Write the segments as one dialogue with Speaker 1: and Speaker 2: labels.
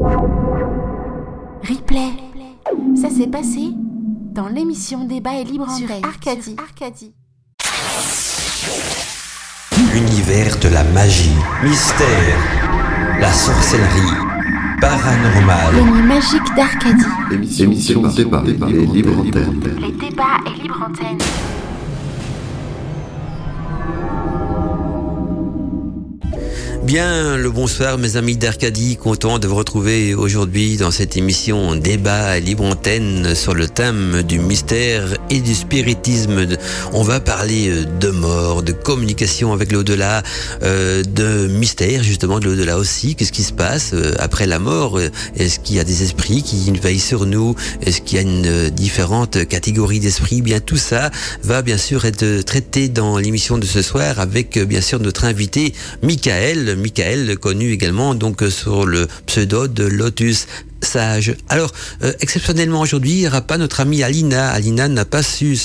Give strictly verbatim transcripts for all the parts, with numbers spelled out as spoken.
Speaker 1: Replay. Ça s'est passé dans l'émission Débat et Libre Antenne sur Arcadie. Arcadie.
Speaker 2: L'univers de la magie, mystère, la sorcellerie, paranormal.
Speaker 1: Les nuits magiques d'Arcadie.
Speaker 3: Émission, Émission Débat, Débat et Libre Antenne.
Speaker 1: Les débats et Libre Antenne.
Speaker 2: Bien, le bonsoir mes amis d'Arcadie, content de vous retrouver aujourd'hui dans cette émission Débat Libre Antenne sur le thème du mystère et du spiritisme. On va parler de mort, de communication avec l'au-delà, euh, de mystère justement de l'au-delà aussi. Qu'est-ce qui se passe euh, après la mort? Est-ce qu'il y a des esprits qui veillent sur nous? Est-ce qu'il y a une euh, différente catégorie d'esprits? Bien, tout ça va bien sûr être traité dans l'émission de ce soir avec euh, bien sûr notre invité Michael. Michael, connu également donc sur le pseudo de Lotus Sage. Alors, euh, exceptionnellement aujourd'hui, il n'y aura pas notre amie Alina. Alina n'a pas su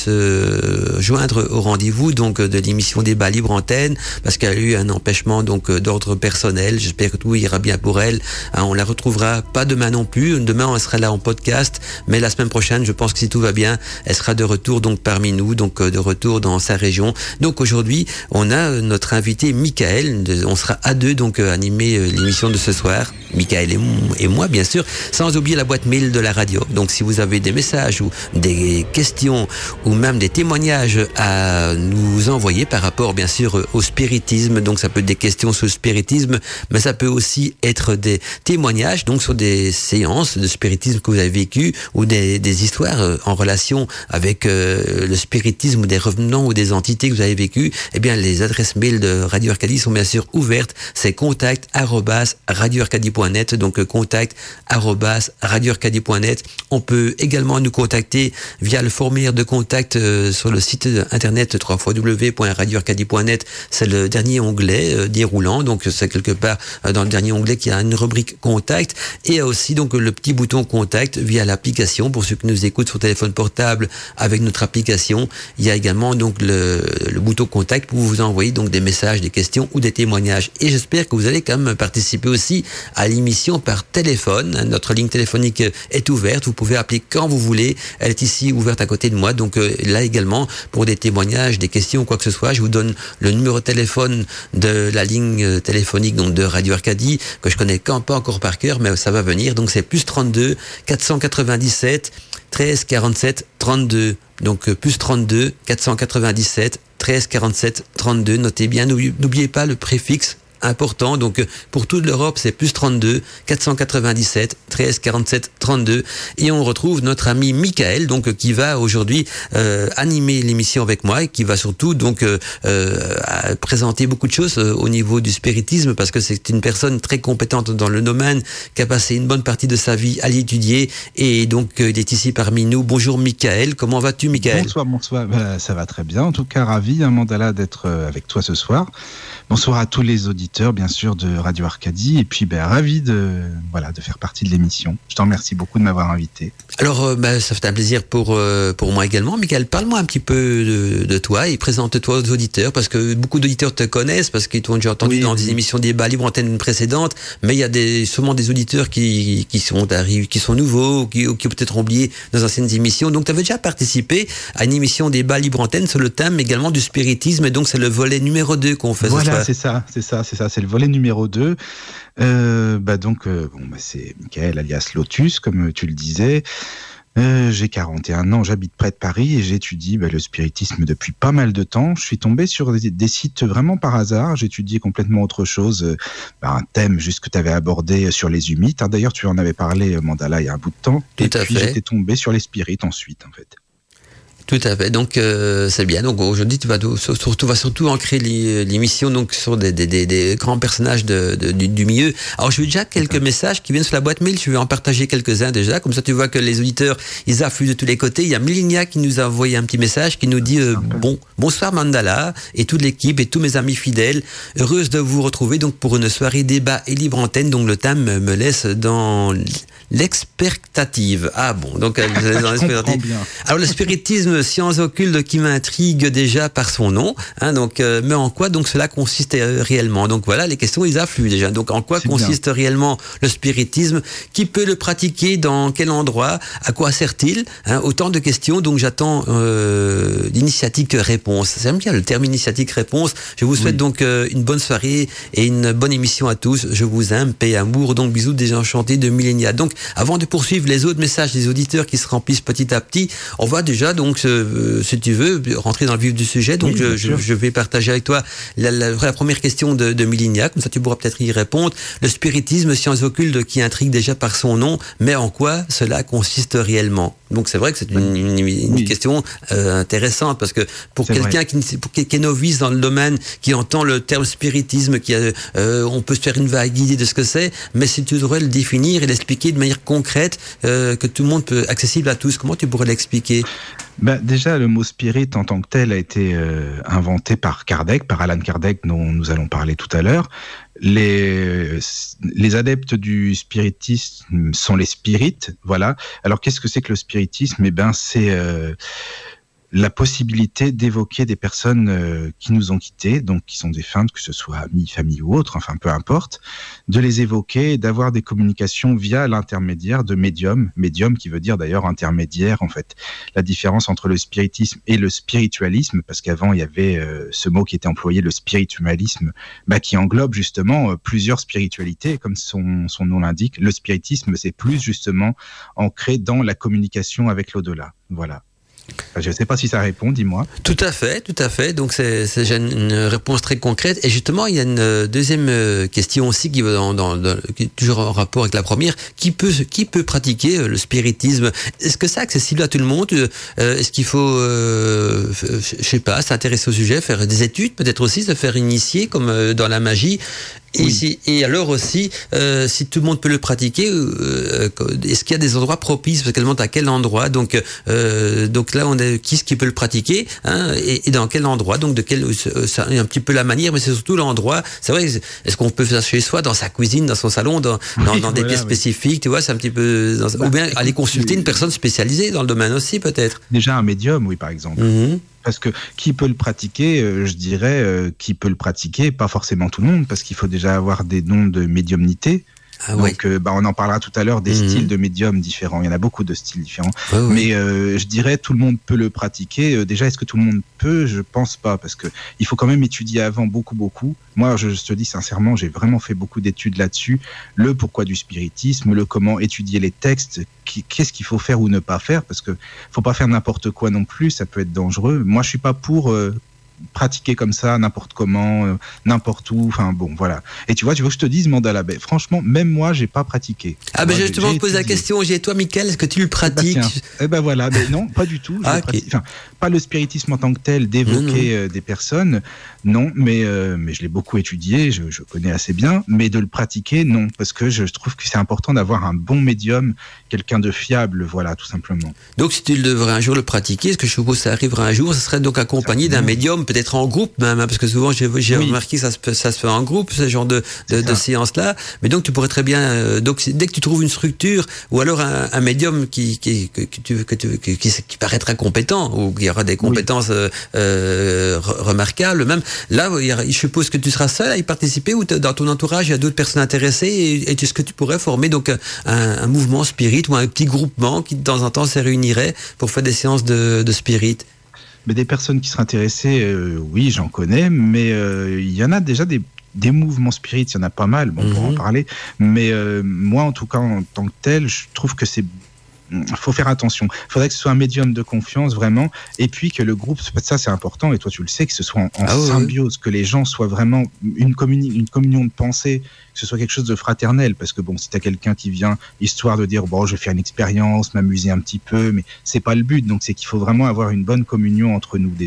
Speaker 2: se joindre au rendez-vous donc de l'émission Débat Libre Antenne parce qu'elle a eu un empêchement donc d'ordre personnel. J'espère que tout ira bien pour elle. Hein, on la retrouvera pas demain non plus. Demain, elle sera là en podcast, mais la semaine prochaine, je pense que si tout va bien, elle sera de retour donc parmi nous, donc de retour dans sa région. Donc aujourd'hui, on a notre invité Michael. On sera à deux donc à animer l'émission de ce soir. Michael et moi, bien sûr. Sans oublier la boîte mail de la radio. Donc si vous avez des messages ou des questions ou même des témoignages à nous envoyer par rapport bien sûr au spiritisme, donc ça peut être des questions sur le spiritisme, mais ça peut aussi être des témoignages donc sur des séances de spiritisme que vous avez vécues ou des, des histoires en relation avec euh, le spiritisme ou des revenants ou des entités que vous avez vécues. Eh bien les adresses mail de Radio Arcadie sont bien sûr ouvertes. C'est contact arobase radio arcadie point net, donc contact arobase radio arcadie point net. On peut également nous contacter via le formulaire de contact euh, sur le site internet w w w point radio arcadie point net. C'est le dernier onglet euh, déroulant, donc c'est quelque part euh, dans le dernier onglet qu'il y a une rubrique contact et aussi donc le petit bouton contact via l'application. Pour ceux qui nous écoutent sur téléphone portable avec notre application, il y a également donc le, le bouton contact pour vous envoyer donc des messages, des questions ou des témoignages. Et j'espère que vous allez quand même participer aussi à l'émission par téléphone. Notre ligne téléphonique est ouverte, vous pouvez appeler quand vous voulez, elle est ici ouverte à côté de moi, donc euh, là également pour des témoignages, des questions, quoi que ce soit, je vous donne le numéro de téléphone de la ligne téléphonique donc de Radio Arcadie, que je connais quand pas encore par cœur, mais ça va venir, donc c'est plus trente-deux quatre cent quatre-vingt-dix-sept treize quarante-sept trente-deux, donc plus trente-deux quatre cent quatre-vingt-dix-sept treize quarante-sept trente-deux, notez bien, n'oubliez pas le préfixe important, donc pour toute l'Europe c'est plus trente-deux quatre cent quatre-vingt-dix-sept treize quarante-sept trente-deux et on retrouve notre ami Michael donc qui va aujourd'hui euh, animer l'émission avec moi et qui va surtout donc euh, euh, présenter beaucoup de choses euh, au niveau du spiritisme parce que c'est une personne très compétente dans le domaine qui a passé une bonne partie de sa vie à l'étudier et donc euh, il est ici parmi nous. Bonjour Michael, comment vas-tu Michael?
Speaker 4: Bonsoir, bonsoir, ben, ça va très bien, en tout cas ravi hein, Mandala d'être euh, avec toi ce soir. Bonsoir à tous les auditeurs, bien sûr, de Radio Arcadie. Et puis, ben, ravi de, voilà, de faire partie de l'émission. Je t'en remercie beaucoup de m'avoir invité.
Speaker 2: Alors, euh, ben, ça fait un plaisir pour, euh, pour moi également. Michael, parle-moi un petit peu de, de toi et présente-toi aux auditeurs, parce que beaucoup d'auditeurs te connaissent, parce qu'ils t'ont déjà entendu oui, dans oui. des émissions Débat Libre Antenne précédentes, mais il y a des, sûrement des auditeurs qui, qui sont arrivés, qui sont nouveaux, ou qui, ou qui ont peut-être oublié nos anciennes émissions. Donc, tu avais déjà participé à une émission Débat Libre Antenne sur le thème également du spiritisme, et donc c'est le volet numéro deux qu'on faisait.
Speaker 4: Voilà. C'est ça, c'est ça, c'est ça, c'est le volet numéro deux. Euh, bah donc, euh, bon, bah c'est Michael alias Lotus, comme tu le disais. Euh, j'ai quarante et un ans, j'habite près de Paris et j'étudie bah, le spiritisme depuis pas mal de temps. Je suis tombé sur des, des sites vraiment par hasard. J'étudiais complètement autre chose, euh, bah, un thème juste que tu avais abordé sur les humites. Hein, d'ailleurs, tu en avais parlé, Mandala, il y a un bout de temps.
Speaker 2: Tout
Speaker 4: et
Speaker 2: à
Speaker 4: puis
Speaker 2: fait.
Speaker 4: J'étais tombé sur les spirites ensuite, en fait.
Speaker 2: Tout à fait. Donc euh, c'est bien. Donc aujourd'hui, tu vas surtout, vas surtout ancrer l'émission donc sur des, des, des, des grands personnages de, de, du, du milieu. Alors j'ai eu déjà quelques messages qui viennent sur la boîte mail. Je vais en partager quelques-uns déjà. Comme ça, tu vois que les auditeurs, ils affluent de tous les côtés. Il y a Milinia qui nous a envoyé un petit message qui nous dit euh, bon bonsoir Mandala et toute l'équipe et tous mes amis fidèles. Heureuse de vous retrouver donc pour une soirée débat et libre antenne. Donc le thème me laisse dans l'expectative. Ah bon, donc dans l'expectative. Alors le spiritisme spiritisme, science occulte qui m'intrigue déjà par son nom. Hein, donc, euh, mais en quoi donc cela consiste euh, réellement? Donc voilà, les questions ils affluent déjà. Donc en quoi c'est consiste bien. réellement le spiritisme? Qui peut le pratiquer? Dans quel endroit? À quoi sert-il? Hein, autant de questions. Donc j'attends euh, l'initiatique réponse. J'aime bien le terme initiatique réponse. Je vous souhaite oui. donc euh, une bonne soirée et une bonne émission à tous. Je vous aime, paix, amour. Donc bisous désenchantés de Millénia. Donc avant de poursuivre les autres messages des auditeurs qui se remplissent petit à petit, on va déjà donc euh, si tu veux rentrer dans le vif du sujet. Donc oui, je, je, je vais partager avec toi la, la, la première question de, de Millénia, comme ça tu pourras peut-être y répondre. Le spiritisme, science occulte qui intrigue déjà par son nom, mais en quoi cela consiste réellement? Donc c'est vrai que c'est une, une, une oui. question euh, intéressante, parce que pour c'est quelqu'un qui, pour, qui est novice dans le domaine, qui entend le terme spiritisme, qui a, euh, on peut se faire une vague idée de ce que c'est, mais si tu devrais le définir et l'expliquer de manière concrète, euh, que tout le monde peut, accessible à tous, comment tu pourrais l'expliquer?
Speaker 4: Ben, déjà, le mot spirit en tant que tel a été euh, inventé par Kardec, par Alan Kardec, dont nous allons parler tout à l'heure. Les, les adeptes du spiritisme sont les spirites, voilà. Alors, qu'est-ce que c'est que le spiritisme? Eh ben, c'est euh, la possibilité d'évoquer des personnes euh, qui nous ont quittés, donc qui sont défuntes, que ce soit amis, famille ou autres, enfin peu importe, de les évoquer et d'avoir des communications via l'intermédiaire de médium, médium qui veut dire d'ailleurs intermédiaire en fait. La différence entre le spiritisme et le spiritualisme, parce qu'avant il y avait euh, ce mot qui était employé, le spiritualisme, bah, qui englobe justement euh, plusieurs spiritualités, comme son, son nom l'indique. Le spiritisme, c'est plus justement ancré dans la communication avec l'au-delà, voilà. Je ne sais pas si ça répond, dis-moi.
Speaker 2: Tout à fait, tout à fait. Donc c'est, c'est une réponse très concrète. Et justement, il y a une deuxième question aussi qui, dans, dans, dans, qui est toujours en rapport avec la première. Qui peut, qui peut pratiquer le spiritisme? Est-ce que c'est accessible à tout le monde? Est-ce qu'il faut, euh, je sais pas, s'intéresser au sujet, faire des études, peut-être aussi se faire initier comme dans la magie? Et, oui. si, et alors aussi, euh, si tout le monde peut le pratiquer, euh, est-ce qu'il y a des endroits propices? Parce qu'elle demande à quel endroit. Donc, euh, donc là, on a qui est-ce qui peut le pratiquer, hein, et, et dans quel endroit? Donc, de quel, ça un petit peu la manière, mais c'est surtout l'endroit. C'est vrai. Est-ce qu'on peut faire ça chez soi, dans sa cuisine, dans son salon, dans, oui, dans, dans des voilà, pièces oui. spécifiques? Tu vois, c'est un petit peu. Dans, bah, ou bien aller consulter une personne spécialisée dans le domaine aussi, peut-être.
Speaker 4: Déjà un médium, oui, par exemple. Mm-hmm. Parce que qui peut le pratiquer, euh, je dirais, euh, qui peut le pratiquer, pas forcément tout le monde, parce qu'il faut déjà avoir des dons de médiumnité. Ah, Donc, oui. euh, bah, on en parlera tout à l'heure des mmh. styles de médium différents. Il y en a beaucoup de styles différents. Ah, oui. Mais euh, je dirais, tout le monde peut le pratiquer. Euh, déjà, est-ce que tout le monde peut? Je pense pas, parce que il faut quand même étudier avant beaucoup, beaucoup. Moi, je, je te dis sincèrement, j'ai vraiment fait beaucoup d'études là-dessus. Le pourquoi du spiritisme, le comment étudier les textes, qui, qu'est-ce qu'il faut faire ou ne pas faire, parce que faut pas faire n'importe quoi non plus. Ça peut être dangereux. Moi, je suis pas pour. Euh, pratiquer comme ça, n'importe comment, euh, n'importe où, enfin bon, voilà. Et tu vois, tu veux que je te dise, Mandala, ben, franchement, même moi, j'ai pas pratiqué.
Speaker 2: Ah ben, justement, je te pose la question, j'ai toi, Mickaël, est-ce que tu le pratiques?
Speaker 4: Eh ben, tiens, eh ben voilà, ben non, pas du tout. Ah, okay. Enfin, pas le spiritisme en tant que tel, d'évoquer euh, des personnes, non, mais, euh, mais je l'ai beaucoup étudié, je, je connais assez bien, mais de le pratiquer, non, parce que je, je trouve que c'est important d'avoir un bon médium, quelqu'un de fiable, voilà, tout simplement.
Speaker 2: Donc, si tu devrais un jour le pratiquer, ce que je suppose que ça arrivera un jour, ce serait donc accompagné d'un médium, peut-être en groupe même, hein, parce que souvent j'ai, j'ai oui. remarqué que ça se, ça se fait en groupe, ce genre de, de, de séance-là. Mais donc tu pourrais très bien, euh, donc dès que tu trouves une structure, ou alors un, un médium qui, qui, que, que tu, que tu, qui, qui, qui paraît très compétent, ou qui aura des compétences oui. euh, euh, remarquables, même là, il y a, je suppose que tu seras seul à y participer, ou dans ton entourage il y a d'autres personnes intéressées, et, et est-ce que tu pourrais former donc un, un mouvement spirit ou un petit groupement qui de temps en temps se réunirait pour faire des séances de, de spirit?
Speaker 4: Mais des personnes qui seraient intéressées, euh, oui, j'en connais, mais euh, il y en a déjà des, des mouvements spirites, il y en a pas mal, bon, on mm-hmm. pourra en parler. Mais euh, moi, en tout cas, en tant que tel, je trouve que c'est... Il faut faire attention. Il faudrait que ce soit un médium de confiance, vraiment. Et puis que le groupe, ça c'est important, et toi tu le sais, que ce soit en, en ah, symbiose, oui. que les gens soient vraiment une, communi- une communion de pensée, que ce soit quelque chose de fraternel. Parce que bon, si tu as quelqu'un qui vient, histoire de dire, bon, je vais faire une expérience, m'amuser un petit peu, mais c'est pas le but. Donc c'est qu'il faut vraiment avoir une bonne communion entre nous déjà.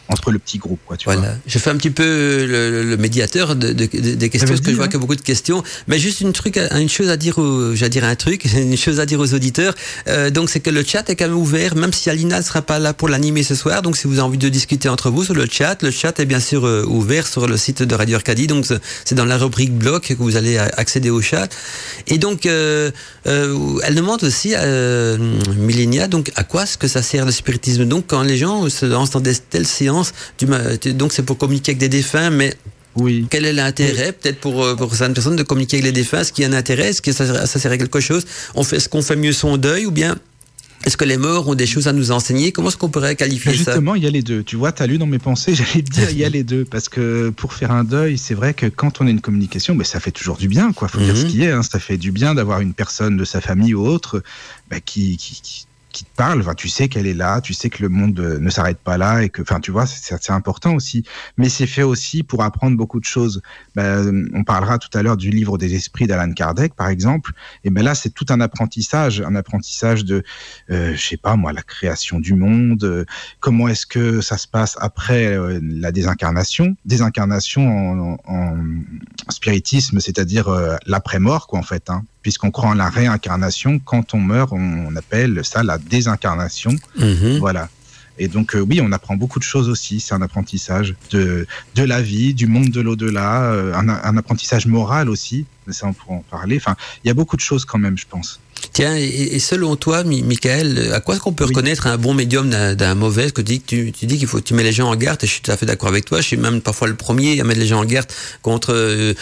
Speaker 4: entre le petit groupe, quoi, tu
Speaker 2: voilà.
Speaker 4: vois.
Speaker 2: Je fais un petit peu le, le médiateur de, de, de, des questions, parce que je vois hein. qu'il y a beaucoup de questions. Mais juste une truc, une chose à dire, aux, j'allais dire un truc, une chose à dire aux auditeurs. Euh, donc c'est que le chat est quand même ouvert, même si Alina ne sera pas là pour l'animer ce soir. Donc si vous avez envie de discuter entre vous sur le chat, le chat est bien sûr euh, ouvert sur le site de Radio Arcadie. Donc c'est dans la rubrique blog que vous allez accéder au chat. Et donc euh, euh, elle demande aussi, euh, Millénia, donc à quoi est-ce que ça sert le spiritisme? Donc quand les gens se lancent dans des telles séances, du, donc c'est pour communiquer avec des défunts, mais oui. Quel est l'intérêt, oui. peut-être pour, pour certaines personnes, de communiquer avec les défunts? Est-ce qu'il y a un intérêt? Est-ce que ça, ça sert à quelque chose? On fait, est-ce qu'on fait mieux son deuil, ou bien est-ce que les morts ont des choses à nous enseigner? Comment est-ce qu'on pourrait qualifier
Speaker 4: Justement, ça?
Speaker 2: Justement,
Speaker 4: il y a les deux. Tu vois, tu as lu dans mes pensées, j'allais te dire, il y a les deux. Parce que pour faire un deuil, c'est vrai que quand on a une communication, ben, ça fait toujours du bien, quoi. Faut mm-hmm. dire ce qui est. Hein. Ça fait du bien d'avoir une personne de sa famille ou autre ben, qui... qui, qui qui te parle, enfin, tu sais qu'elle est là, tu sais que le monde ne s'arrête pas là et que, enfin, tu vois, c'est, c'est important aussi. Mais c'est fait aussi pour apprendre beaucoup de choses. Ben, on parlera tout à l'heure du livre des esprits d'Alan Kardec, par exemple. Et ben là, c'est tout un apprentissage, un apprentissage de, euh, je sais pas moi, la création du monde. Euh, comment est-ce que ça se passe après euh, la désincarnation, désincarnation en, en, en spiritisme, c'est-à-dire euh, l'après-mort, quoi, en fait, hein. Puisqu'on croit en la réincarnation, quand on meurt, on appelle ça la désincarnation. Mmh. Voilà. Et donc, euh, oui, on apprend beaucoup de choses aussi. C'est un apprentissage de, de la vie, du monde de l'au-delà, euh, un, un apprentissage moral aussi. Mais ça, on pourra en parler. Enfin, il y a beaucoup de choses quand même, je pense.
Speaker 2: Tiens, et, et selon toi, Michael, à quoi est-ce qu'on peut oui. reconnaître un bon médium d'un, d'un mauvais? Que tu dis, tu, tu dis qu'il faut, tu mets les gens en garde, et je suis tout à fait d'accord avec toi. Je suis même parfois le premier à mettre les gens en garde contre euh,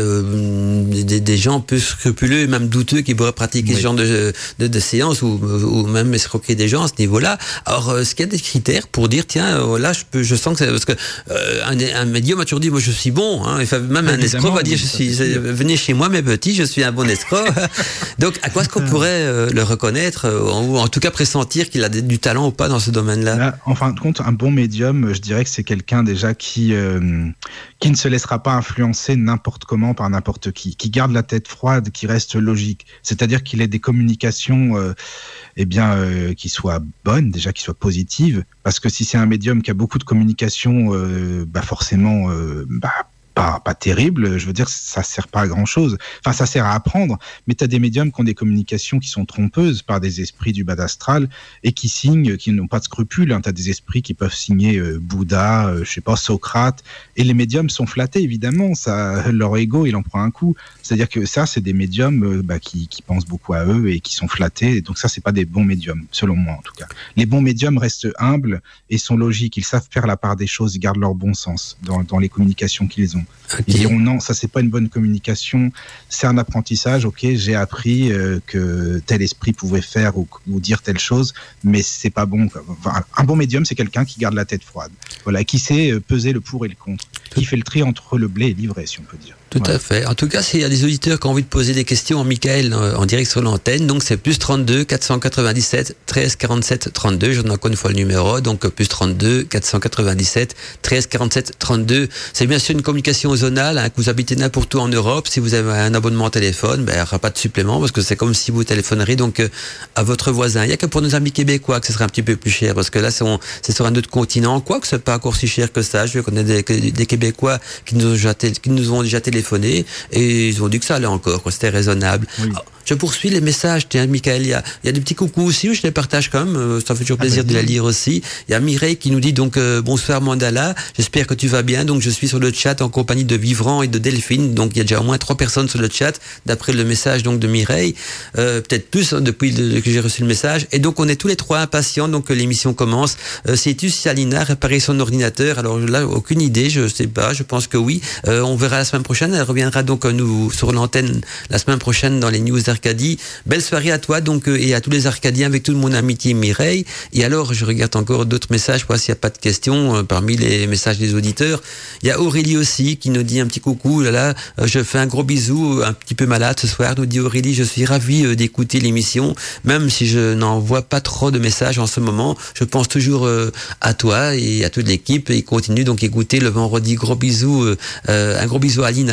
Speaker 2: euh, des, des gens peu scrupuleux et même douteux qui pourraient pratiquer oui. ce genre de, de, de séance ou, ou même escroquer des gens à ce niveau-là. Alors, est-ce qu'il y a des critères pour dire, tiens, euh, là, je peux, je sens que c'est, parce que euh, un, un médium a toujours dit, moi, je suis bon. Hein, et même un escroc va dire, je suis, venez chez moi, mes petits, je suis un bon escroc. Donc, à quoi est-ce qu'on pourrait euh, le reconnaître, euh, ou en tout cas pressentir qu'il a du talent ou pas dans ce domaine-là?
Speaker 4: Là, en fin de compte, un bon médium, je dirais que c'est quelqu'un déjà qui euh, qui ne se laissera pas influencer n'importe comment par n'importe qui, qui garde la tête froide, qui reste logique. C'est-à-dire qu'il ait des communications, euh, eh bien, euh, qui soient bonnes, déjà qui soient positives. Parce que si c'est un médium qui a beaucoup de communication, euh, bah forcément, euh, bah Pas, pas terrible, je veux dire, ça sert pas à grand chose. Enfin, ça sert à apprendre, mais t'as des médiums qui ont des communications qui sont trompeuses par des esprits du bas astral et qui signent, qui n'ont pas de scrupules. Hein. T'as des esprits qui peuvent signer euh, Bouddha, euh, je sais pas, Socrate, et les médiums sont flattés, évidemment. Ça, leur ego, il en prend un coup. C'est-à-dire que ça, c'est des médiums euh, bah, qui, qui pensent beaucoup à eux et qui sont flattés. Donc ça, c'est pas des bons médiums, selon moi en tout cas. Les bons médiums restent humbles et sont logiques. Ils savent faire la part des choses, ils gardent leur bon sens dans, dans les communications qu'ils ont. Okay. Ils diront non, ça c'est pas une bonne communication, c'est un apprentissage, ok, j'ai appris euh, que tel esprit pouvait faire ou, ou dire telle chose, mais c'est pas bon. Enfin, un bon médium, c'est quelqu'un qui garde la tête froide, voilà, qui sait peser le pour et le contre, Tout... qui fait le tri entre le blé et l'ivraie, si on peut dire.
Speaker 2: Tout
Speaker 4: voilà.
Speaker 2: à fait. En tout cas, s'il y a des auditeurs qui ont envie de poser des questions à Michael en direct sur l'antenne, donc c'est plus trente-deux quatre cent quatre-vingt-dix-sept treize quarante-sept trente-deux. Je donne encore une fois le numéro, donc plus trente-deux quatre cent quatre-vingt-dix-sept treize quarante-sept trente-deux. C'est bien sûr une communication zonale, hein, que vous habitez n'importe où en Europe. Si vous avez un abonnement téléphone, ben, il n'y aura pas de supplément parce que c'est comme si vous téléphoneriez donc euh, à votre voisin. Il n'y a que pour nos amis québécois que ce serait un petit peu plus cher parce que là, c'est, on, c'est sur un autre continent. Quoique ce n'est pas encore si cher que ça. Je connais des, des Québécois qui nous ont déjà, té- qui nous ont déjà téléphoné et ils ont dit que ça allait encore, quoi. C'était raisonnable. Oui. Alors, je poursuis les messages. Tiens, Michael, il y a, il y a des petits coucous aussi, je les partage quand même. Euh, ça fait toujours plaisir ah, de les lire aussi. Il y a Mireille qui nous dit donc euh, bonsoir Mandala. J'espère que tu vas bien. Donc je suis sur le chat en compagnie de Vivran et de Delphine. Donc il y a déjà au moins trois personnes sur le chat d'après le message donc de Mireille. Euh, peut-être plus hein, depuis le, que j'ai reçu le message. Et donc on est tous les trois impatients. Donc euh, l'émission commence. Euh, sais-tu si Alina réparer son ordinateur? Alors là, aucune idée. Je sais pas. Je pense que oui. Euh, on verra la semaine prochaine. Elle reviendra donc euh, nous sur l'antenne la semaine prochaine dans les news d'Arcadie. Belle soirée à toi donc euh, et à tous les Arcadiens avec toute mon amitié Mireille. Et alors je regarde encore d'autres messages, voir s'il n'y a pas de questions euh, parmi les messages des auditeurs. Il y a Aurélie aussi qui nous dit un petit coucou. Là, là euh, je fais un gros bisou, un petit peu malade ce soir. Nous dit Aurélie, je suis ravie euh, d'écouter l'émission, même si je n'envoie pas trop de messages en ce moment. Je pense toujours euh, à toi et à toute l'équipe et continue donc écouter le vendredi. Gros bisou, euh, un gros bisou à Alina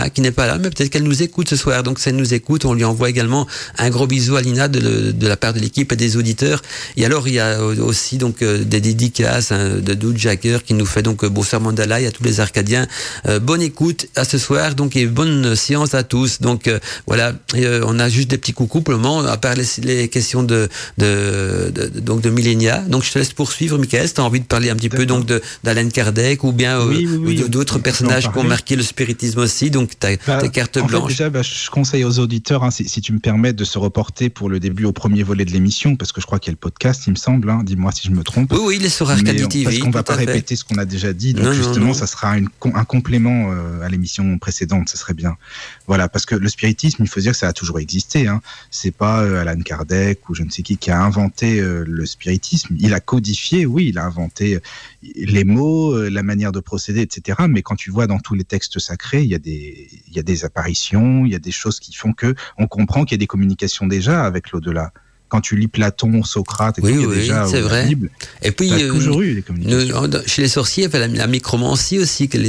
Speaker 2: Lina qui n'est pas là, mais peut-être qu'elle nous écoute ce soir. Donc, si elle nous écoute, on lui envoie également un gros bisou à Lina de, de la part de l'équipe et des auditeurs. Et alors, il y a aussi donc des dédicaces hein, de Doud Jacker qui nous fait donc bonsoir Mandala et à tous les Arcadiens. Euh, bonne écoute à ce soir, donc et bonne séance à tous. Donc euh, voilà, et, euh, on a juste des petits coucous pour le moment, à part les, les questions de, de, de, de donc de Millenia. Donc je te laisse poursuivre, Michael, si tu as envie de parler un petit D'accord. peu donc de d'Alan Kardec ou bien
Speaker 4: oui, oui, oui,
Speaker 2: euh, d'autres personnages qui ont marqué le spiritisme aussi. Donc ta, bah, ta carte
Speaker 4: en
Speaker 2: blanche.
Speaker 4: Fait, déjà, bah, je conseille aux auditeurs, hein, si, si tu me permets, de se reporter pour le début au premier volet de l'émission, parce que je crois qu'il y a le podcast, il me semble. Hein, dis-moi si je me trompe.
Speaker 2: Oui, oui, il est sur Arcadie T V.
Speaker 4: Parce qu'on ne va pas répéter ce qu'on a déjà dit. Donc non, justement, non, non. ça sera une, un complément euh, à l'émission précédente. Ça serait bien. Voilà, parce que le spiritisme, il faut dire que ça a toujours existé. Hein. C'est pas euh, Alan Kardec ou je ne sais qui qui a inventé euh, le spiritisme. Il a codifié, oui, il a inventé les mots, euh, la manière de procéder, et cetera. Mais quand tu vois dans tous les textes sacrés, il y a des, il y a des apparitions, il y a des choses qui font que on comprend qu'il y a des communications déjà avec l'au-delà. Quand tu lis Platon, Socrate, et
Speaker 2: oui,
Speaker 4: tout, il y a
Speaker 2: oui,
Speaker 4: déjà
Speaker 2: c'est vrai.
Speaker 4: la Bible.
Speaker 2: Et puis,
Speaker 4: il y a
Speaker 2: euh,
Speaker 4: toujours eu des communications.
Speaker 2: Nous, chez les sorciers, il y avait la, la micromancie aussi, que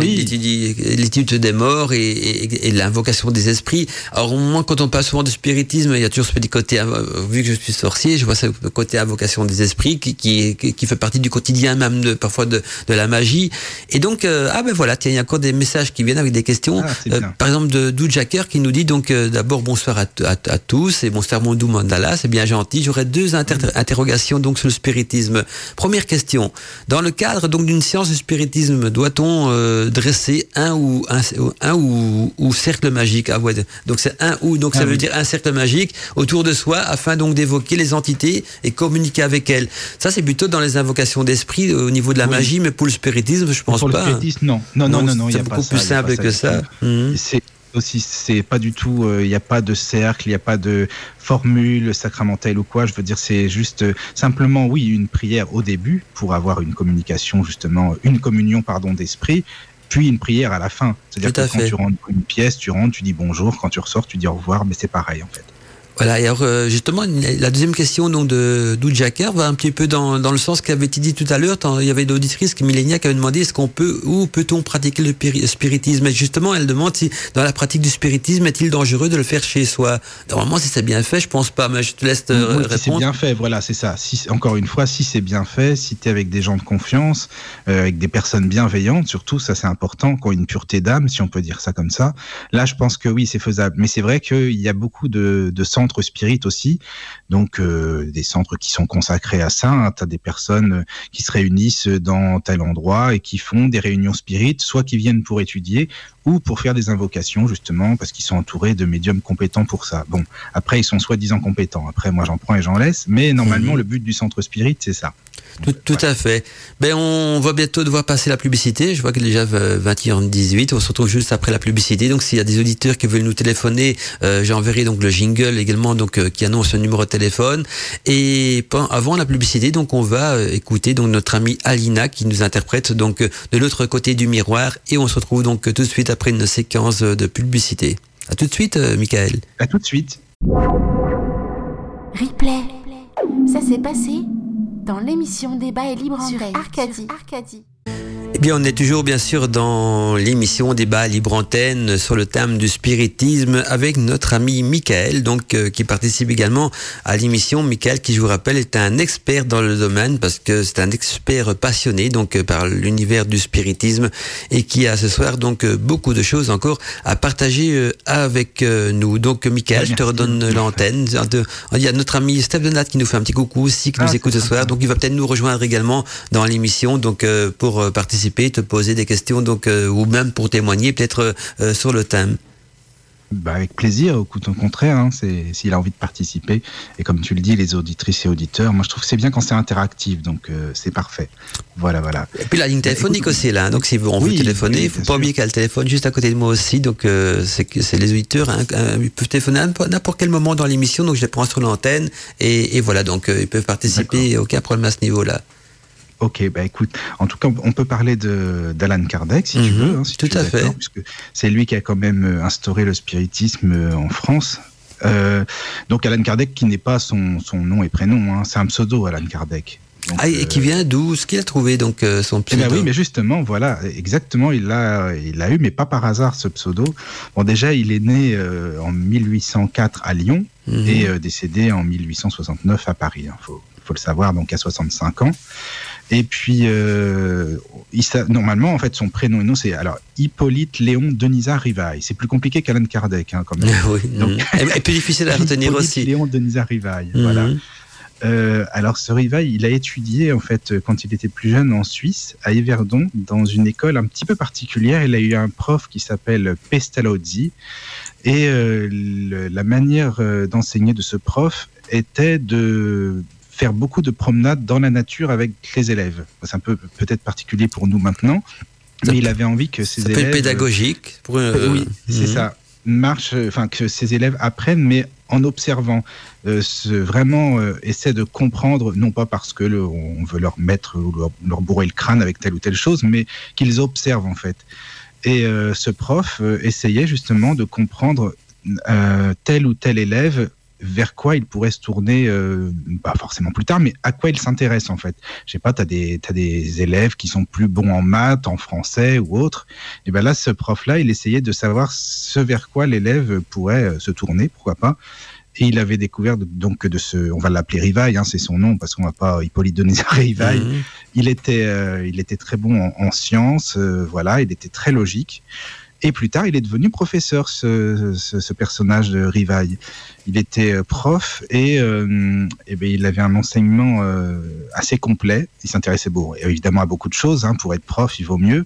Speaker 2: l'étude des morts et, et, et l'invocation des esprits. Alors, moi, quand on parle souvent de spiritisme, il y a toujours ce petit côté, vu que je suis sorcier, je vois ce côté invocation des esprits qui, qui, qui fait partie du quotidien, même de, parfois de, de la magie. Et donc, euh, ah ben voilà, tiens, il y a encore des messages qui viennent avec des questions. Ah, euh, par exemple, de Doud Jacker qui nous dit donc, euh, d'abord, bonsoir à, à, à tous et bonsoir Mondou Mandala, c'est bien gentil. J'aurais deux inter- interrogations donc sur le spiritisme. Première question. Dans le cadre donc d'une séance de spiritisme, doit-on euh, dresser un ou un, un ou, ou cercle magique? Ah ouais, donc c'est un ou, donc ah ça oui. veut dire un cercle magique autour de soi afin donc d'évoquer les entités et communiquer avec elles. Ça c'est plutôt dans les invocations d'esprit au niveau de la oui. magie, mais pour le spiritisme, je pense
Speaker 4: pour
Speaker 2: pas.
Speaker 4: Pour le spiritisme, non. Non, non, non, non, il y a pas ça.
Speaker 2: C'est beaucoup plus simple que ça.
Speaker 4: Mmh. C'est aussi, c'est pas du tout, il euh, n'y a pas de cercle, il n'y a pas de formule sacramentelle ou quoi. Je veux dire, c'est juste euh, simplement, oui, une prière au début pour avoir une communication, justement, une communion, pardon, d'esprit, puis une prière à la fin. C'est-à-dire tout que quand fait. tu rentres dans une pièce, tu rentres, tu dis bonjour, quand tu ressors, tu dis au revoir, mais c'est pareil en fait.
Speaker 2: Voilà, et alors euh, justement, la deuxième question donc, de Doud Jacker va un petit peu dans, dans le sens qu'avait été dit tout à l'heure. Il y avait une auditrice, Millenia, qui avait demandé est-ce qu'on peut, où peut-on pratiquer le péri- spiritisme. Et justement, elle demande si dans la pratique du spiritisme, est-il dangereux de le faire chez soi. Normalement, si c'est bien fait, je pense pas, mais je te laisse te
Speaker 4: oui,
Speaker 2: répondre.
Speaker 4: Si c'est bien fait, voilà, c'est ça. Si, encore une fois, si c'est bien fait, si tu es avec des gens de confiance, euh, avec des personnes bienveillantes, surtout, ça c'est important, qui ont une pureté d'âme, si on peut dire ça comme ça. Là, je pense que oui, c'est faisable. Mais c'est vrai qu'il y a beaucoup de, de centres spirites aussi, donc euh, des centres qui sont consacrés à ça. Hein. Tu as des personnes qui se réunissent dans tel endroit et qui font des réunions spirites, soit qui viennent pour étudier ou pour faire des invocations, justement, parce qu'ils sont entourés de médiums compétents pour ça. Bon, après, ils sont soi-disant compétents. Après, moi, j'en prends et j'en laisse, mais normalement, mmh. le but du centre spirit, c'est ça.
Speaker 2: Tout, tout ouais. à fait. Ben, on va bientôt devoir passer la publicité. Je vois qu'il est déjà vingt heures dix-huit. On se retrouve juste après la publicité. Donc, s'il y a des auditeurs qui veulent nous téléphoner, euh, j'enverrai donc le jingle également, donc euh, qui annonce le numéro de téléphone. Et avant la publicité, donc, on va euh, écouter donc notre amie Alina qui nous interprète donc euh, de l'autre côté du miroir. Et on se retrouve donc tout de suite après une séquence de publicité. À tout de suite, euh, Michael.
Speaker 4: À tout de suite.
Speaker 1: Replay. Ça s'est passé dans l'émission Débat et Libre sur Arcadie. Arcadie.
Speaker 2: Eh bien, on est toujours, bien sûr, dans l'émission Débat Libre Antenne sur le thème du spiritisme avec notre ami Michael, donc, euh, qui participe également à l'émission. Michael, qui, je vous rappelle, est un expert dans le domaine parce que c'est un expert passionné, donc, euh, par l'univers du spiritisme et qui a ce soir, donc, euh, beaucoup de choses encore à partager euh, avec euh, nous. Donc, Michael, je te redonne l'antenne. Il y a notre ami Steph Donat qui nous fait un petit coucou aussi, qui ah, nous écoute ce soir. Donc, il va peut-être nous rejoindre également dans l'émission, donc, euh, pour euh, participer, te poser des questions, donc, euh, ou même pour témoigner peut-être euh, sur le thème.
Speaker 4: Bah avec plaisir, au contraire, hein, c'est, s'il a envie de participer. Et comme tu le dis, les auditrices et auditeurs, moi je trouve que c'est bien quand c'est interactif, donc euh, c'est parfait. Voilà, voilà.
Speaker 2: Et puis la ligne téléphonique Écoute, aussi là, donc si on oui, veut téléphoner, il oui, ne faut pas sûr. oublier qu'il y a le téléphone juste à côté de moi aussi, donc euh, c'est, c'est les auditeurs, hein, ils peuvent téléphoner à n'importe quel moment dans l'émission, donc je les prends sur l'antenne, et, et voilà, donc euh, ils peuvent participer, D'accord. Aucun problème à ce niveau-là.
Speaker 4: Ok, bah écoute, en tout cas, on peut parler de d'Alan Kardec, si mmh, tu veux. Hein, si
Speaker 2: tout
Speaker 4: tu
Speaker 2: à
Speaker 4: fait. Puisque c'est lui qui a quand même instauré le spiritisme en France. Euh, donc Alan Kardec, qui n'est pas son, son nom et prénom, hein, c'est un pseudo, Alan Kardec. Donc,
Speaker 2: ah, et qui vient d'où? Ce qu'il a trouvé, donc, euh, son pseudo?
Speaker 4: Eh ben oui, mais justement, voilà, exactement, il l'a, il l'a eu, mais pas par hasard, ce pseudo. Bon, déjà, il est né euh, en mille huit cent quatre à Lyon mmh. et euh, décédé en mille huit cent soixante-neuf à Paris. Il hein, faut, faut le savoir, donc à soixante-cinq ans. Et puis, euh, il, normalement, en fait, son prénom et nom, c'est alors Hippolyte Léon Denisard Rivail. C'est plus compliqué qu'Allan Kardec, hein, quand même.
Speaker 2: oui. Donc, et plus difficile à retenir aussi.
Speaker 4: Hippolyte Léon Denisard Rivail, mmh. voilà. Euh, alors ce Rivail, il a étudié en fait quand il était plus jeune en Suisse, à Yverdon, dans une école un petit peu particulière. Il a eu un prof qui s'appelle Pestalozzi, et euh, le, la manière euh, d'enseigner de ce prof était de faire beaucoup de promenades dans la nature avec les élèves. C'est un peu peut-être particulier pour nous maintenant, mais il avait envie que ses
Speaker 2: ça
Speaker 4: élèves...
Speaker 2: Ça peut être pédagogique. Pour, euh...
Speaker 4: Oui, c'est mmh. ça. Marche, enfin que ses élèves apprennent, mais en observant, euh, se, vraiment euh, essaient de comprendre, non pas parce que le, on veut leur mettre ou leur, leur bourrer le crâne avec telle ou telle chose, mais qu'ils observent en fait. Et euh, ce prof euh, essayait justement de comprendre euh, tel ou tel élève vers quoi il pourrait se tourner, euh, pas forcément plus tard, mais à quoi il s'intéresse en fait. Je sais pas, t'as des, t'as des élèves qui sont plus bons en maths, en français ou autre. Et ben là, ce prof-là, il essayait de savoir ce vers quoi l'élève pourrait se tourner, pourquoi pas. Et il avait découvert donc de ce, on va l'appeler Rivail, hein, c'est son nom parce qu'on va pas Hippolyte Denisard Rivail. Mmh. Il était, euh, il était très bon en, en sciences, euh, voilà, il était très logique. Et plus tard, il est devenu professeur, ce, ce, ce personnage de Rivail. Il était prof et, euh, et ben, il avait un enseignement euh, assez complet. Il s'intéressait bon, évidemment à beaucoup de choses. Hein. Pour être prof, il vaut mieux.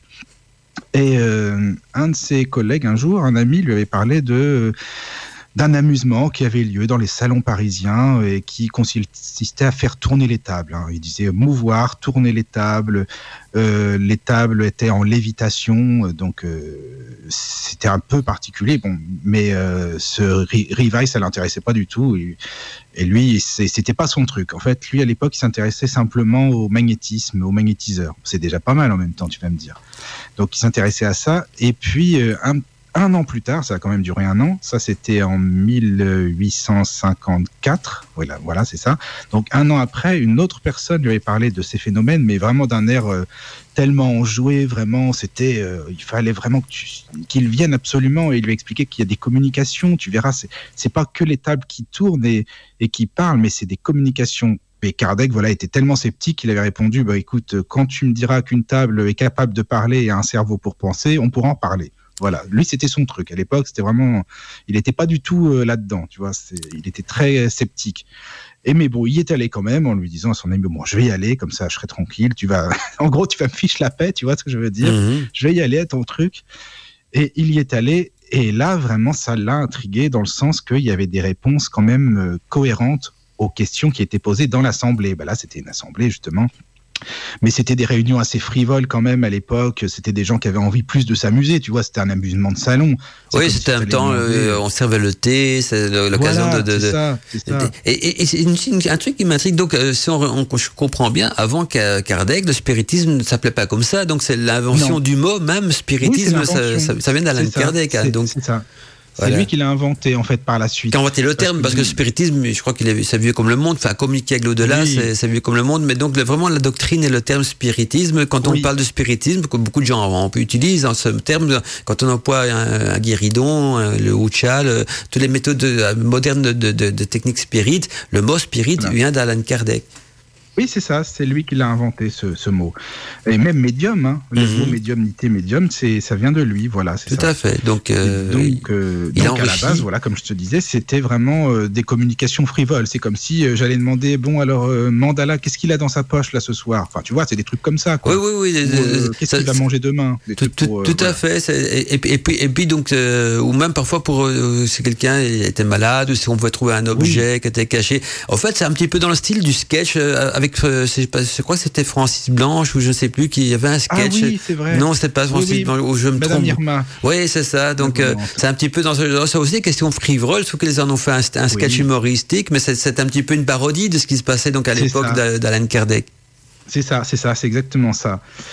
Speaker 4: Et euh, un de ses collègues, un jour, un ami, lui avait parlé de... d'un amusement qui avait lieu dans les salons parisiens et qui consistait à faire tourner les tables. Hein. Il disait mouvoir, tourner les tables. Euh, les tables étaient en lévitation, donc euh, c'était un peu particulier. Bon, mais euh, ce Rivail, ça l'intéressait pas du tout. Et, et lui, c'était pas son truc. En fait, lui, à l'époque, il s'intéressait simplement au magnétisme, au magnétiseur. C'est déjà pas mal en même temps, tu vas me dire. Donc, il s'intéressait à ça. Et puis, euh, un Un an plus tard, ça a quand même duré un an, ça c'était en mille huit cent cinquante-quatre, voilà, voilà c'est ça. Donc un an après, une autre personne lui avait parlé de ces phénomènes, mais vraiment d'un air euh, tellement enjoué, vraiment, c'était, euh, il fallait vraiment que tu, qu'il vienne absolument, et il lui expliquait qu'il y a des communications, tu verras, c'est, c'est pas que les tables qui tournent et, et qui parlent, mais c'est des communications. Et Kardec, voilà, était tellement sceptique qu'il avait répondu, bah écoute, quand tu me diras qu'une table est capable de parler et a un cerveau pour penser, on pourra en parler. Voilà, lui c'était son truc. À l'époque, c'était vraiment, il n'était pas du tout euh, là-dedans, tu vois. C'est... Il était très sceptique. Et mais bon, il y est allé quand même en lui disant à son ami, bon, je vais y aller, comme ça, je serai tranquille. Tu vas, en gros, tu vas me fiche la paix, tu vois ce que je veux dire. Mm-hmm. Je vais y aller à ton truc. Et il y est allé. Et là, vraiment, ça l'a intrigué dans le sens qu'il y avait des réponses quand même euh, cohérentes aux questions qui étaient posées dans l'assemblée. Ben là, c'était une assemblée justement. Mais c'était des réunions assez frivoles quand même à l'époque. C'était des gens qui avaient envie plus de s'amuser, tu vois. C'était un amusement de salon.
Speaker 2: C'est oui, c'était si un temps, euh, on servait le thé, c'est l'occasion
Speaker 4: voilà,
Speaker 2: de, de,
Speaker 4: c'est
Speaker 2: de...
Speaker 4: Ça, c'est ça.
Speaker 2: Et, et, et c'est une, une, un truc qui m'intrigue. Donc, euh, si on, on je comprends bien, avant Kardec, le spiritisme ne s'appelait pas comme ça. Donc, c'est l'invention non. du mot même spiritisme. Oui, ça, ça, ça vient d'Allan Kardec. Hein, donc,
Speaker 4: c'est ça. C'est voilà. lui qui l'a inventé en fait par la suite.
Speaker 2: Qui a inventé le terme parce que, parce que le spiritisme, je crois qu'il est, c'est vu comme le monde, enfin communiquer avec l'au-delà, oui. c'est, c'est vu comme le monde, mais donc vraiment la doctrine et le terme spiritisme, quand oui. on parle de spiritisme, comme beaucoup de gens on peut utiliser ce terme, quand on emploie un, un guéridon, un, le hucha, le, toutes les méthodes de, modernes de, de, de, de techniques spirites, le mot spirit voilà. vient d'Allan Kardec.
Speaker 4: Oui, c'est ça, c'est lui qui l'a inventé, ce, ce mot. Et même médium, hein, le mm-hmm. mot médiumnité, médium, c'est, ça vient de lui, voilà. C'est
Speaker 2: Tout
Speaker 4: ça.
Speaker 2: à fait. Donc, euh,
Speaker 4: donc, euh, il donc à la base, voilà, comme je te disais, c'était vraiment euh, des communications frivoles. C'est comme si euh, j'allais demander, bon, alors, euh, Mandala, qu'est-ce qu'il a dans sa poche, là, ce soir? Enfin, tu vois, c'est des trucs comme ça, quoi.
Speaker 2: Oui, oui, oui.
Speaker 4: Ou, euh, qu'est-ce ça, qu'il va manger demain?
Speaker 2: Tout, tout, pour, euh, tout voilà. à fait. C'est, et, et, et, puis, et puis, donc, euh, ou même parfois pour, euh, si quelqu'un était malade, ou si on pouvait trouver un objet oui. qui était caché. En fait, c'est un petit peu dans le style du sketch, euh, avec, euh, c'est pas, je crois que c'était Francis Blanche ou je ne sais plus qui avait un sketch.
Speaker 4: Ah oui, c'est vrai.
Speaker 2: Non, c'était pas Francis oui, oui. Blanche où je me
Speaker 4: Madame
Speaker 2: trompe.
Speaker 4: Irma.
Speaker 2: Oui, c'est ça. Donc euh, c'est un petit peu dans ce genre. C'est aussi des questions frivoles, sauf qu'ils en ont fait un, un sketch oui. humoristique, mais c'est, c'est un petit peu une parodie de ce qui se passait donc à l'époque d'Allan Kardec.
Speaker 4: C'est ça, c'est ça, c'est exactement ça.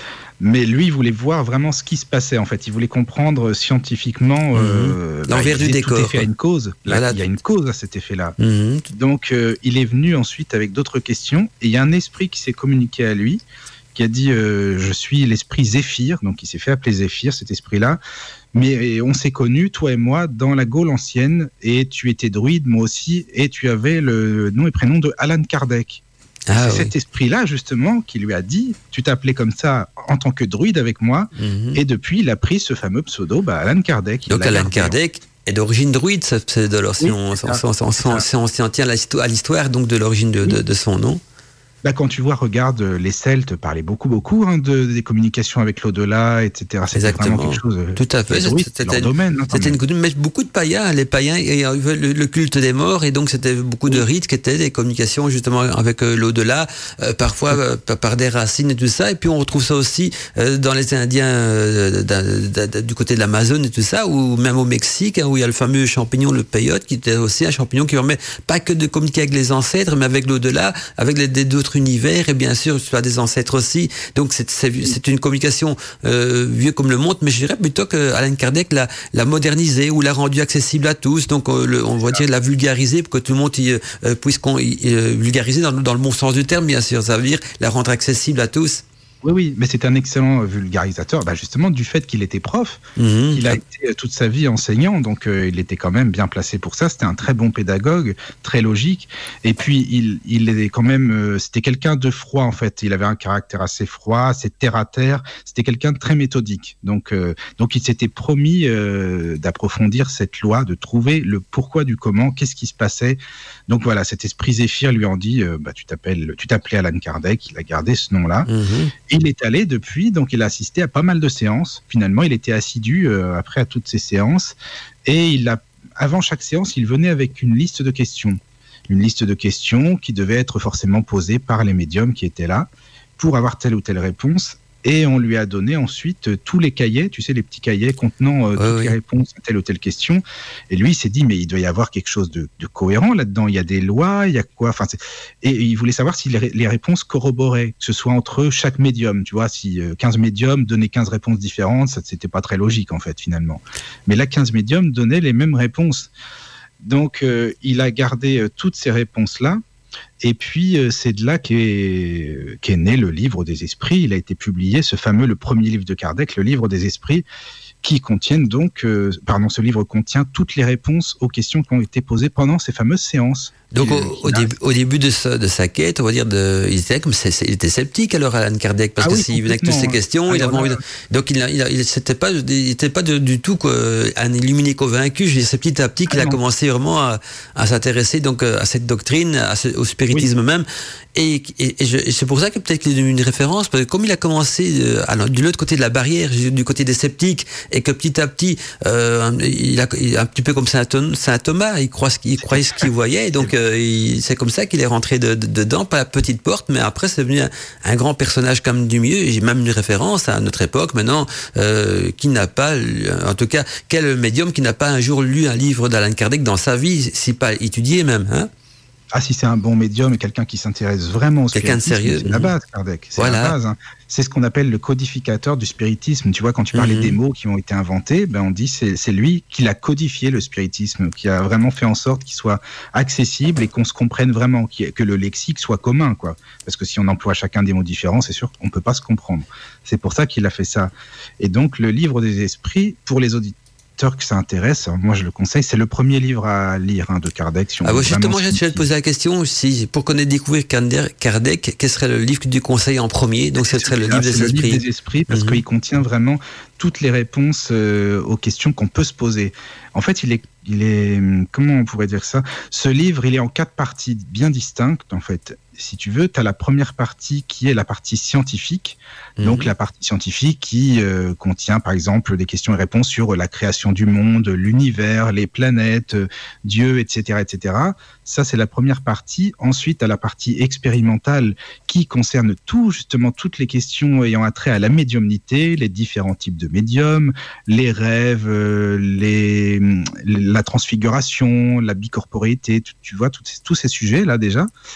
Speaker 4: Mais lui, il voulait voir vraiment ce qui se passait. En fait, il voulait comprendre scientifiquement euh,
Speaker 2: mmh. l'envers
Speaker 4: bah,
Speaker 2: du décor.
Speaker 4: Tout effet a une cause. Là,
Speaker 2: voilà.
Speaker 4: Il y a une cause à cet effet-là.
Speaker 2: Mmh.
Speaker 4: Donc, euh, il est venu ensuite avec d'autres questions. Et il y a un esprit qui s'est communiqué à lui, qui a dit euh, je suis l'esprit Zéphyr. Donc, il s'est fait appeler Zéphyr, cet esprit-là. Mais on s'est connus, toi et moi, dans la Gaule ancienne, et tu étais druide, moi aussi, et tu avais le nom et prénom de Alan Kardec.
Speaker 2: Ah,
Speaker 4: c'est
Speaker 2: oui.
Speaker 4: cet esprit-là, justement, qui lui a dit, tu t'appelais comme ça en tant que druide avec moi, mm-hmm. et depuis, il a pris ce fameux pseudo, bah, Alan Kardec.
Speaker 2: Donc Alan Kardec est d'origine druide, c'est de leur, si, oui, on, on, on, on, si on s'en tient à l'histoire, donc de l'origine de, de, de son nom.
Speaker 4: Bah, quand tu vois, regarde, les Celtes parlaient beaucoup, beaucoup hein, de, des communications avec l'au-delà, et cetera. C'était
Speaker 2: Exactement.
Speaker 4: Vraiment quelque chose.
Speaker 2: Tout à fait.
Speaker 4: Druides, c'était leur domaine. Hein,
Speaker 2: c'était une, mais beaucoup de païens. Les païens, il y avait le, le culte des morts, et donc c'était beaucoup de rites qui étaient des communications justement avec euh, l'au-delà, euh, parfois euh, par des racines et tout ça. Et puis on retrouve ça aussi euh, dans les Indiens euh, d', d', d', du côté de l'Amazone et tout ça, ou même au Mexique, hein, où il y a le fameux champignon, le peyote, qui était aussi un champignon qui permet pas que de communiquer avec les ancêtres, mais avec l'au-delà, avec les, d'autres univers, et bien sûr, tu as des ancêtres aussi. Donc, c'est, c'est, c'est une communication euh, vieux comme le monde, mais je dirais plutôt que Alan Kardec l'a, l'a modernisé ou l'a rendu accessible à tous. Donc, euh, le, on va dire l'a vulgarisé pour que tout le monde y, euh, puisse qu'on, y, euh, vulgariser dans, dans le bon sens du terme, bien sûr. Ça veut dire la rendre accessible à tous.
Speaker 4: Oui, oui, mais c'est un excellent vulgarisateur, bah justement du fait qu'il était prof, mmh. il a été toute sa vie enseignant, donc euh, il était quand même bien placé pour ça. C'était un très bon pédagogue, très logique, et puis il, il est quand même, euh, c'était quelqu'un de froid en fait. Il avait un caractère assez froid, assez terre à terre. C'était quelqu'un de très méthodique. Donc, euh, donc il s'était promis euh, d'approfondir cette loi, de trouver le pourquoi du comment, qu'est-ce qui se passait. Donc voilà, cet esprit Zéphyr lui en dit, euh, bah tu t'appelles, tu t'appelais Alan Kardec. Il a gardé ce nom-là. Mmh. Il est allé depuis, donc il a assisté à pas mal de séances. Finalement, il était assidu euh, après à toutes ces séances. Et il a, avant chaque séance, il venait avec une liste de questions. Une liste de questions qui devait être forcément posée par les médiums qui étaient là pour avoir telle ou telle réponse. Et on lui a donné ensuite euh, tous les cahiers, tu sais, les petits cahiers contenant euh, ouais, toutes oui. les réponses à telle ou telle question. Et lui, il s'est dit, mais il doit y avoir quelque chose de, de cohérent là-dedans. Il y a des lois, il y a quoi enfin, c'est... Et il voulait savoir si les, les réponses corroboraient, que ce soit entre chaque médium. Tu vois, si euh, quinze médiums donnaient quinze réponses différentes, ça, c'était pas très logique, en fait, finalement. Mais là, quinze médiums donnaient les mêmes réponses. Donc, euh, il a gardé euh, toutes ces réponses-là. Et puis, euh, c'est de là qu'est, qu'est né le livre des esprits. Il a été publié, ce fameux, le premier livre de Kardec, le livre des esprits, qui contiennent donc, euh, pardon, ce livre contient toutes les réponses aux questions qui ont été posées pendant ces fameuses séances.
Speaker 2: Donc, au, au, début, au début de sa, de sa quête, on va dire, de, il, était comme, c'est, il était sceptique alors, Alan Kardec, parce ah que oui, s'il venait avec toutes ces questions, ah, il avait envie de... Donc, il, il, il c'était pas, il n'était pas de, du tout quoi, un illuminé convaincu. Je veux dire, c'est petit à petit qu'il ah, a non. commencé vraiment à, à s'intéresser donc à cette doctrine, à ce, au spiritisme oui. même. Et, et, et, je, et c'est pour ça que peut-être qu'il est devenu une référence, parce que comme il a commencé euh, alors, de l'autre côté de la barrière, du côté des sceptiques, et que petit à petit, euh, il, a, il a un petit peu comme Saint, Saint Thomas, il, croit ce qu'il, il croyait ce qu'il voyait, et donc euh, il, c'est comme ça qu'il est rentré de, de, dedans, par la petite porte, mais après c'est devenu un, un grand personnage comme du milieu, et j'ai même une référence à notre époque maintenant, euh, qui n'a pas, en tout cas, quel médium qui n'a pas un jour lu un livre d'Alan Kardec dans sa vie, si pas étudié même, hein?
Speaker 4: Ah, si c'est un bon médium et quelqu'un qui s'intéresse vraiment au
Speaker 2: quelqu'un
Speaker 4: spiritisme,
Speaker 2: de sérieux.
Speaker 4: C'est la base, Kardec. C'est
Speaker 2: voilà.
Speaker 4: la base. Hein. C'est ce qu'on appelle le codificateur du spiritisme. Tu vois, quand tu parlais mm-hmm. des mots qui ont été inventés, ben on dit c'est c'est lui qui l'a codifié le spiritisme, qui a vraiment fait en sorte qu'il soit accessible et qu'on se comprenne vraiment, que le lexique soit commun, quoi. Parce que si on emploie chacun des mots différents, c'est sûr qu'on peut pas se comprendre. C'est pour ça qu'il a fait ça. Et donc le livre des esprits pour les auditeurs que ça intéresse, moi je le conseille, c'est le premier livre à lire hein, de Kardec. Si on
Speaker 2: ah ouais, justement, je vais te poser la question, si, pour qu'on ait découvert Kardec, quel serait le livre que tu conseilles en premier? Donc ce serait le livre des
Speaker 4: c'est
Speaker 2: esprits.
Speaker 4: Le livre des esprits, parce mm-hmm. qu'il contient vraiment toutes les réponses euh, aux questions qu'on peut se poser. En fait, il est, il est, comment on pourrait dire ça? Ce livre, il est en quatre parties bien distinctes, en fait. Si tu veux, tu as la première partie qui est la partie scientifique. Mmh. Donc, la partie scientifique qui euh, contient, par exemple, des questions et réponses sur la création du monde, l'univers, les planètes, euh, Dieu, et cetera, et cetera. Ça, c'est la première partie. Ensuite, tu as la partie expérimentale qui concerne tout, justement, toutes les questions ayant attrait à la médiumnité, les différents types de médiums, les rêves, euh, les, la transfiguration, la bicorporéité, tu, tu vois, tous ces, tous ces sujets-là, déjà.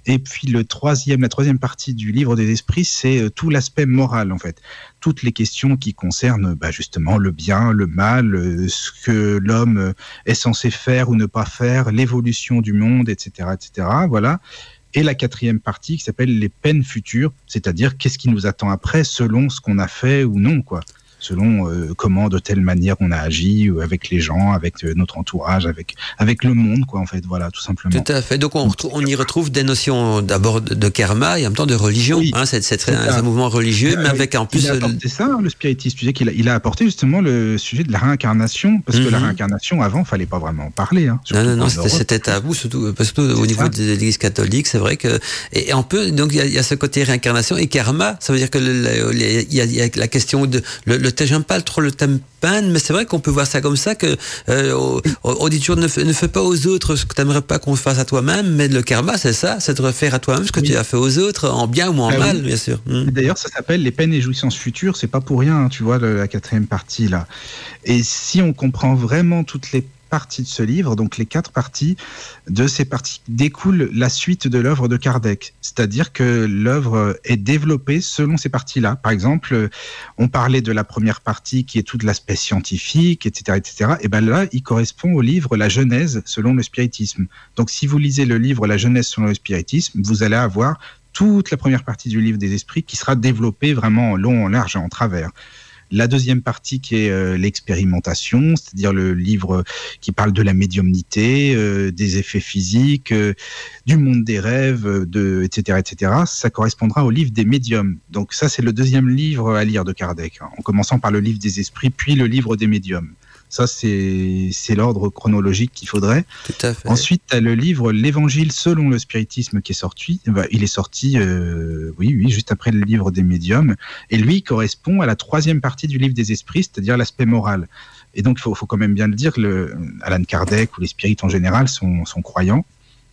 Speaker 4: Et puis le troisième, la troisième partie du livre des esprits, c'est euh, tout l'aspect moral en fait. Toutes les questions qui concernent bah, justement le bien, le mal, euh, ce que l'homme est censé faire ou ne pas faire, l'évolution du monde, et cetera, et cetera. Voilà. Et la quatrième partie qui s'appelle les peines futures, c'est-à-dire qu'est-ce qui nous attend après selon ce qu'on a fait ou non, quoi. Selon euh, comment, de telle manière on a agi ou avec les gens, avec euh, notre entourage, avec avec le monde, quoi, en fait, voilà, tout simplement.
Speaker 2: Tout à fait. Donc on, retrouve, on y retrouve des notions d'abord de, de karma et en même temps de religion. Oui, hein, c'est, c'est, c'est un, un mouvement religieux, mais avec en plus.
Speaker 4: Il a apporté ça, hein, le spiritisme. Tu sais qu'il a, il a apporté justement le sujet de la réincarnation, parce mm-hmm. que la réincarnation avant, fallait pas vraiment en parler. Hein,
Speaker 2: non, non, non, c'était, c'était tabou, surtout parce que au niveau ça. de l'Église catholique, c'est vrai que et on peut donc il y, y a ce côté réincarnation et karma. Ça veut dire que il y, y a la question de le, le j'aime pas trop le thème peine, mais c'est vrai qu'on peut voir ça comme ça que euh, on, on dit toujours ne fais, ne fais pas aux autres ce que t'aimerais pas qu'on fasse à toi-même, mais le karma c'est ça, c'est de refaire à toi-même ce que oui. tu as fait aux autres, en bien ou en ah, mal, oui. bien sûr.
Speaker 4: Mmh. D'ailleurs, ça s'appelle les peines et jouissances futures, c'est pas pour rien, tu vois, le, la quatrième partie là. Et si on comprend vraiment toutes les parties de ce livre, donc les quatre parties, de ces parties découle la suite de l'œuvre de Kardec. C'est-à-dire que l'œuvre est développée selon ces parties-là. Par exemple, on parlait de la première partie qui est tout l'aspect scientifique, et cetera, et cetera. Et ben là, il correspond au livre La Genèse selon le spiritisme. Donc, si vous lisez le livre La Genèse selon le spiritisme, vous allez avoir toute la première partie du livre des esprits qui sera développée vraiment en long, en large et en travers. La deuxième partie qui est euh, l'expérimentation, c'est-à-dire le livre qui parle de la médiumnité, euh, des effets physiques, euh, du monde des rêves, de, et cetera, et cetera. Ça correspondra au livre des médiums. Donc ça, c'est le deuxième livre à lire de Kardec, hein, en commençant par le livre des esprits, puis le livre des médiums. Ça, c'est, c'est l'ordre chronologique qu'il faudrait.
Speaker 2: Tout à fait.
Speaker 4: Ensuite, tu as le livre L'Évangile selon le spiritisme qui est sorti. Bah, il est sorti, euh, oui, oui, juste après le livre des médiums. Et lui, il correspond à la troisième partie du livre des esprits, c'est-à-dire l'aspect moral. Et donc, il faut, faut quand même bien le dire, le, Allan Kardec ou les spirites en général sont, sont croyants.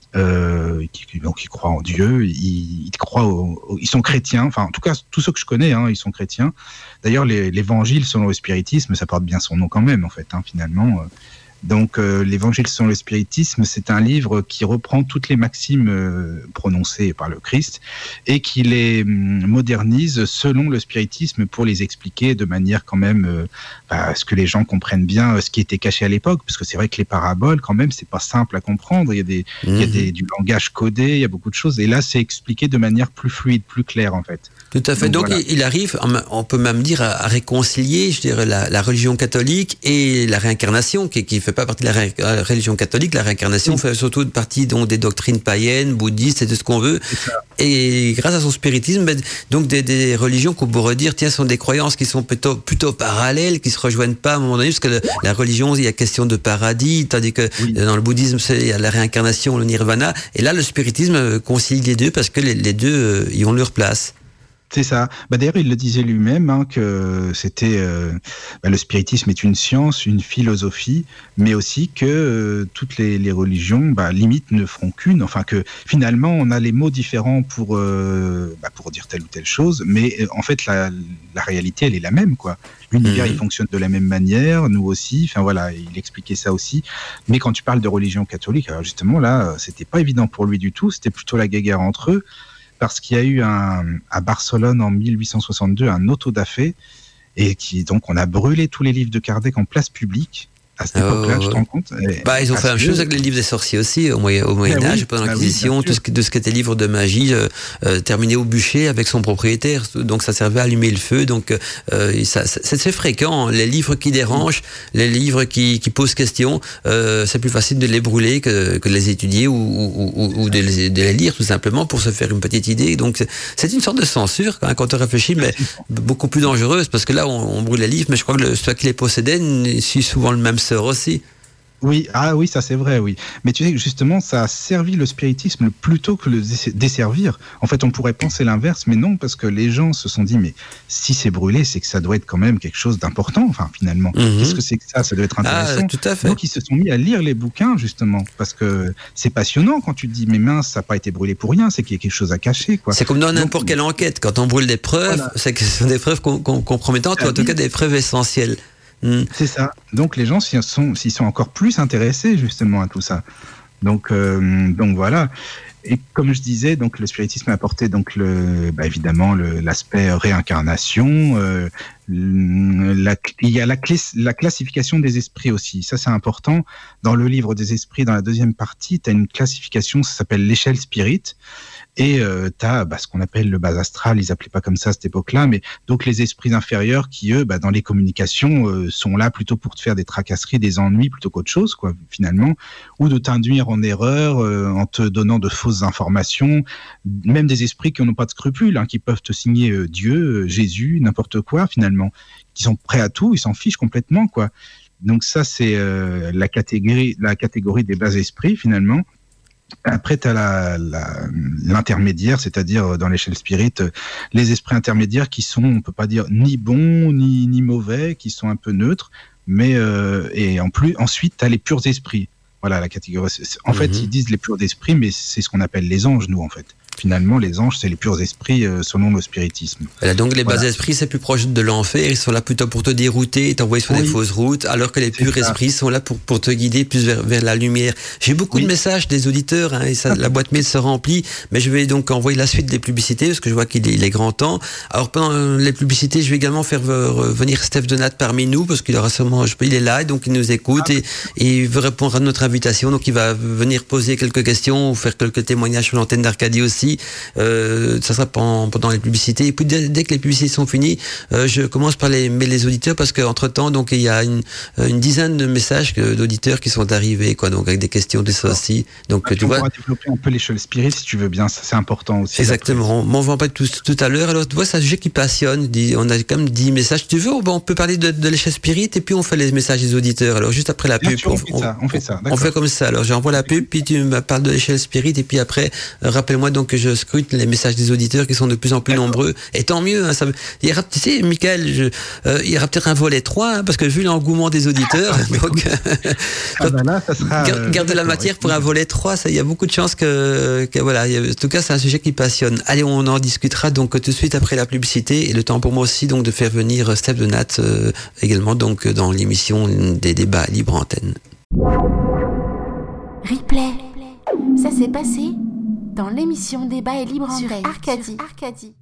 Speaker 4: Euh, qui, donc ils croient en Dieu, ils, ils croient, au, au, ils sont chrétiens. Enfin, en tout cas, tous ceux que je connais, hein, ils sont chrétiens. D'ailleurs, les, l'Évangile selon le spiritisme, ça porte bien son nom quand même, en fait, hein, finalement. Donc, euh, l'Évangile selon le spiritisme, c'est un livre qui reprend toutes les maximes euh, prononcées par le Christ et qui les hum, modernise selon le spiritisme pour les expliquer de manière quand même euh, bah, à ce que les gens comprennent bien euh, ce qui était caché à l'époque, parce que c'est vrai que les paraboles, quand même, c'est pas simple à comprendre. Il y a des, mmh. il y a des, du langage codé, il y a beaucoup de choses, et là, c'est expliqué de manière plus fluide, plus claire, en fait.
Speaker 2: Tout à fait. Donc, Donc voilà. il arrive, on peut même dire, à réconcilier, je dirais, la, la religion catholique et la réincarnation, qui, qui fait pas partie de la, ré, la religion catholique. La réincarnation oui. fait surtout partie donc des doctrines païennes, bouddhistes et de ce qu'on veut. Et grâce à son spiritisme, ben, donc des, des religions qu'on pourrait dire, tiens, sont des croyances qui sont plutôt, plutôt parallèles, qui se rejoignent pas à un moment donné, parce que le, la religion, il y a question de paradis, tandis que oui. dans le bouddhisme, c'est, il y a la réincarnation, le nirvana. Et là, le spiritisme concilie les deux parce que les, les deux euh, y ont leur place.
Speaker 4: C'est ça. Bah d'ailleurs, il le disait lui-même hein, que c'était euh, bah, le spiritisme est une science, une philosophie, mais aussi que euh, toutes les, les religions, bah, limite, ne feront qu'une. Enfin que finalement, on a les mots différents pour euh, bah, pour dire telle ou telle chose, mais euh, en fait, la, la réalité, elle est la même, quoi. L'univers, mmh. il fonctionne de la même manière, nous aussi. Enfin voilà, il expliquait ça aussi. Mais quand tu parles de religion catholique, alors justement là, c'était pas évident pour lui du tout. C'était plutôt la guéguerre entre eux. Parce qu'il y a eu un, à Barcelone en mille huit cent soixante-deux un auto-da-fé et qui donc on a brûlé tous les livres de Kardec en place publique. À cette oh, époque-là, tu te rends compte?
Speaker 2: Bah, ils ont fait la même chose avec les livres des sorciers aussi, au Moyen, au Moyen Âge, oui, pendant bah l'Inquisition, oui, tout ce, de ce qui était livre de magie, euh, euh, terminé au bûcher avec son propriétaire. Donc, ça servait à allumer le feu. Donc, euh, ça, ça, c'est, c'est fréquent. Les livres qui dérangent, les livres qui, qui posent question, euh, c'est plus facile de les brûler que, que de les étudier ou, ou, ou, ou de, les, de les lire, tout simplement, pour se faire une petite idée. Donc, c'est, c'est une sorte de censure, hein, quand on réfléchit, mais beaucoup plus dangereuse, parce que là, on, on brûle les livres, mais je crois que le, ceux qui les possédaient suivent souvent le même sort aussi.
Speaker 4: Oui, ah oui, ça c'est vrai, oui. Mais tu sais, justement, ça a servi le spiritisme plutôt que le desservir. En fait, on pourrait penser l'inverse, mais non, parce que les gens se sont dit, mais si c'est brûlé, c'est que ça doit être quand même quelque chose d'important, enfin, finalement. Mm-hmm. Qu'est-ce que c'est que ça? Ça doit être intéressant.
Speaker 2: Ah, tout à fait.
Speaker 4: Donc, ils se sont mis à lire les bouquins, justement, parce que c'est passionnant quand tu te dis, mais mince, ça n'a pas été brûlé pour rien, c'est qu'il y a quelque chose à cacher, quoi.
Speaker 2: C'est comme dans n'importe quelle enquête. Quand on brûle des preuves, voilà. c'est que ce sont des preuves com- com- compromettantes, ah, ou en tout cas des preuves essentielles.
Speaker 4: Mmh. C'est ça. Donc les gens s'y sont, s'y sont encore plus intéressés justement à tout ça. Donc, euh, donc voilà. Et comme je disais, donc le spiritisme a apporté donc le, bah évidemment le, l'aspect réincarnation. Euh, la, il y a la, clé, la classification des esprits aussi. Ça c'est important. Dans le livre des esprits, dans la deuxième partie, tu as une classification, ça s'appelle l'échelle spirit. Et euh, tu as bah, ce qu'on appelle le bas astral, ils appelaient pas comme ça à cette époque-là, mais donc les esprits inférieurs qui, eux, bah, dans les communications, euh, sont là plutôt pour te faire des tracasseries, des ennuis, plutôt qu'autre chose, quoi, finalement, ou de t'induire en erreur euh, en te donnant de fausses informations, même des esprits qui n'ont pas de scrupules, hein, qui peuvent te signer euh, Dieu, euh, Jésus, n'importe quoi, finalement, qui sont prêts à tout, ils s'en fichent complètement, quoi. Donc ça, c'est euh, la catégorie, la catégorie des bas esprits, finalement. Après, tu as la, la, l'intermédiaire, c'est-à-dire dans l'échelle spirit, les esprits intermédiaires qui sont, on peut pas dire ni bons ni, ni mauvais, qui sont un peu neutres, mais euh, et en plus, ensuite, tu as les purs esprits. Voilà la catégorie. En mm-hmm. fait, ils disent les purs esprits, mais c'est ce qu'on appelle les anges, nous, en fait. Finalement, les anges, c'est les purs esprits euh, selon le spiritisme.
Speaker 2: Voilà, donc les
Speaker 4: voilà.
Speaker 2: bas esprits, c'est plus proche de l'enfer. Ils sont là plutôt pour te dérouter et t'envoyer sur oui. des fausses routes, alors que les purs ça. esprits sont là pour, pour te guider plus vers, vers la lumière. J'ai beaucoup oui. de messages des auditeurs, hein, et ça, la boîte mail se remplit, mais je vais donc envoyer la suite des publicités, parce que je vois qu'il est, il est grand temps. Alors, pendant les publicités, je vais également faire venir Steph Donat parmi nous, parce qu'il aura sûrement, je peux, il est là, donc il nous écoute, ah, et, et il veut répondre à notre invitation, donc il va venir poser quelques questions, ou faire quelques témoignages sur l'antenne d'Arcadie aussi. Euh, ça sera pendant, pendant les publicités. Et puis dès, dès que les publicités sont finies, euh, je commence par les, les auditeurs, parce qu'entre temps, donc il y a une, une dizaine de messages que, d'auditeurs qui sont arrivés, quoi, donc avec des questions de ça aussi. Donc
Speaker 4: ah,
Speaker 2: tu
Speaker 4: on
Speaker 2: vois.
Speaker 4: pourra développer un peu l'échelle spirit si tu veux bien, ça c'est important aussi.
Speaker 2: Exactement. On m'en va pas tout, tout à l'heure. Alors tu vois, c'est un sujet qui passionne. On a quand même dix messages. Tu veux, on peut parler de, de l'échelle spirit et puis on fait les messages des auditeurs. Alors juste après la pub,
Speaker 4: sûr, on, fait on, ça, on fait ça.
Speaker 2: On fait comme ça. Alors j'envoie la pub, puis tu me parles de l'échelle spirit et puis après, euh, rappelle-moi donc que je scrute les messages des auditeurs qui sont de plus en plus D'accord. nombreux, et tant mieux, hein, ça, il y aura, tu sais, Michael, je, euh, il y aura peut-être un volet trois, hein, parce que vu l'engouement des auditeurs, donc,
Speaker 4: ah ben là, ça sera,
Speaker 2: garde, euh, garde la matière pour un volet trois, ça, il y a beaucoup de chances que, que voilà, y a, en tout cas, c'est un sujet qui passionne. Allez, on en discutera donc tout de suite après la publicité, et le temps pour moi aussi donc de faire venir Steph Donat euh, également donc dans l'émission des débats libre antenne.
Speaker 1: Replay, ça s'est passé dans l'émission Débat et Libre sur Arcadie. Arcadie.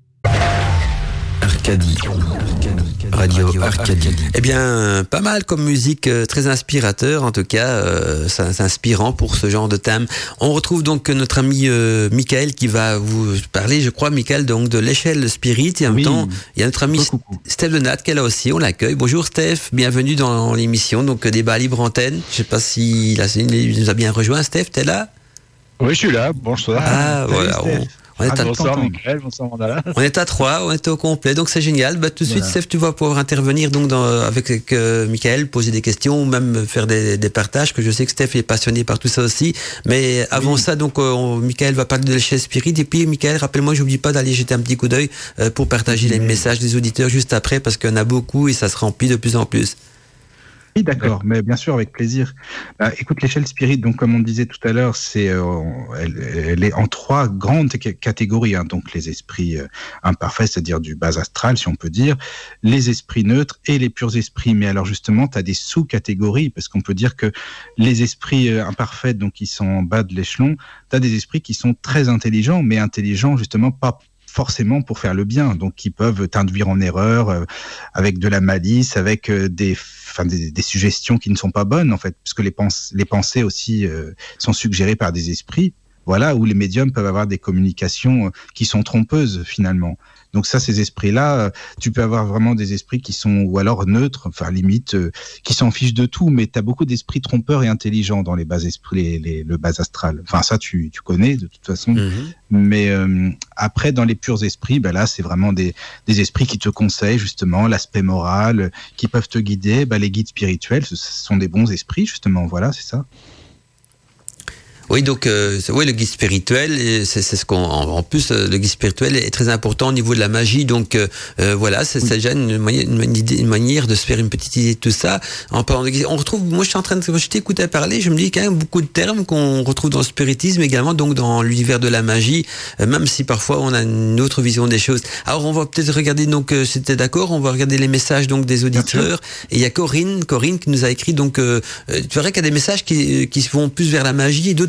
Speaker 2: Arcadie. Radio Arcadie. Eh bien, pas mal comme musique, euh, très inspirateur, en tout cas, euh, c'est inspirant pour ce genre de thème. On retrouve donc notre ami euh, Michael qui va vous parler, je crois, Michael, donc de l'échelle spirit, et en
Speaker 4: oui.
Speaker 2: même temps, il y a notre ami
Speaker 4: Coucou.
Speaker 2: Steph Donat qui est là aussi, on l'accueille. Bonjour Steph, bienvenue dans l'émission, donc Débat Libre Antenne. Je sais pas si là, il nous a bien rejoint, Steph, t'es là?
Speaker 5: Oui, je suis là. Bonsoir.
Speaker 2: Ah, voilà. On, on, est
Speaker 5: ah,
Speaker 2: à,
Speaker 5: bonsoir, Michael. Bonsoir, Mandala.
Speaker 2: On est à trois, on est au complet, donc c'est génial. Bah, tout de suite, voilà. Steph, tu vas pouvoir intervenir donc dans, avec euh, Michael, poser des questions ou même faire des, des partages, que je sais que Steph est passionné par tout ça aussi. Mais avant oui. ça, donc, euh, on, Michael va parler de l'échelle spirit. Et puis, Michael, rappelle-moi, j'oublie pas d'aller jeter un petit coup d'œil euh, pour partager oui. les messages des auditeurs juste après, parce qu'il y en a beaucoup et ça se remplit de plus en plus.
Speaker 4: Oui, d'accord, mais bien sûr, avec plaisir. Bah, écoute, l'échelle spirit, donc comme on disait tout à l'heure, c'est, euh, elle, elle est en trois grandes catégories. Hein, donc les esprits euh, imparfaits, c'est-à-dire du bas astral, si on peut dire, les esprits neutres et les purs esprits. Mais alors justement, tu as des sous-catégories, parce qu'on peut dire que les esprits euh, imparfaits, donc qui sont en bas de l'échelon, tu as des esprits qui sont très intelligents, mais intelligents justement pas forcément pour faire le bien, donc qui peuvent t'induire en erreur euh, avec de la malice, avec euh, des, enfin, des, des suggestions qui ne sont pas bonnes en fait, puisque les, pens- les pensées aussi euh, sont suggérées par des esprits, voilà, où les médiums peuvent avoir des communications euh, qui sont trompeuses finalement. Donc ça, ces esprits-là, euh, tu peux avoir vraiment des esprits qui sont, ou alors neutres, enfin limite, euh, qui s'en fichent de tout, mais tu as beaucoup d'esprits trompeurs et intelligents dans les bas esprits, les, les, le bas astral. Enfin ça, tu, tu connais de toute façon. Mm-hmm. Mais euh, après, dans les purs esprits, ben là, c'est vraiment des, des esprits qui te conseillent justement l'aspect moral, qui peuvent te guider. Ben, les guides spirituels, ce sont des bons esprits justement, voilà, c'est ça.
Speaker 2: Oui, donc euh, oui, le guide spirituel, c'est, c'est ce qu'on en plus le guide spirituel est très important au niveau de la magie. Donc euh, voilà, c'est, c'est déjà une manière, une, idée, une manière de se faire une petite idée de tout ça. En parlant de guide, on retrouve, moi je suis en train de, je t'écoutais parler, je me dis quand même beaucoup de termes qu'on retrouve dans le spiritisme également, donc dans l'univers de la magie, euh, même si parfois on a une autre vision des choses. Alors on va peut-être regarder, donc euh, si t'es d'accord, on va regarder les messages donc des auditeurs. Et il y a Corinne, Corinne qui nous a écrit donc, euh, tu verrais qu'il y a des messages qui qui vont plus vers la magie et d'autres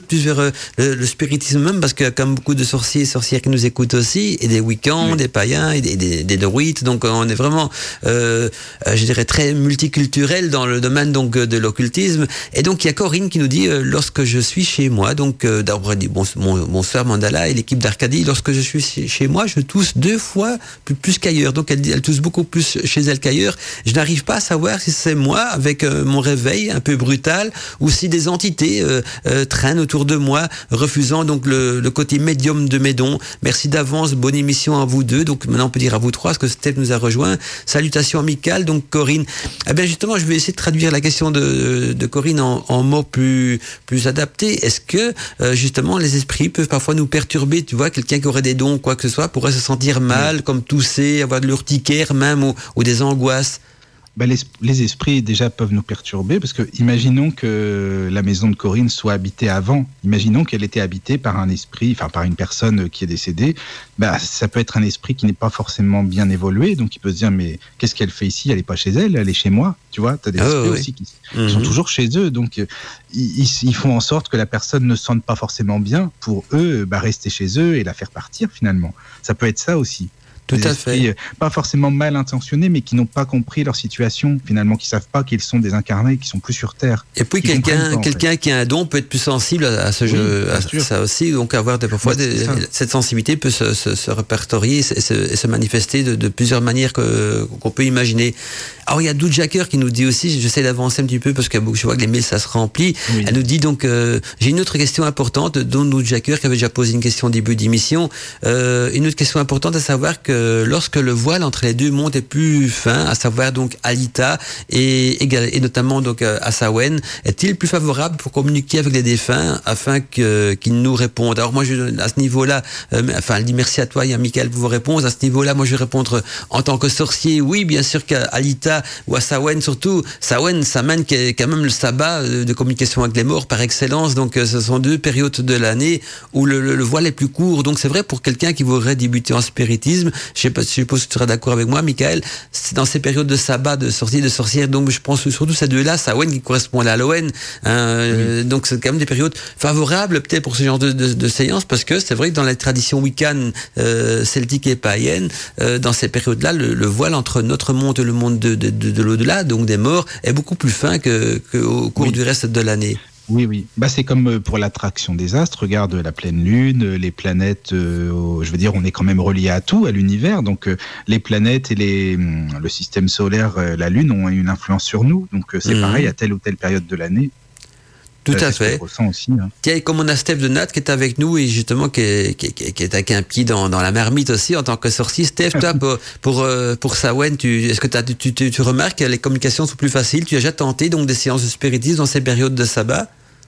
Speaker 2: plus vers euh, le, le spiritisme même, parce que comme beaucoup de sorciers et sorcières qui nous écoutent aussi, et des Wiccans, oui. des païens, et des, des, des druides, donc on est vraiment, euh, je dirais, très multiculturel dans le domaine donc de l'occultisme. Et donc il y a Corinne qui nous dit, euh, lorsque je suis chez moi, donc euh, d'abord dit bon, mon, bonsoir Mandala et l'équipe d'Arcadie, lorsque je suis chez moi, je tousse deux fois plus, plus qu'ailleurs. Donc elle, elle tousse beaucoup plus chez elle qu'ailleurs. Je n'arrive pas à savoir si c'est moi avec euh, mon réveil un peu brutal ou si des entités euh, euh, traînent autour de moi, refusant donc le, le côté médium de mes dons. Merci d'avance, bonne émission à vous deux. Donc maintenant on peut dire à vous trois, parce que Steph nous a rejoint. Salutations amicales, donc Corinne. Eh bien justement, je vais essayer de traduire la question de, de Corinne en, en mots plus, plus adaptés. Est-ce que euh, justement les esprits peuvent parfois nous perturber? Tu vois, quelqu'un qui aurait des dons, quoi que ce soit, pourrait se sentir mal, oui. comme tousser, avoir de l'urticaire même, ou, ou des angoisses.
Speaker 4: Ben les, les esprits déjà peuvent nous perturber, parce que imaginons que la maison de Corinne soit habitée avant, imaginons qu'elle était habitée par un esprit, enfin par une personne qui est décédée, ben ça peut être un esprit qui n'est pas forcément bien évolué, donc il peut se dire mais qu'est-ce qu'elle fait ici, elle n'est pas chez elle, elle est chez moi, tu vois, tu as des esprits oh, oui. aussi qui, mm-hmm. qui sont toujours chez eux, donc ils, ils font en sorte que la personne ne se sente pas forcément bien, pour eux, ben, rester chez eux et la faire partir finalement, ça peut être ça aussi.
Speaker 2: Tout
Speaker 4: des
Speaker 2: à
Speaker 4: esprits,
Speaker 2: fait.
Speaker 4: Pas forcément mal intentionnés, mais qui n'ont pas compris leur situation, finalement, qui savent pas qu'ils sont des incarnés, qui sont plus sur Terre.
Speaker 2: Et puis quelqu'un, pas, quelqu'un fait. qui a un don peut être plus sensible à ce oui, jeu, à sûr. ça aussi. Donc avoir des, parfois ouais, des, cette sensibilité peut se, se, se répertorier et se, et se manifester de, de plusieurs manières que, qu'on peut imaginer. Alors il y a Doud Jacker qui nous dit aussi, j'essaie d'avancer un petit peu parce que je vois que les mails ça se remplit. Oui. Elle nous dit donc, euh, j'ai une autre question importante, dont Doud Jacker qui avait déjà posé une question au début d'émission. Euh, une autre question importante à savoir que lorsque le voile entre les deux mondes est plus fin, à savoir donc Alita et, et notamment donc Assawen, est-il plus favorable pour communiquer avec les défunts afin que, qu'ils nous répondent? Alors moi, je, à ce niveau-là, euh, enfin, elle dit merci à toi, il y a Michael pour vos réponses. À ce niveau-là, moi, je vais répondre en tant que sorcier, oui, bien sûr qu'Alita ou Assawen surtout, Samhain, Samhain qui est quand même le sabbat de communication avec les morts par excellence. Donc, ce sont deux périodes de l'année où le, le, le voile est plus court. Donc, c'est vrai pour quelqu'un qui voudrait débuter en spiritisme. Je sais pas, je suppose que tu seras d'accord avec moi, Michael. C'est dans ces périodes de sabbat, de sorcier, de sorcière. Donc, je pense surtout ces deux-là, Samhain qui correspond à l'Halloween. Hein, oui. Donc, c'est quand même des périodes favorables peut-être pour ce genre de, de, de séance, parce que c'est vrai que dans la tradition wiccan, euh, celtique et païenne, euh, dans ces périodes-là, le, le voile entre notre monde et le monde de, de, de, de l'au-delà, donc des morts, est beaucoup plus fin que, que au cours oui. du reste de l'année.
Speaker 4: Oui, oui. Bah, c'est comme pour l'attraction des astres. Regarde la pleine lune, les planètes. Euh, je veux dire, on est quand même relié à tout, à l'univers. Donc, euh, les planètes et les, le système solaire, euh, la lune, ont une influence sur nous. Donc, euh, c'est mmh. pareil à telle ou telle période de l'année.
Speaker 2: Tout euh, à fait.
Speaker 4: Aussi, hein.
Speaker 2: Tiens, comme on a Steph de Nat qui est avec nous et justement qui est, qui, qui, qui est avec un pied dans, dans la marmite aussi en tant que sorcier. Steph, toi, pour, pour, euh, pour Samhain, tu, est-ce que t'as, tu, tu, tu remarques que les communications sont plus faciles? Tu as déjà tenté donc des séances de spiritisme dans ces périodes de sabbat?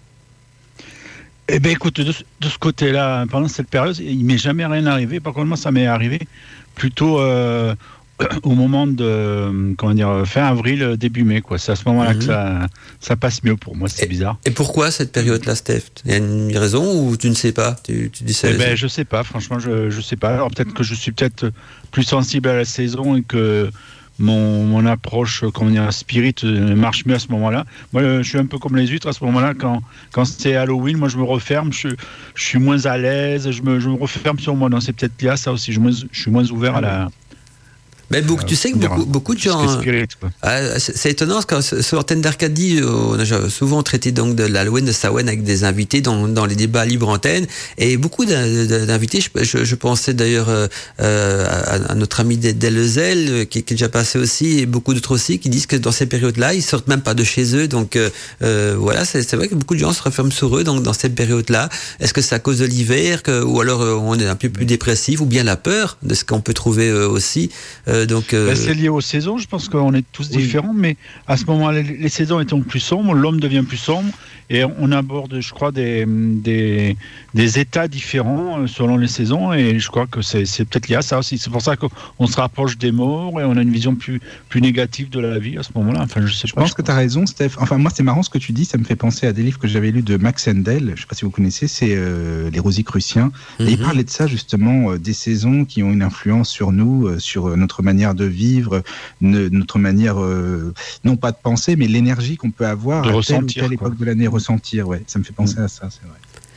Speaker 5: Eh bien, écoute, de, de ce côté-là, pendant cette période, il m'est jamais rien arrivé. Par contre, moi, ça m'est arrivé plutôt euh, au moment de, comment dire, fin avril, début mai, quoi. C'est à ce moment-là mm-hmm. que ça, ça passe mieux pour moi. C'est
Speaker 2: et,
Speaker 5: bizarre.
Speaker 2: Et pourquoi cette période-là, Steph? Il y a une raison ou tu ne sais pas? Tu, tu dis ça.
Speaker 5: Eh ben, je sais pas. Franchement, je, je sais pas. Alors peut-être que je suis peut-être plus sensible à la saison et que Mon, mon approche, comment dire, spirit marche mieux à ce moment-là. Moi, je suis un peu comme les huîtres à ce moment-là. Quand, quand c'est Halloween, moi, je me referme, je, je suis moins à l'aise, je me, je me referme sur moi. Non, c'est peut-être lié à ça aussi. Je, je suis moins ouvert à la...
Speaker 2: Mais beaucoup, tu sais que beaucoup, beaucoup de gens.
Speaker 5: Spirit,
Speaker 2: euh, c'est, c'est étonnant parce que sur l'antenne d'Arcadie, on a souvent traité donc de l'Halloween, de Samhain avec des invités dans, dans les débats libre antenne, et beaucoup d'invités. Je, je, je pensais d'ailleurs euh, à, à notre ami Deleuzel qui, qui est déjà passé aussi, et beaucoup d'autres aussi qui disent que dans ces périodes-là, ils sortent même pas de chez eux. Donc euh, voilà, c'est, c'est vrai que beaucoup de gens se referment sur eux donc dans cette période-là. Est-ce que c'est à cause de l'hiver, que, ou alors euh, on est un peu plus dépressif, ou bien la peur de ce qu'on peut trouver euh, aussi. Euh, Donc, euh...
Speaker 5: ben, c'est lié aux saisons, je pense qu'on est tous oui. différents, mais à ce moment-là, les, les saisons étant plus sombres, l'homme devient plus sombre, et on aborde, je crois, des, des, des états différents selon les saisons, et je crois que c'est, c'est peut-être lié à ça aussi. C'est pour ça qu'on se rapproche des morts, et on a une vision plus, plus négative de la vie à ce moment-là. Enfin, je sais
Speaker 4: je
Speaker 5: pas,
Speaker 4: pense
Speaker 5: je
Speaker 4: que tu as raison, Steph. Enfin, moi, c'est marrant ce que tu dis, ça me fait penser à des livres que j'avais lus de Max Endel, je ne sais pas si vous connaissez, c'est euh, Les Rosicruciens, mm-hmm. et il parlait de ça, justement, euh, des saisons qui ont une influence sur nous, euh, sur euh, notre manière de vivre, ne, notre manière, euh, non pas de penser, mais l'énergie qu'on peut avoir
Speaker 5: de
Speaker 4: à
Speaker 5: ressentir,
Speaker 4: telle ou telle époque de l'année, ressentir, ouais. Ça me fait penser mmh. à ça, c'est vrai.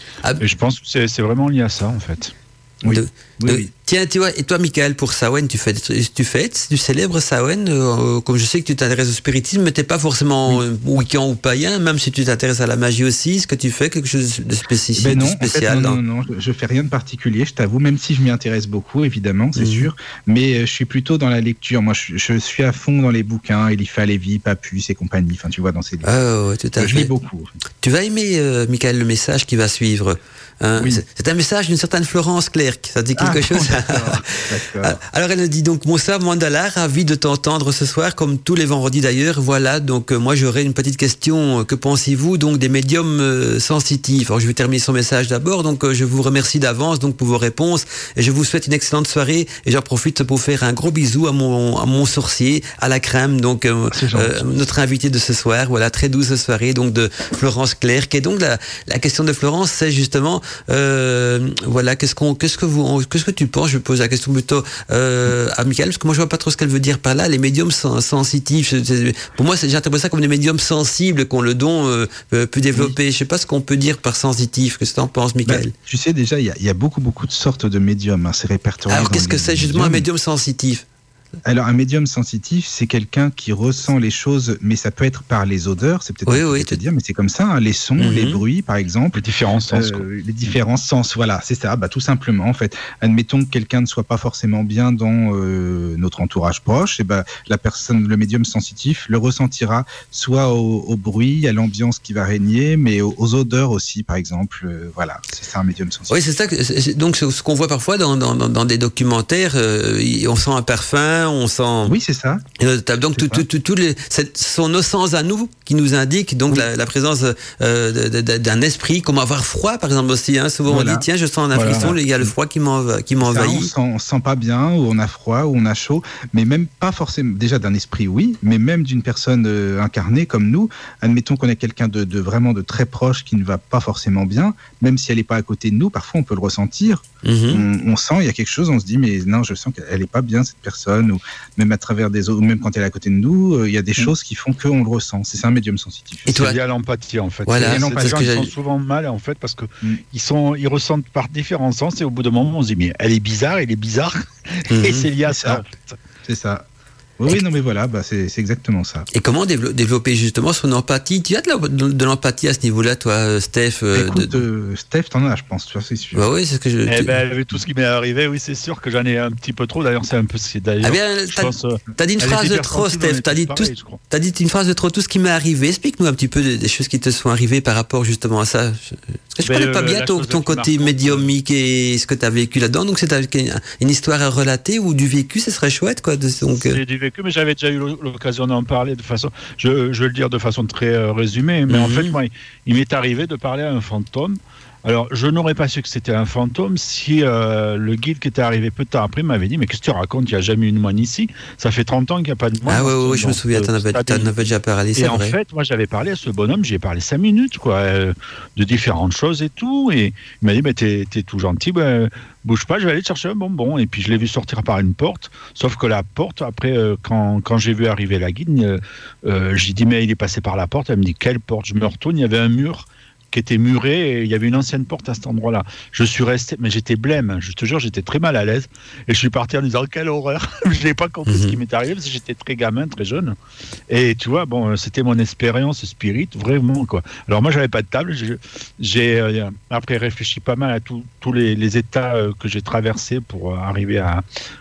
Speaker 5: Ah, et je pense que c'est, c'est vraiment lié à ça, en fait.
Speaker 4: Oui.
Speaker 2: De,
Speaker 4: oui,
Speaker 2: de,
Speaker 4: oui.
Speaker 2: Tiens, tu vois, et toi, Michael, pour Samhain, tu fais, tu fais, tu célèbres Samhain, euh, comme je sais que tu t'intéresses au spiritisme, mais t'es pas forcément oui. wiccan ou païen, même si tu t'intéresses à la magie aussi. Est-ce que tu fais quelque chose de spécifique,
Speaker 4: ben non,
Speaker 2: de spécial?
Speaker 4: En fait, non, non, non, non, je fais rien de particulier, je t'avoue, même si je m'y intéresse beaucoup, évidemment, c'est mmh. sûr, mais je suis plutôt dans la lecture. Moi, je, je suis à fond dans les bouquins, Eliphas Lévy, Papus et compagnie. Enfin, tu vois, dans ces livres.
Speaker 2: Ah, ouais, tout à
Speaker 4: je
Speaker 2: fait.
Speaker 4: lis beaucoup.
Speaker 2: Tu vas aimer, euh, Michael, le message qui va suivre. Hein, oui. c'est, c'est un message d'une certaine Florence Clerc. Ça te dit quelque ah, chose?
Speaker 4: D'accord, d'accord.
Speaker 2: Alors elle dit donc: bonsoir Mandala, ravi de t'entendre ce soir, comme tous les vendredis d'ailleurs. Voilà, donc euh, moi j'aurais une petite question. Que pensez-vous donc des médiums euh, sensitifs? Alors je vais terminer son message d'abord. Donc euh, je vous remercie d'avance donc pour vos réponses et je vous souhaite une excellente soirée. Et j'en profite pour faire un gros bisou à mon à mon sorcier, à la crème, donc euh, euh, notre invité de ce soir. Voilà, très douce soirée donc de Florence Clerc. Et donc la la question de Florence, c'est justement euh, voilà, qu'est-ce qu'on qu'est-ce que vous qu'est-ce que tu penses? Je pose la question plutôt euh, à Michael, parce que moi je vois pas trop ce qu'elle veut dire par là. Les médiums sensitifs, pour moi j'interprète ça comme des médiums sensibles qui ont le don euh, plus développé. Oui. Je sais pas ce qu'on peut dire par sensitif. Qu'est-ce que tu en penses, Michael?
Speaker 4: Ben, tu sais déjà, il y, y a beaucoup beaucoup de sortes de médiums. Hein, c'est répertorié.
Speaker 2: Alors qu'est-ce que c'est justement un médium sensitif?
Speaker 4: Alors, un médium sensitif, c'est quelqu'un qui ressent les choses, mais ça peut être par les odeurs, c'est peut-être
Speaker 2: oui,
Speaker 4: ce que
Speaker 2: oui,
Speaker 4: je peux te dire, mais c'est comme ça, hein, les sons, mm-hmm. les bruits, par exemple.
Speaker 5: Les différents sens.
Speaker 4: Euh, les différents sens, voilà, c'est ça, bah, tout simplement, en fait. Admettons que quelqu'un ne soit pas forcément bien dans euh, notre entourage proche, et bah, la personne, le médium sensitif, le ressentira soit au, au bruit, à l'ambiance qui va régner, mais aux, aux odeurs aussi, par exemple. Euh, voilà, c'est ça un médium sensitif.
Speaker 2: Oui, c'est ça. Que, c'est, donc, ce qu'on voit parfois dans, dans, dans des documentaires, euh, on sent un parfum, on sent.
Speaker 4: Oui, c'est ça.
Speaker 2: Donc, tout, tout, tout, tout les, ce sont nos sens à nous qui nous indiquent donc oui. la, la présence euh, de, de, d'un esprit, comme avoir froid, par exemple aussi. Hein. Souvent, voilà. on dit tiens, je sens un voilà. frisson, il y a le froid qui, m'env- qui m'envahit.
Speaker 4: Ça, on, sent, on sent pas bien, ou on a froid, ou on a chaud, mais même pas forcément. Déjà d'un esprit, oui, mais même d'une personne euh, incarnée comme nous. Admettons qu'on est quelqu'un de, de vraiment de très proche qui ne va pas forcément bien, même si elle n'est pas à côté de nous. Parfois, on peut le ressentir. Mm-hmm. On, on sent, il y a quelque chose, on se dit mais non, je sens qu'elle n'est pas bien cette personne, ou même à travers des autres, ou même quand elle est à côté de nous, il euh, y a des mmh. choses qui font qu'on le ressent. C'est ça un médium sensitif.
Speaker 5: Et toi, il y a l'empathie en fait.
Speaker 2: Voilà,
Speaker 5: c'est,
Speaker 2: c'est,
Speaker 5: c'est, les gens sont souvent mal en fait parce que mmh. ils sont, ils ressentent par différents sens et au bout d'un moment on se dit mais elle est bizarre, il est bizarre mmh. et c'est lié à
Speaker 4: c'est
Speaker 5: ça.
Speaker 4: ça.
Speaker 5: En fait.
Speaker 4: C'est ça. Oui, oui, non, mais voilà, bah, c'est, c'est exactement ça.
Speaker 2: Et comment dévelop- développer justement son empathie? Tu as de, la, de, de l'empathie à ce niveau-là, toi, Steph? Euh,
Speaker 4: Écoute,
Speaker 2: de...
Speaker 4: euh, Steph, t'en as, je pense, tu vois, c'est sûr.
Speaker 2: Bah oui, c'est ce que je.
Speaker 5: Eh ben, avec tout ce qui m'est arrivé, oui, c'est sûr que j'en ai un petit peu trop. D'ailleurs, c'est un peu ce qui d'ailleurs.
Speaker 2: Ah bien, t'as, pense, t'as dit une phrase de trop, Steph. T'as dit, pareil, tout, t'as dit une phrase de trop. Tout ce qui m'est arrivé. Explique-nous un petit peu des, des choses qui te sont arrivées par rapport justement à ça. Parce que je ben connais le, pas bien ton, ton côté médiumique et ce que t'as vécu là-dedans. Donc, c'est une histoire à relater ou du vécu, ce serait chouette, quoi. De, donc,
Speaker 5: c'est euh... du vécu, mais j'avais déjà eu l'occasion d'en parler de façon, je, je vais le dire de façon très euh, résumée, mais mm-hmm. en fait, moi, il, il m'est arrivé de parler à un fantôme. Alors, je n'aurais pas su que c'était un fantôme si euh, le guide qui était arrivé peu de temps après m'avait dit « Mais qu'est-ce que tu racontes? Il n'y a jamais eu de moine ici. Ça fait trente ans qu'il n'y a pas de moine. »
Speaker 2: Ah oui, oui, je me souviens, t'en avais, t'en avais déjà parlé, c'est
Speaker 5: et
Speaker 2: vrai.
Speaker 5: Et en fait, moi, j'avais parlé à ce bonhomme, j'y ai parlé cinq minutes, quoi, euh, de différentes choses et tout. Et il m'a dit bah, « T'es, t'es tout gentil, bah, bouge pas, je vais aller te chercher un bonbon. » Et puis, je l'ai vu sortir par une porte. Sauf que la porte, après, euh, quand, quand j'ai vu arriver la guide, euh, euh, j'ai dit « Mais il est passé par la porte. » Elle me dit « Quelle porte ?» Je me retourne, il y avait un mur qui était muré et il y avait une ancienne porte à cet endroit-là. Je suis resté, mais j'étais blême, je te jure, j'étais très mal à l'aise et je suis parti en disant quelle horreur. Je n'ai pas compris mmh. ce qui m'est arrivé parce que j'étais très gamin, très jeune. Et tu vois, bon, c'était mon expérience spirit, vraiment quoi. Alors moi, j'avais pas de table. J'ai, j'ai euh, après réfléchi pas mal à tous les, les états euh, que j'ai traversés pour euh, arriver à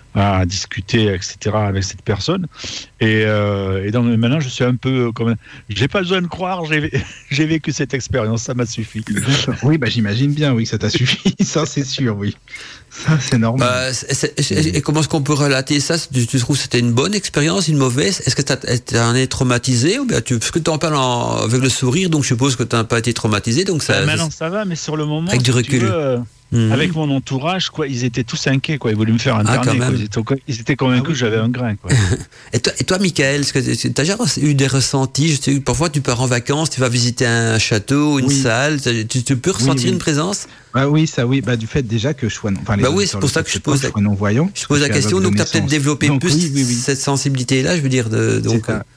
Speaker 5: à discuter, et cetera, avec cette personne. Et, euh, et donc maintenant, je suis un peu comme. J'ai pas besoin de croire, j'ai, j'ai vécu cette expérience, ça m'a suffi.
Speaker 4: Oui, bah j'imagine bien, oui, que ça t'a suffi, ça c'est sûr, oui. Ça, c'est normal.
Speaker 2: Bah, c'est, c'est, et comment est-ce qu'on peut relater ça? Tu, tu trouves que c'était une bonne expérience, une mauvaise? Est-ce que tu en es traumatisé ou bien tu, parce que tu en parles en, avec le sourire, donc je suppose que tu n'as pas été traumatisé, donc ça.
Speaker 5: Bah, maintenant ça va, mais sur le moment,
Speaker 2: avec du recul.
Speaker 5: Tu veux, euh, Mmh. Avec mon entourage, quoi, ils étaient tous inquiets, quoi. Ils voulaient me faire interner. Ah, ils, étaient, ils étaient convaincus ah, oui. que j'avais un grain, quoi.
Speaker 2: et, toi, et toi, Michael, est-ce que tu as déjà eu des ressentis? Je sais, parfois, tu pars en vacances, tu vas visiter un château, une oui. salle. Tu, tu peux ressentir oui, oui. une présence?
Speaker 4: Bah oui, ça oui. Bah du fait déjà que je sois. Enfin,
Speaker 2: bah oui, c'est pour ça que je pose la,
Speaker 4: non-voyant,
Speaker 2: je pose la question. Donc, tu as peut-être développé
Speaker 4: donc,
Speaker 2: plus
Speaker 4: oui, oui, oui.
Speaker 2: cette sensibilité-là, je veux dire. De, donc.
Speaker 4: C'est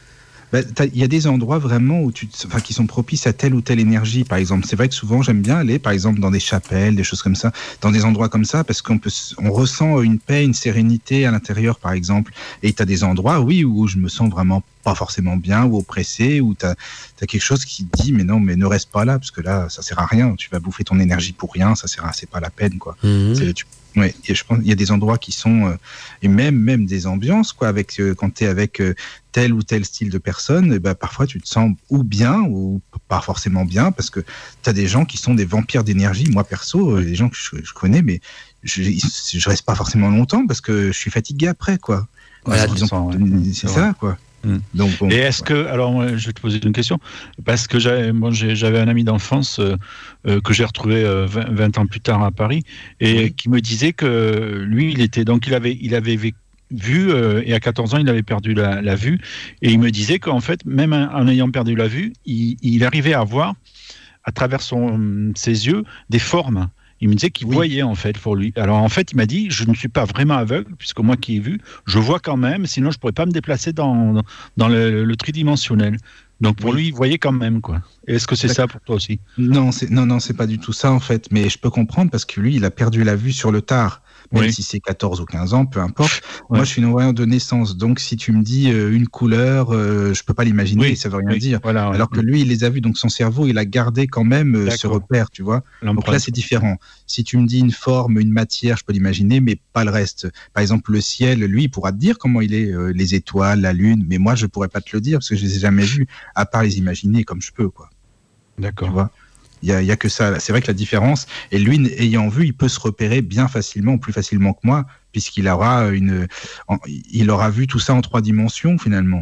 Speaker 4: bah, il y a des endroits vraiment où tu, enfin, qui sont propices à telle ou telle énergie, par exemple. C'est vrai que souvent, j'aime bien aller, par exemple, dans des chapelles, des choses comme ça, dans des endroits comme ça, parce qu'on peut, on ressent une paix, une sérénité à l'intérieur, par exemple. Et tu as des endroits, oui, où je me sens vraiment pas forcément bien, ou oppressé, où tu as quelque chose qui te dit, mais non, mais ne reste pas là, parce que là, ça sert à rien. Tu vas bouffer ton énergie pour rien, ça sert à, c'est pas la peine, quoi.
Speaker 2: Mmh.
Speaker 4: C'est, tu, ouais, et je pense, il y a des endroits qui sont, euh, et même, même des ambiances, quoi, avec, euh, quand tu es avec euh, tel ou tel style de personne, et ben, parfois tu te sens ou bien, ou pas forcément bien, parce que tu as des gens qui sont des vampires d'énergie. Moi, perso, euh, les gens que je, je connais, mais je, je reste pas forcément longtemps parce que je suis fatigué après, quoi.
Speaker 2: Voilà,
Speaker 4: Disons,
Speaker 5: sens, ouais.
Speaker 4: c'est ça, quoi.
Speaker 5: Mmh.
Speaker 4: Donc, bon,
Speaker 5: et est-ce
Speaker 4: ouais.
Speaker 5: que, alors moi, je vais te poser une question, parce que j'avais, bon, j'ai, j'avais un ami d'enfance euh, euh, que j'ai retrouvé euh, vingt, vingt ans plus tard à Paris, et
Speaker 4: Oui.
Speaker 5: qui me disait que lui, il était, donc il avait, il avait vécu, vu euh, et à quatorze ans il avait perdu la, la vue, et il me disait qu'en fait même en ayant perdu la vue, il, il arrivait à voir à travers son, ses yeux des formes. Il me disait qu'il oui. voyait en fait pour lui. Alors en fait il m'a dit, je ne suis pas vraiment aveugle puisque moi qui ai vu, je vois quand même, sinon je pourrais pas me déplacer dans, dans, dans le, le tridimensionnel. Donc pour oui. lui il voyait quand même, quoi. Est-ce que c'est D'accord. ça pour toi aussi?
Speaker 4: Non, c'est, non, non, c'est pas du tout ça en fait, mais je peux comprendre parce que lui il a perdu la vue sur le tard. Même oui. si c'est quatorze ou quinze ans, peu importe. Ouais. Moi, je suis non-voyant de naissance. Donc, si tu me dis euh, une couleur, euh, je peux pas l'imaginer, oui. ça veut rien oui. dire. Voilà, ouais. Alors que lui, il les a vus. Donc, son cerveau, il a gardé quand même euh, ce repère, tu vois. Donc là, c'est différent. Si tu me dis une forme, une matière, je peux l'imaginer, mais pas le reste. Par exemple, le ciel, lui, il pourra te dire comment il est, euh, les étoiles, la lune. Mais moi, je pourrais pas te le dire parce que je les ai jamais vus, à part les imaginer comme je peux, quoi.
Speaker 5: D'accord.
Speaker 4: Tu vois. Il y a, il y a que ça. C'est vrai que la différence, et lui, ayant vu, il peut se repérer bien facilement, plus facilement que moi, puisqu'il aura une, il aura vu tout ça en trois dimensions finalement.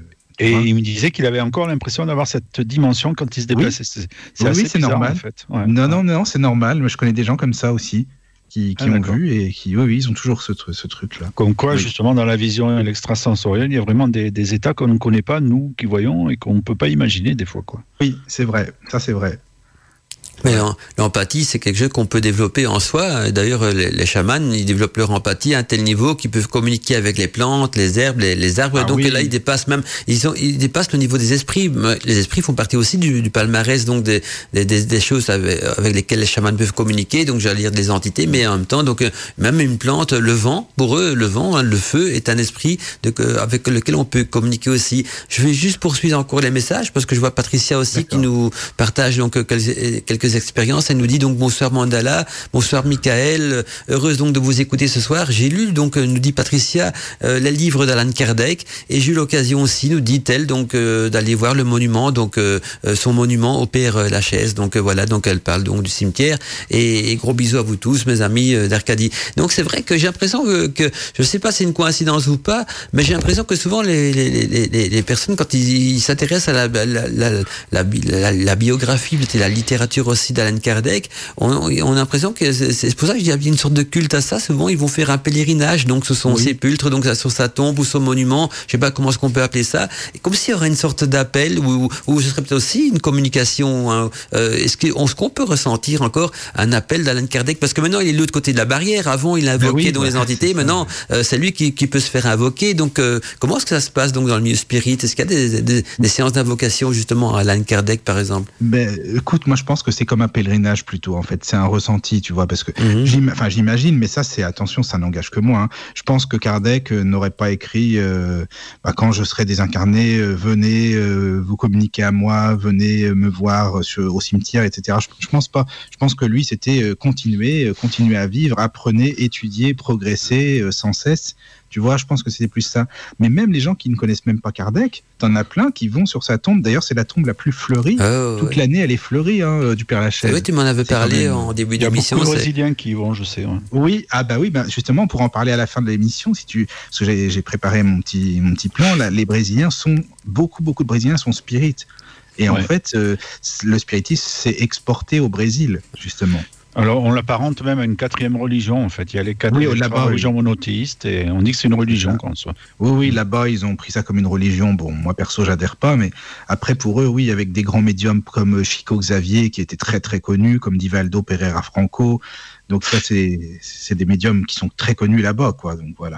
Speaker 5: Et il me disait qu'il avait encore l'impression d'avoir cette dimension quand il se déplaçait.
Speaker 4: Oui,
Speaker 5: c'est, c'est
Speaker 4: oui,
Speaker 5: assez
Speaker 4: c'est
Speaker 5: bizarre,
Speaker 4: normal.
Speaker 5: En fait. Ouais.
Speaker 4: Non, non, non, c'est normal. Je connais des gens comme ça aussi. Qui, qui ah, ont vu et qui, oui, oui, ils ont toujours ce, ce truc-là.
Speaker 5: Comme quoi,
Speaker 4: oui.
Speaker 5: justement, dans la vision et l'extrasensorielle, il y a vraiment des, des états qu'on ne connaît pas, nous qui voyons, et qu'on ne peut pas imaginer des fois, quoi.
Speaker 4: Oui, c'est vrai. Ça, c'est vrai.
Speaker 2: Mais l'empathie, c'est quelque chose qu'on peut développer en soi. D'ailleurs, les, les chamans, ils développent leur empathie à un tel niveau qu'ils peuvent communiquer avec les plantes, les herbes, les, les arbres. Ah, donc oui. là, ils dépassent même, ils, ont, ils dépassent le niveau des esprits. Les esprits font partie aussi du, du palmarès, donc des, des, des choses avec, avec lesquelles les chamans peuvent communiquer. Donc, j'allais dire des entités, mais en même temps, donc même une plante, le vent, pour eux, le vent, hein, le feu est un esprit de, avec lequel on peut communiquer aussi. Je vais juste poursuivre encore les messages parce que je vois Patricia aussi D'accord. qui nous partage donc quelques, quelques expériences. Elle nous dit donc bonsoir Mandala, bonsoir Michael, heureuse donc de vous écouter ce soir. J'ai lu donc nous dit Patricia euh, les livres d'Allan Kardec et j'ai eu l'occasion aussi, nous dit-elle, donc euh, d'aller voir le monument, donc euh, son monument au Père Lachaise. Donc euh, voilà, donc elle parle donc du cimetière et, et gros bisous à vous tous mes amis euh, d'Arcadie. Donc c'est vrai que j'ai l'impression que, que je sais pas si c'est une coïncidence ou pas, mais j'ai l'impression que souvent les les les les, les personnes quand ils, ils s'intéressent à la la la, la, la, la, la biographie, la littérature aussi d'Allan Kardec, on, on a l'impression que c'est, c'est pour ça que je dis qu'il y a une sorte de culte à ça. Souvent, ils vont faire un pélerinage, donc sur son oui. sépulcre, donc sur sa tombe ou son monument, je sais pas comment est-ce qu'on peut appeler ça, et comme s'il y aurait une sorte d'appel, ou, ou ce serait peut-être aussi une communication. Hein. Euh, est-ce qu'on, est-ce qu'on peut ressentir encore un appel d'Allan Kardec? Parce que maintenant, il est de l'autre côté de la barrière. Avant, il invoquait oui, dans bah, les entités. Maintenant, euh, c'est lui qui, qui peut se faire invoquer. Donc, euh, comment est-ce que ça se passe donc dans le milieu spirit? Est-ce qu'il y a des, des, des séances d'invocation justement à Allan Kardec, par exemple?
Speaker 4: Ben, écoute, moi, je pense que c'est comme un pèlerinage plutôt, en fait. C'est un ressenti, tu vois, parce que mmh. j'im... enfin, j'imagine, mais ça, c'est, attention, ça n'engage que moi. Hein. Je pense que Kardec euh, n'aurait pas écrit euh, bah, quand je serai désincarné, euh, venez euh, vous communiquer à moi, venez euh, me voir sur, au cimetière, et cetera. Je, je pense pas. Je pense que lui, c'était euh, continuer, euh, continuer à vivre, apprenez, étudier, progresser euh, sans cesse. Tu vois, je pense que c'était plus ça. Mais même les gens qui ne connaissent même pas Kardec, t'en as plein qui vont sur sa tombe. D'ailleurs, c'est la tombe la plus fleurie. Oh, Toute ouais. l'année, elle est fleurie, hein, du Père Lachaise.
Speaker 2: Oui, tu m'en avais c'est parlé même... en début d'émission.
Speaker 5: Il y a beaucoup de Brésiliens qui y vont, je sais. Ouais.
Speaker 4: Oui, ah bah oui, bah justement, pour en parler à la fin de l'émission, si tu, parce que j'ai, j'ai préparé mon petit, mon petit plan, là, les Brésiliens sont, beaucoup, beaucoup de Brésiliens sont spirites. Et ouais. en fait, euh, le spiritisme s'est exporté au Brésil, justement.
Speaker 5: Alors, on l'apparente même à une quatrième religion, en fait. Il y a les quatre
Speaker 4: oui, là-bas,
Speaker 5: religions
Speaker 4: oui.
Speaker 5: monothéistes et on dit que c'est une religion, quand soit.
Speaker 4: Oui, oui, là-bas, ils ont pris ça comme une religion. Bon, moi, perso, j'adhère pas, mais après, pour eux, oui, avec des grands médiums comme Chico Xavier, qui était très, très connu, comme Divaldo Pereira Franco. Donc, ça, c'est, c'est des médiums qui sont très connus là-bas, quoi. Donc, voilà.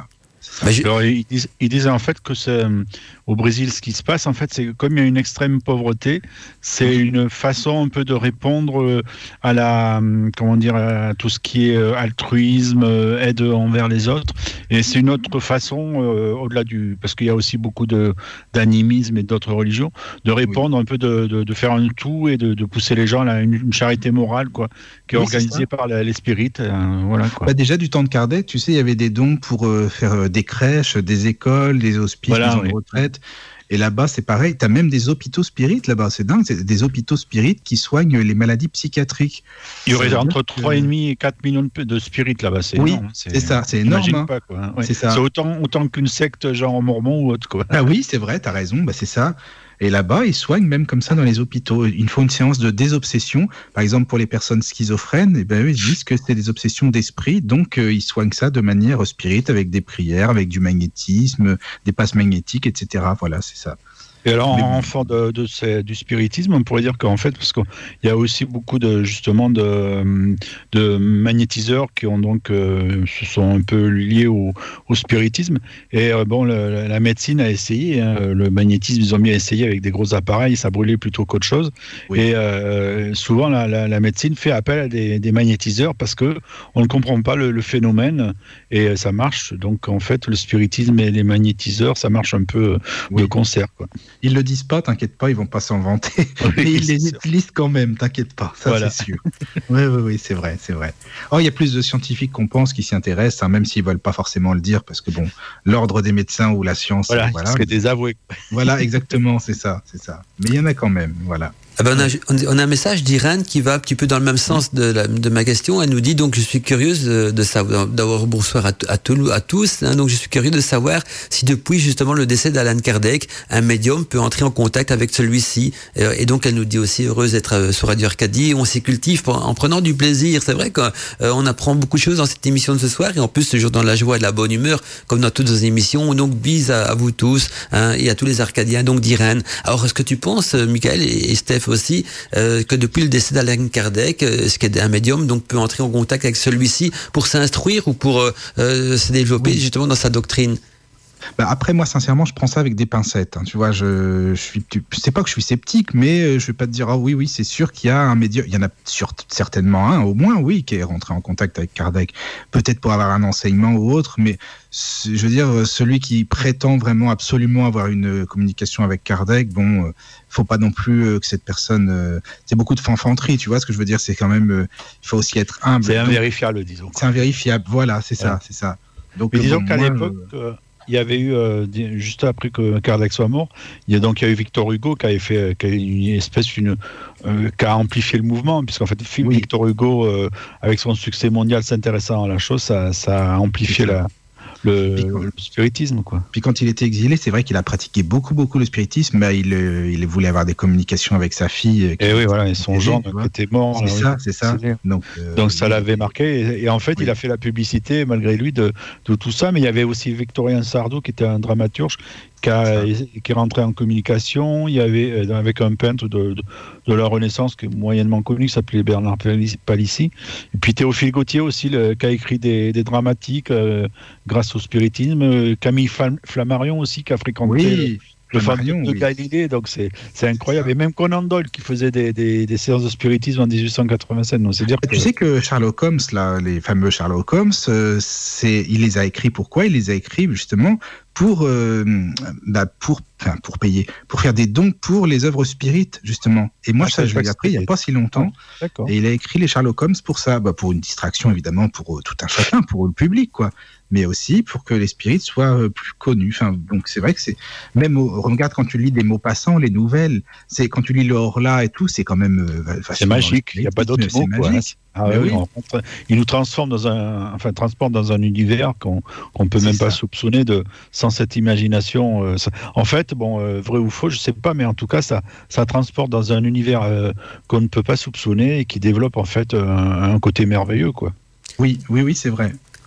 Speaker 2: Bah, je...
Speaker 5: Alors, ils, disent, ils disent en fait que c'est, au Brésil, ce qui se passe, en fait, c'est que comme il y a une extrême pauvreté, c'est une façon un peu de répondre à la, comment dire, à tout ce qui est altruisme, aide envers les autres. Et c'est une autre façon, euh, au-delà du, parce qu'il y a aussi beaucoup de, d'animisme et d'autres religions, de répondre oui. un peu, de, de, de faire un tout et de, de pousser les gens à une, une charité morale, quoi, qui est oui, organisée par la, les spirites. Euh, voilà, quoi.
Speaker 4: Bah, déjà, du temps de Kardec, tu sais, il y avait des dons pour euh, faire euh, des crèches, des écoles, des hospices, voilà, des maisons oui. de retraite. Et là-bas, c'est pareil, tu as même des hôpitaux spirites là-bas, c'est dingue, c'est des hôpitaux spirites qui soignent les maladies psychiatriques.
Speaker 5: Il y aurait entre trois virgule cinq et quatre millions de spirites là-bas, c'est
Speaker 4: oui,
Speaker 5: énorme.
Speaker 4: C'est, c'est ça, c'est énorme. Hein.
Speaker 5: Pas, quoi, hein. Ouais.
Speaker 4: C'est ça.
Speaker 5: C'est autant, autant qu'une secte genre mormon ou autre, quoi.
Speaker 4: Ah oui, c'est vrai, tu as raison, bah, c'est ça. Et là-bas, ils soignent même comme ça dans les hôpitaux. Ils font une séance de désobsession. Par exemple, pour les personnes schizophrènes, eh ben, eux, ils disent que c'est des obsessions d'esprit. Donc, euh, ils soignent ça de manière spirite, avec des prières, avec du magnétisme, des passes magnétiques, et cetera. Voilà, c'est ça.
Speaker 5: Et alors, en enfant de, de ces, du spiritisme, on pourrait dire qu'en fait, parce qu'il y a aussi beaucoup de justement de, de magnétiseurs qui ont donc euh, se sont un peu liés au, au spiritisme. Et euh, bon, le, la médecine a essayé, hein, le magnétisme, ils ont mis à essayer avec des gros appareils, ça brûlait plutôt qu'autre chose. Oui. Et euh, souvent, la, la, la médecine fait appel à des, des magnétiseurs parce que on ne comprend pas le, le phénomène et ça marche. Donc, en fait, le spiritisme et les magnétiseurs, ça marche un peu oui. de concert, quoi.
Speaker 4: Ils le disent pas, t'inquiète pas, ils vont pas s'en vanter. Oui, mais ils les utilisent quand même, t'inquiète pas, ça voilà. C'est sûr. Oui, oui, oui, c'est vrai, c'est vrai. Oh, il y a plus de scientifiques qu'on pense qui s'y intéressent, hein, même s'ils veulent pas forcément le dire, parce que bon, l'ordre des médecins ou la science,
Speaker 5: voilà,
Speaker 4: voilà.
Speaker 5: Parce que des avoués.
Speaker 4: Voilà, exactement, c'est ça, c'est ça. Mais il y en a quand même, voilà.
Speaker 2: Ah ben on, a, on a un message d'Irène qui va un petit peu dans le même sens de, la, de ma question. Elle nous dit donc je suis curieuse de, de savoir, d'avoir bonsoir à, à, tout, à tous. Hein, donc je suis curieux de savoir si depuis justement le décès d'Alan Kardec, un médium peut entrer en contact avec celui-ci. Et, et donc elle nous dit aussi heureuse d'être sur Radio Arcadie. On s'y cultive pour, en prenant du plaisir. C'est vrai qu'on euh, apprend beaucoup de choses dans cette émission de ce soir et en plus toujours dans la joie et la bonne humeur comme dans toutes nos émissions. Donc bise à, à vous tous hein, et à tous les Arcadiens. Donc d'Irène. Alors est-ce que tu penses, Michael et, et Steph aussi, euh, que depuis le décès d'Alan Kardec, euh, ce qu'un médium donc peut entrer en contact avec celui-ci pour s'instruire ou pour euh, euh, se développer oui. justement dans sa doctrine?
Speaker 4: Bah après, moi, sincèrement, je prends ça avec des pincettes. Hein, tu vois, je, je suis, je sais pas que je suis sceptique, mais je vais pas te dire, ah oui, oui, c'est sûr qu'il y a un médium. Il y en a sur, certainement un, au moins, oui, qui est rentré en contact avec Kardec. Peut-être pour avoir un enseignement ou autre, mais je veux dire, celui qui prétend vraiment absolument avoir une communication avec Kardec, bon, euh, faut pas non plus euh, que cette personne. Euh, c'est beaucoup de fanfanterie, tu vois ce que je veux dire. C'est quand même, euh, il faut aussi être humble.
Speaker 5: C'est invérifiable, disons.
Speaker 4: C'est invérifiable, voilà, c'est ça, ouais. c'est ça.
Speaker 5: Donc, mais disons bon, qu'à moi, l'époque. Euh... Il y avait eu, euh, juste après que Kardec soit mort, il y a donc il y a eu Victor Hugo qui avait fait qui a une espèce une, euh, qui a amplifié le mouvement, puisqu'en fait oui. Victor Hugo, euh, avec son succès mondial s'intéressant à la chose, ça, ça a amplifié la, le, quand, le spiritisme, quoi.
Speaker 4: Puis quand il était exilé, c'est vrai qu'il a pratiqué beaucoup, beaucoup le spiritisme, mais il, il voulait avoir des communications avec sa fille.
Speaker 5: Et oui, voilà, et son gendre qui était mort.
Speaker 4: C'est
Speaker 5: là,
Speaker 4: ça, oui. c'est ça.
Speaker 5: Donc, euh, donc ça l'avait marqué, et, et en fait, oui. il a fait la publicité, malgré lui, de, de tout ça, mais il y avait aussi Victorien Sardou, qui était un dramaturge, qui, a, qui est rentré en communication. Il y avait, avec un peintre de, de, de la Renaissance, qui est moyennement connu, qui s'appelait Bernard Palissy. Et puis Théophile Gautier aussi, le, qui a écrit des, des dramatiques euh, grâce au spiritisme. Camille Flammarion aussi, qui a fréquenté oui, le, le fameux de oui. Galilée. Donc c'est, c'est incroyable. C'est et même Conan Doyle, qui faisait des, des, des séances de spiritisme en dix-huit cent quatre-vingt-sept. Donc c'est dire
Speaker 4: tu
Speaker 5: que...
Speaker 4: sais que Sherlock Holmes, là, les fameux Sherlock Holmes, euh, c'est, il les a écrits pourquoi? Il les a écrits justement pour euh, bah pour enfin pour payer, pour faire des dons pour les œuvres spirites justement. Et moi ah, ça je l'ai appris il y a pas si longtemps. D'accord. Et il a écrit les Sherlock Holmes pour ça, bah pour une distraction évidemment pour euh, tout un chacun, pour le public quoi, mais aussi pour que les spirites soient euh, plus connus. Enfin donc c'est vrai que c'est même au, regarde quand tu lis des mots passants, les nouvelles, c'est quand tu lis le Horla et tout, c'est quand même euh,
Speaker 5: c'est magique. Il y a pas d'autre mot quoi. Ah oui, oui. On, il nous transforme dans un, enfin transporte dans un univers qu'on qu'on peut c'est même ça. Pas soupçonner de sans cette imagination. Euh, ça, en fait, bon, euh, vrai ou faux, je sais pas, mais en tout cas, ça ça transporte dans un univers euh, qu'on ne peut pas soupçonner et qui développe en fait un, un côté merveilleux, quoi.
Speaker 4: Oui, oui, oui, c'est vrai.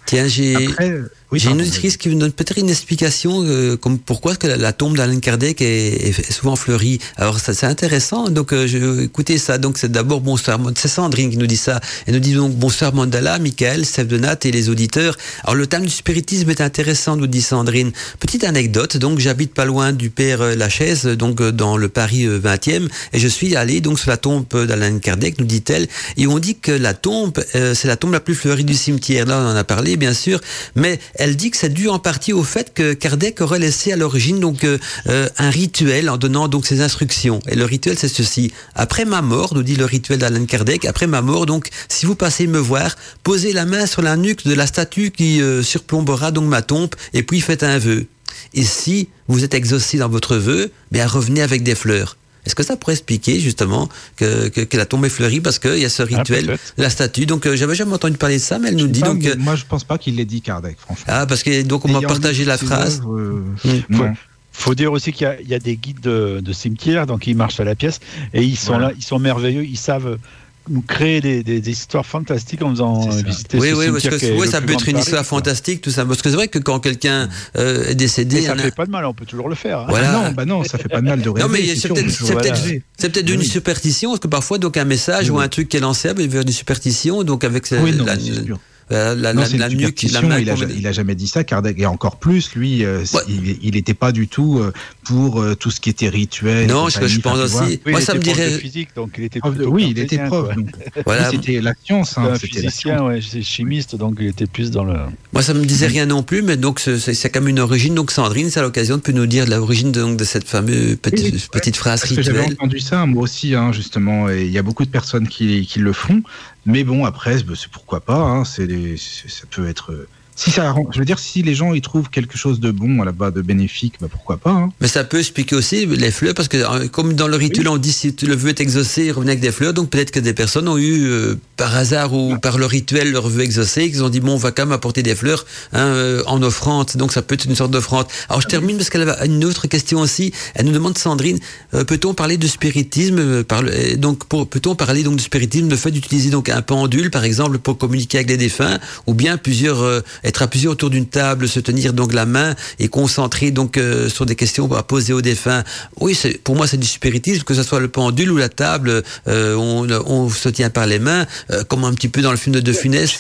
Speaker 2: Tiens, j'ai,
Speaker 4: Après, oui,
Speaker 2: j'ai une
Speaker 4: pardon,
Speaker 2: auditrice qui me donne peut-être une explication euh, comme pourquoi est-ce que la, la tombe d'Allan Kardec est, est souvent fleurie. Alors ça, c'est intéressant. Donc euh, je, écoutez ça. Donc c'est d'abord bonsoir. C'est Sandrine qui nous dit ça. Elle nous dit donc bonsoir Mandala, Michael, Steph de Nat et les auditeurs. Alors le thème du spiritisme est intéressant, nous dit Sandrine. Petite anecdote. Donc j'habite pas loin du Père Lachaise, donc dans le Paris vingtième, et je suis allé donc sur la tombe d'Allan Kardec, nous dit-elle. Et on dit que la tombe, euh, c'est la tombe la plus fleurie du cimetière. Là, on en a parlé, bien sûr, mais elle dit que c'est dû en partie au fait que Kardec aurait laissé à l'origine donc euh, euh, un rituel en donnant donc ses instructions. Et le rituel, c'est ceci. Après ma mort, nous dit le rituel d'Allan Kardec, après ma mort, donc, si vous passez me voir, posez la main sur la nuque de la statue qui euh, surplombera donc ma tombe, et puis faites un vœu. Et si vous êtes exaucé dans votre vœu, bien revenez avec des fleurs. Est-ce que ça pourrait expliquer justement que, que, que la tombe est fleurie parce qu'il y a ce rituel, ah, la statue. Donc euh, j'avais jamais entendu parler de ça, mais elle nous dit
Speaker 4: pas,
Speaker 2: donc. Euh...
Speaker 4: Moi je pense pas qu'il l'ait dit Kardec, franchement.
Speaker 2: Ah parce que donc on m'a partagé la phrase.
Speaker 4: Euh,
Speaker 5: mmh. faut, faut dire aussi qu'il y a, il y a des guides de, de cimetière, donc ils marchent à la pièce et ils sont voilà. là, ils sont merveilleux, ils savent nous créer des, des, des histoires fantastiques en faisant visiter
Speaker 2: oui,
Speaker 5: ce
Speaker 2: oui,
Speaker 5: cimetière.
Speaker 2: Parce que oui, ça peut être une histoire Paris, fantastique, tout ça. Parce que c'est vrai que quand quelqu'un euh, est décédé,
Speaker 5: et ça
Speaker 2: ne
Speaker 5: fait pas de mal, on peut toujours le faire. Hein.
Speaker 4: Voilà. Ah non, bah non, ça fait pas de mal de rêver.
Speaker 2: Non, mais c'est, c'est peut-être, c'est peut-être, voilà. c'est peut-être oui. une superstition, parce que parfois, donc un message oui. ou un truc qui est lancé il veut une superstition, donc avec
Speaker 4: oui, non,
Speaker 2: la,
Speaker 4: c'est sûr.
Speaker 2: Euh, la,
Speaker 4: non,
Speaker 2: la, la nuque, la main.
Speaker 4: Il a, il a jamais dit ça, Kardec. Et encore plus, lui, euh, ouais. il n'était pas du tout euh, pour euh, tout ce qui était rituel.
Speaker 2: Non, ce que je pense aussi.
Speaker 5: Oui,
Speaker 2: moi, ça me dirait.
Speaker 5: Physique, donc il était
Speaker 4: prof de, oui, il était prof. Donc, voilà. C'était la science. Hein,
Speaker 5: un
Speaker 4: c'était
Speaker 5: physicien, ouais, c'est chimiste, donc il était plus dans le.
Speaker 2: Moi, ça me disait rien non plus, mais donc c'est, c'est quand même une origine. Donc Sandrine, c'est à l'occasion de peut nous dire l'origine de, de cette fameuse petite, oui, petite ouais, phrase
Speaker 4: parce
Speaker 2: rituelle.
Speaker 4: Que j'avais entendu ça, moi aussi, hein, justement. Et il y a beaucoup de personnes qui, qui le font. Mais bon, après, c'est pourquoi pas. Hein, c'est, c'est, ça peut être. Si ça, je veux dire, si les gens y trouvent quelque chose de bon là-bas, de bénéfique, bah pourquoi pas. Hein.
Speaker 2: Mais ça peut expliquer aussi les fleurs, parce que comme dans le rituel, oui. on dit si tu le vœu est exaucé, revenez avec des fleurs. Donc peut-être que des personnes ont eu euh, par hasard ou ah. par le rituel leur vœu exaucé, qu'ils ont dit bon, on va quand même apporter des fleurs hein, euh, en offrande. Donc ça peut être une sorte d'offrande. Alors je ah, termine oui. parce qu'elle a une autre question aussi. Elle nous demande, Sandrine, euh, peut-on parler de spiritisme euh, par le, donc pour, peut-on parler donc de spiritisme, le fait d'utiliser donc un pendule par exemple pour communiquer avec les défunts, ou bien plusieurs euh, être à plusieurs autour d'une table, se tenir donc la main et concentrer donc euh, sur des questions à poser aux défunts. Oui, c'est, pour moi c'est du spiritisme, que ce soit le pendule ou la table, euh, on, on se tient par les mains, euh, comme un petit peu dans le film de De Funès.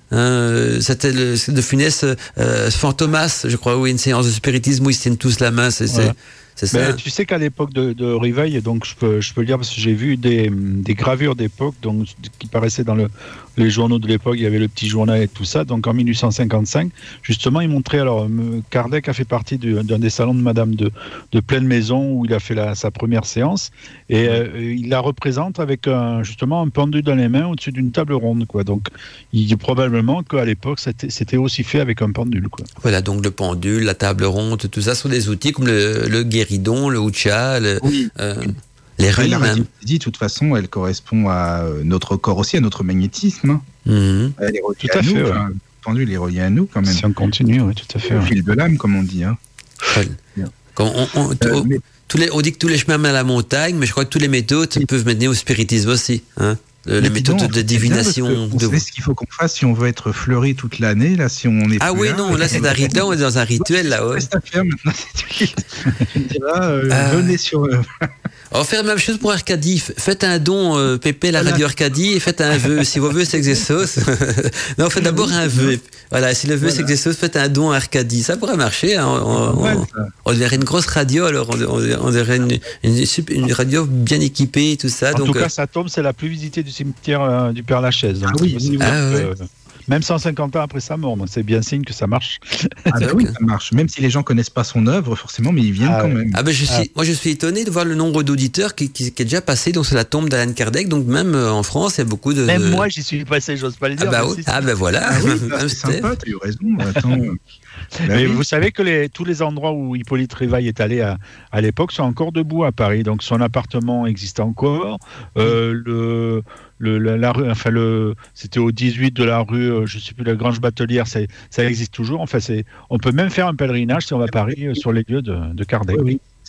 Speaker 2: Hein, c'était le, De Funès, euh, Fantomas, je crois, oui, une séance de spiritisme où ils se tiennent tous la main. C'est, voilà. c'est, c'est ça.
Speaker 5: Mais tu sais qu'à l'époque de, de Riveil, donc je peux, je peux le dire parce que j'ai vu des, des gravures d'époque, donc qui paraissaient dans le, les journaux de l'époque. Il y avait le petit journal et tout ça. Donc en dix-huit cent cinquante-cinq, justement, ils montraient. Alors Kardec a fait partie du, d'un des salons de Madame de, de Pleine Maison où il a fait la, sa première séance et euh, il la représente avec un, justement un pendule dans les mains au-dessus d'une table ronde, quoi. Donc il dit probablement qu'à l'époque c'était, c'était aussi fait avec un pendule, quoi.
Speaker 2: Voilà, donc le pendule, la table ronde, tout ça sont des outils comme le, le guéridon, le houcha, le,
Speaker 4: oui.
Speaker 2: euh, les runes.
Speaker 4: La radiothérapie, de toute façon, elle correspond à notre corps aussi, à notre magnétisme. Hein.
Speaker 2: Mmh.
Speaker 4: Elle est reliée tout à, à nous. Fait, ouais. Enfin, le pendule est relié à nous quand même.
Speaker 5: Si on continue, oui, tout à fait.
Speaker 4: Au
Speaker 5: ouais.
Speaker 4: fil de l'âme, comme on dit. Hein.
Speaker 2: Ouais. Quand on, on, euh, on, mais... tous les, on dit que tous les chemins mènent à la montagne, mais je crois que toutes les méthodes oui. peuvent mener au spiritisme aussi. Hein. Les mais méthodes donc, de divination.
Speaker 4: On de... sait ce qu'il faut qu'on fasse si on veut être fleuri toute l'année, là, si on est.
Speaker 2: Ah oui, là, non, là, c'est un rituel, on est dans un rituel, là, ouais.
Speaker 4: C'est à faire maintenant, c'est là, euh, euh... venez sur. Euh...
Speaker 2: On va faire la même chose pour Arcadie. Faites un don, euh, Pépé, la voilà. radio Arcadie, et faites un vœu. Si vos vœux s'exaucent, non, faites d'abord un vœu. Voilà, si le vœu voilà. s'exauce, faites un don à Arcadie. Ça pourrait marcher. Hein. On, on, on, on verrait une grosse radio, alors on, on, on verrait une, une, une radio bien équipée et tout ça.
Speaker 5: En
Speaker 2: donc,
Speaker 5: tout cas, sa tombe, c'est la plus visitée du cimetière euh, du Père Lachaise. Donc,
Speaker 4: ah oui, oui, oui.
Speaker 5: Ah, euh, ouais. Même cent cinquante ans après sa mort, donc c'est bien signe que ça marche.
Speaker 4: Ah bah oui, ça marche. Même si les gens connaissent pas son œuvre, forcément, mais ils viennent
Speaker 5: ah
Speaker 4: quand
Speaker 5: ouais.
Speaker 4: même.
Speaker 2: Ah ben je suis, ah. moi je suis étonné de voir le nombre d'auditeurs qui, qui, qui est déjà passé donc sur la tombe d'Allan Kardec. Donc même en France, il y a beaucoup de.
Speaker 5: Même moi, j'y suis passé, j'ose pas le dire.
Speaker 2: Ah bah oui. Ah ben voilà.
Speaker 4: Ah oui, bah, c'est sympa, tu as eu raison. Attends.
Speaker 5: Bah mais oui. Vous savez que les, tous les endroits où Hippolyte Rivail est allé à, à l'époque sont encore debout à Paris. Donc son appartement existe encore. Euh, le, le, la, la rue, enfin le, c'était au dix-huit de la rue, euh, je ne sais plus, la Grange Batelière, ça, ça existe toujours. Enfin, c'est, on peut même faire un pèlerinage si on va à Paris euh, sur les lieux de, de Kardec.
Speaker 4: Oui, oui.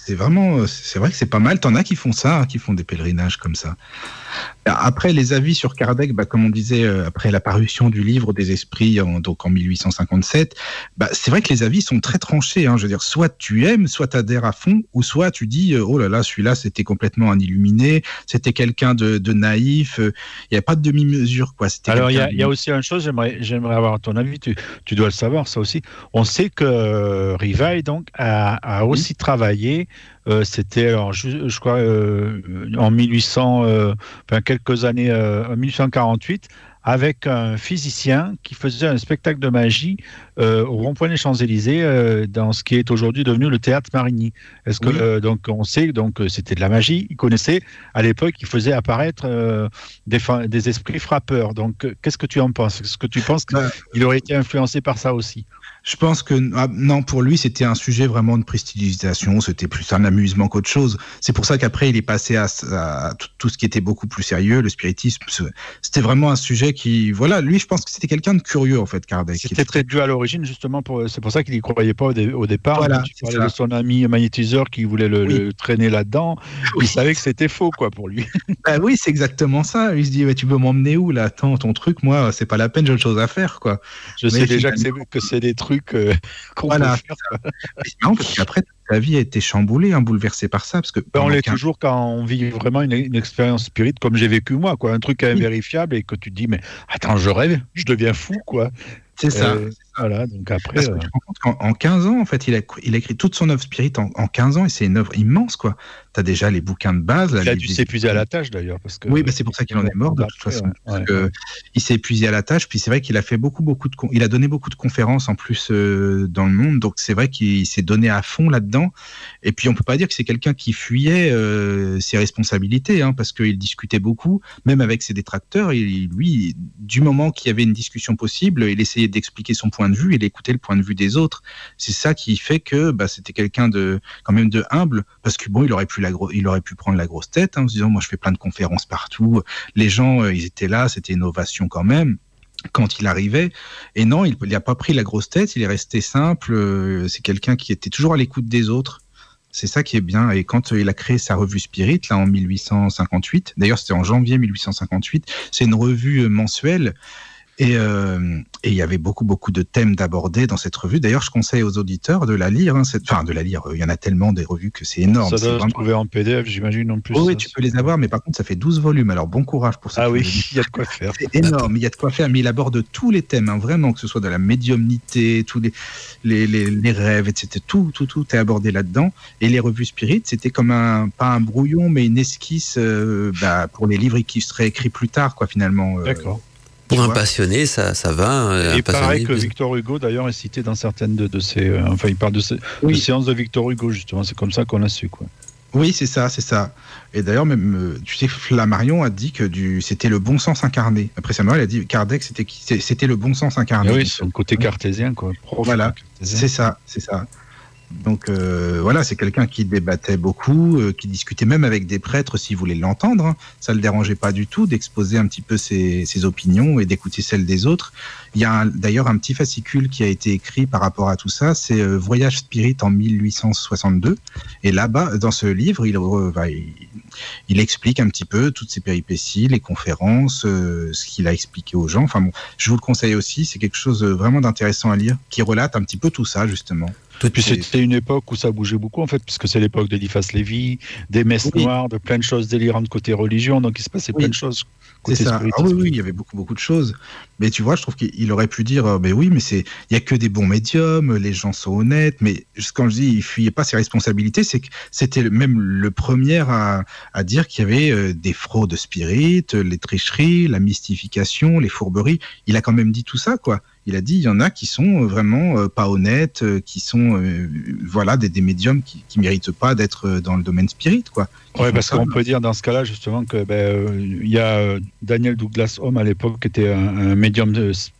Speaker 4: c'est vraiment, c'est vrai que c'est pas mal. T'en as qui font ça, hein, qui font des pèlerinages comme ça. Après, les avis sur Kardec, bah, comme on disait, euh, après la parution du livre des esprits, en, donc en mille huit cent cinquante-sept, bah, c'est vrai que les avis sont très tranchés. Hein, je veux dire, soit tu aimes, soit tu adhères à fond, ou soit tu dis, euh, oh là là, celui-là, c'était complètement un illuminé, c'était quelqu'un de, de naïf, il euh, n'y a pas de demi-mesure, quoi. C'était
Speaker 5: Alors, il y,
Speaker 4: de...
Speaker 5: y a aussi une chose, j'aimerais, j'aimerais avoir ton avis, tu, tu dois le savoir, ça aussi. On sait que euh, Rivail, donc, a, a aussi oui. travaillé. Euh, c'était, alors, je, je crois, euh, en mille huit cents, euh, enfin, quelques années, euh, en mille huit cent quarante-huit, avec un physicien qui faisait un spectacle de magie euh, au rond-point des Champs-Élysées, euh, dans ce qui est aujourd'hui devenu le théâtre Marigny. Est-ce que, oui. euh, donc, on sait, donc, c'était de la magie. Il connaissait, à l'époque, il faisait apparaître euh, des, des esprits frappeurs. Donc, qu'est-ce que tu en penses? Est-ce que tu penses qu'il bah, aurait été influencé par ça aussi?
Speaker 4: Je pense que ah, non, pour lui, c'était un sujet vraiment de prestidigisation, c'était plus un amusement qu'autre chose. C'est pour ça qu'après, il est passé à, à, à tout, tout ce qui était beaucoup plus sérieux, le spiritisme. C'était vraiment un sujet qui, voilà, lui, je pense que c'était quelqu'un de curieux, en fait, Kardec.
Speaker 5: C'était très dû à l'origine, justement, pour, c'est pour ça qu'il n'y croyait pas au, dé, au départ.
Speaker 4: Voilà,
Speaker 5: tu parlais ça. de son ami magnétiseur qui voulait le, oui. le traîner là-dedans. Oui. Il savait que c'était faux, quoi, pour lui.
Speaker 4: Bah oui, c'est exactement ça. Il se dit, ouais, tu veux m'emmener où, là? Attends, ton truc, moi, c'est pas la peine, j'ai autre chose à faire, quoi.
Speaker 5: Je Mais sais déjà que c'est, que c'est des trucs Euh, qu'on
Speaker 4: voilà.
Speaker 5: peut faire.
Speaker 4: C'est marrant parce qu'après, ta vie a été chamboulée, hein, bouleversée par ça. Parce que
Speaker 5: ben on l'est aucun... toujours quand on vit vraiment une, une expérience spirite comme j'ai vécu moi, quoi. Un truc invérifiable et que tu te dis, mais attends, je rêve, je deviens fou, quoi.
Speaker 4: C'est ça.
Speaker 5: Euh, voilà, donc après.
Speaker 4: Parce que tu te rends compte qu'en en quinze ans, en fait, il a, il a écrit toute son œuvre spirit en, en quinze ans et c'est une œuvre immense, quoi. Tu as déjà les bouquins de base.
Speaker 5: Là, il
Speaker 4: a
Speaker 5: dû s'épuiser à la tâche, d'ailleurs. Parce que,
Speaker 4: oui, bah, c'est pour ça qu'il en est mort, de toute après, façon. Ouais, parce ouais, que ouais. Il s'est épuisé à la tâche. Puis c'est vrai qu'il a fait beaucoup, beaucoup de. Il a donné beaucoup de conférences en plus euh, dans le monde. Donc c'est vrai qu'il s'est donné à fond là-dedans. Et puis on peut pas dire que c'est quelqu'un qui fuyait euh, ses responsabilités, hein, parce qu'il discutait beaucoup, même avec ses détracteurs. Il, lui, du moment qu'il y avait une discussion possible, il essayait d'expliquer son point de vue et d'écouter le point de vue des autres. C'est ça qui fait que bah, c'était quelqu'un de quand même de humble, parce que bon, il aurait pu la gro- il aurait pu prendre la grosse tête, hein, en se disant moi je fais plein de conférences partout, les gens euh, ils étaient là, c'était une ovation quand même quand il arrivait. Et non, il n'a pas pris la grosse tête, il est resté simple. Euh, c'est quelqu'un qui était toujours à l'écoute des autres. C'est ça qui est bien. Et quand il a créé sa revue Spirit, là, en mille huit cent cinquante-huit, d'ailleurs, c'était en janvier mille huit cent cinquante-huit, c'est une revue mensuelle. Et euh, et il y avait beaucoup beaucoup de thèmes d'abordés dans cette revue. D'ailleurs, je conseille aux auditeurs de la lire. Hein, cette... Enfin, de la lire. Il y en a tellement des revues que c'est énorme.
Speaker 5: Ça doit
Speaker 4: c'est
Speaker 5: se
Speaker 4: vraiment...
Speaker 5: trouver en P D F, j'imagine, en plus.
Speaker 4: Oh, oui, tu peux les avoir, mais par contre, ça fait douze volumes. Alors, bon courage pour ça.
Speaker 5: Ah oui, il y a de quoi faire.
Speaker 4: C'est énorme, il y a de quoi faire. Mais il aborde tous les thèmes, hein, vraiment, que ce soit de la médiumnité, tous les, les, les, les rêves, et cetera. Tout, tout, tout est abordé là-dedans. Et les revues Spirit, c'était comme un, pas un brouillon, mais une esquisse euh, bah, pour les livres qui seraient écrits plus tard, quoi, finalement. Euh,
Speaker 5: D'accord.
Speaker 2: Pour un passionné, ça, ça va.
Speaker 5: Et pareil que Victor Hugo, d'ailleurs, est cité dans certaines de, de ses... Euh, enfin, il parle de, ses, oui. de séances de Victor Hugo, justement. C'est comme ça qu'on a su, quoi.
Speaker 4: Oui, c'est ça, c'est ça. Et d'ailleurs, même, tu sais, Flammarion a dit que du, c'était le bon sens incarné. Après Samuel, il a dit Kardec, c'était, c'était le bon sens incarné.
Speaker 5: Et oui, c'est le côté cartésien, quoi.
Speaker 4: Prof, voilà, cartésien. c'est ça, c'est ça. Donc euh, voilà, c'est quelqu'un qui débattait beaucoup, euh, qui discutait même avec des prêtres s'ils voulaient l'entendre. Hein. Ça ne le dérangeait pas du tout d'exposer un petit peu ses, ses opinions et d'écouter celles des autres. Il y a un, d'ailleurs un petit fascicule qui a été écrit par rapport à tout ça, c'est euh, Voyage Spirit en mille huit cent soixante-deux. Et là-bas, dans ce livre, il, euh, bah, il, il explique un petit peu toutes ses péripéties, les conférences, euh, ce qu'il a expliqué aux gens. Enfin bon, je vous le conseille aussi, c'est quelque chose vraiment d'intéressant à lire, qui relate un petit peu tout ça, justement.
Speaker 5: Et puis c'était une époque où ça bougeait beaucoup, en fait, puisque c'est l'époque d'Eliphas Lévy, des messes oui. noires, de plein de choses délirantes côté religion, donc il se passait oui. plein de choses.
Speaker 4: C'est ça. Ah oui, oui, il y avait beaucoup, beaucoup de choses. Mais tu vois, je trouve qu'il aurait pu dire, mais oui, mais c'est, il y a que des bons médiums, les gens sont honnêtes. Mais quand je dis, il fuyait pas ses responsabilités, c'est que c'était même le premier à, à dire qu'il y avait des fraudes spirites, les tricheries, la mystification, les fourberies. Il a quand même dit tout ça, quoi. Il a dit, il y en a qui sont vraiment euh, pas honnêtes, euh, qui sont euh, voilà des, des médiums qui, qui méritent pas d'être dans le domaine spirit, quoi.
Speaker 5: Ouais, parce qu'on peut dire dans ce cas-là justement que ben il euh, y a euh, Daniel Douglas Home à l'époque qui était un, un médium de,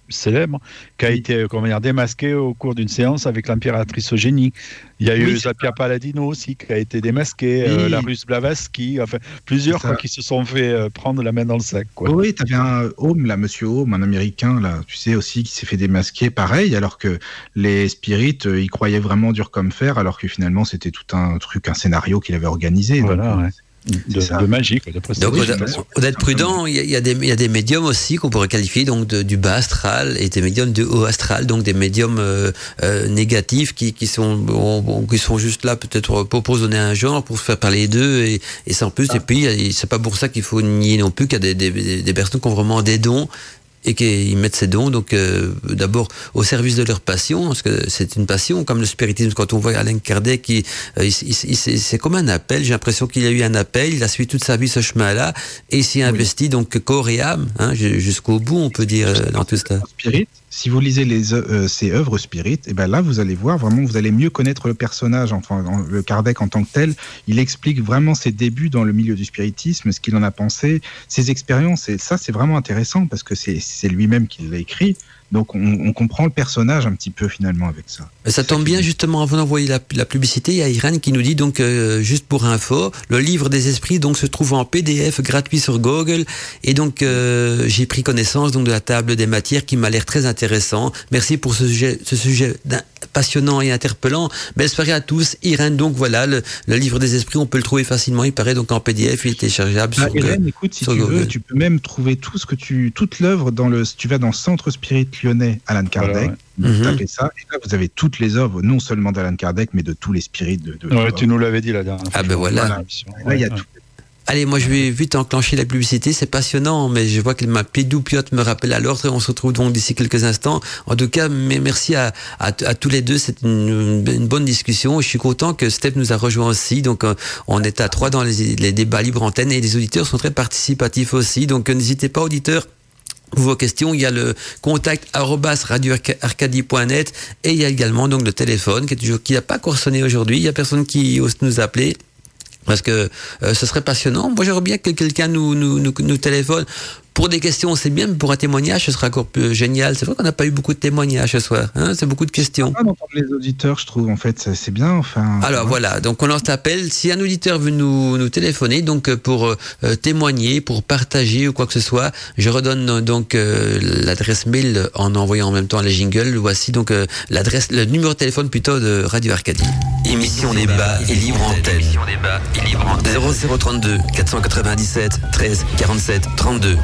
Speaker 5: célèbre, qui a
Speaker 4: Oui.
Speaker 5: été comment dire, démasqué au cours d'une séance avec l'impératrice Eugénie. Il y a
Speaker 4: Oui,
Speaker 5: eu
Speaker 4: c'est
Speaker 5: Zapia Palladino aussi, qui a été démasqué, euh,
Speaker 4: Oui.
Speaker 5: la Russe Blavatsky, enfin, plusieurs
Speaker 4: C'est ça.
Speaker 5: quoi, qui se sont fait euh, prendre la main dans le sac. Quoi.
Speaker 4: Oui, tu avais un Home, là, Monsieur Home, un Américain, là, tu sais, aussi, qui s'est fait démasquer, pareil, alors que les spirites, euh, ils croyaient vraiment dur comme fer, alors que finalement, c'était tout un truc, un scénario qu'il avait organisé.
Speaker 5: Voilà,
Speaker 4: donc,
Speaker 5: ouais.
Speaker 4: c'est
Speaker 5: De,
Speaker 4: ça.
Speaker 5: de magie, quoi, d'après
Speaker 2: Donc,
Speaker 5: ça.
Speaker 4: Oui,
Speaker 2: on,
Speaker 4: bien sûr.
Speaker 2: doit- on doit être prudent. Il y, a, il y a des, il y a des médiums aussi qu'on pourrait qualifier donc de, du bas astral et des médiums de haut astral, donc des médiums euh, euh, négatifs qui, qui sont bon, bon, qui sont juste là peut-être pour, pour donner un genre, pour faire parler d'eux et, et sans plus. Et puis et c'est pas pour ça qu'il faut nier non plus qu'il y a des, des, des personnes qui ont vraiment des dons et qu'ils mettent ces dons donc euh, d'abord au service de leur passion, parce que c'est une passion comme le spiritisme. Quand on voit Alain Kardec, qui, euh, il, il, il, c'est, c'est comme un appel. J'ai l'impression qu'il a eu un appel, il a suivi toute sa vie ce chemin-là et il s'y investit donc corps et âme, hein, jusqu'au bout, on peut dire, euh, dans tout ça.
Speaker 4: Spirit, si vous lisez les, euh, ces œuvres Spirit, et ben là, vous allez voir vraiment, vous allez mieux connaître le personnage, enfin, le Kardec en tant que tel. Il explique vraiment ses débuts dans le milieu du spiritisme, ce qu'il en a pensé, ses expériences, et ça, c'est vraiment intéressant parce que c'est, c'est lui-même qui l'a écrit. Donc, on, on comprend le personnage un petit peu finalement avec ça.
Speaker 2: Ça tombe bien, justement, avant d'envoyer la, la publicité, il y a Irène qui nous dit, donc, euh, juste pour info, le livre des esprits donc se trouve en P D F gratuit sur Google. Et donc, euh, j'ai pris connaissance donc de la table des matières qui m'a l'air très intéressant. Merci pour ce sujet, ce sujet passionnant et interpellant. Belle soirée à tous. Irène, donc voilà, le, le livre des esprits, on peut le trouver facilement. Il paraît donc en P D F, il est téléchargeable.
Speaker 4: Ah,
Speaker 2: sur,
Speaker 4: Irène, écoute, si tu
Speaker 2: Google.
Speaker 4: veux, tu peux même trouver tout ce que tu, toute l'œuvre dans le, si tu vas dans le Centre Spirit Lyonnais, Alan Kardec.
Speaker 5: Voilà, ouais.
Speaker 4: Vous
Speaker 2: Mhm.
Speaker 4: tapez ça, et là vous avez toutes les œuvres, non seulement d'Alan Kardec, mais de tous les spirites de. de
Speaker 5: Ouais,
Speaker 4: de-
Speaker 5: tu nous l'avais dit la dernière fois.
Speaker 2: Ah, ben voilà.
Speaker 4: Là, il y a
Speaker 5: Ouais,
Speaker 4: tout.
Speaker 2: Allez, moi je vais vite enclencher la publicité, c'est passionnant, mais je vois que ma pédoupiote me rappelle à l'ordre et on se retrouve donc d'ici quelques instants. En tout cas, mais merci à, à, à tous les deux, c'est une, une bonne discussion. Je suis content que Steph nous a rejoint aussi, donc euh, on est à trois dans les, les débats libre antenne et les auditeurs sont très participatifs aussi, donc euh, n'hésitez pas auditeurs. Pour vos questions, il y a le contact arobase radio arcadie point net et il y a également donc le téléphone qui est toujours, qui n'a pas encore sonné aujourd'hui. Il y a personne qui ose nous appeler. Parce que euh, ce serait passionnant. Moi, j'aimerais bien que quelqu'un nous, nous, nous, nous téléphone. Pour des questions, c'est bien, mais pour un témoignage, ce sera encore plus génial. C'est vrai qu'on n'a pas eu beaucoup de témoignages ce soir. Hein, c'est beaucoup de questions.
Speaker 4: Ah, d'entendre les auditeurs, je trouve, en fait, ça, c'est bien. Enfin.
Speaker 2: Alors
Speaker 4: ouais.
Speaker 2: voilà, donc on lance l'appel. Si un auditeur veut nous, nous téléphoner, donc euh, pour euh, témoigner, pour partager ou quoi que ce soit, je redonne euh, donc euh, l'adresse mail en envoyant en même temps les jingles. Voici donc euh, l'adresse, le numéro de téléphone plutôt de Radio Arcadie. Émission débat et libre antenne. Émission débat et libre antenne. zéro zéro trente-deux quatre cent quatre-vingt-dix-sept treize quarante-sept trente-deux.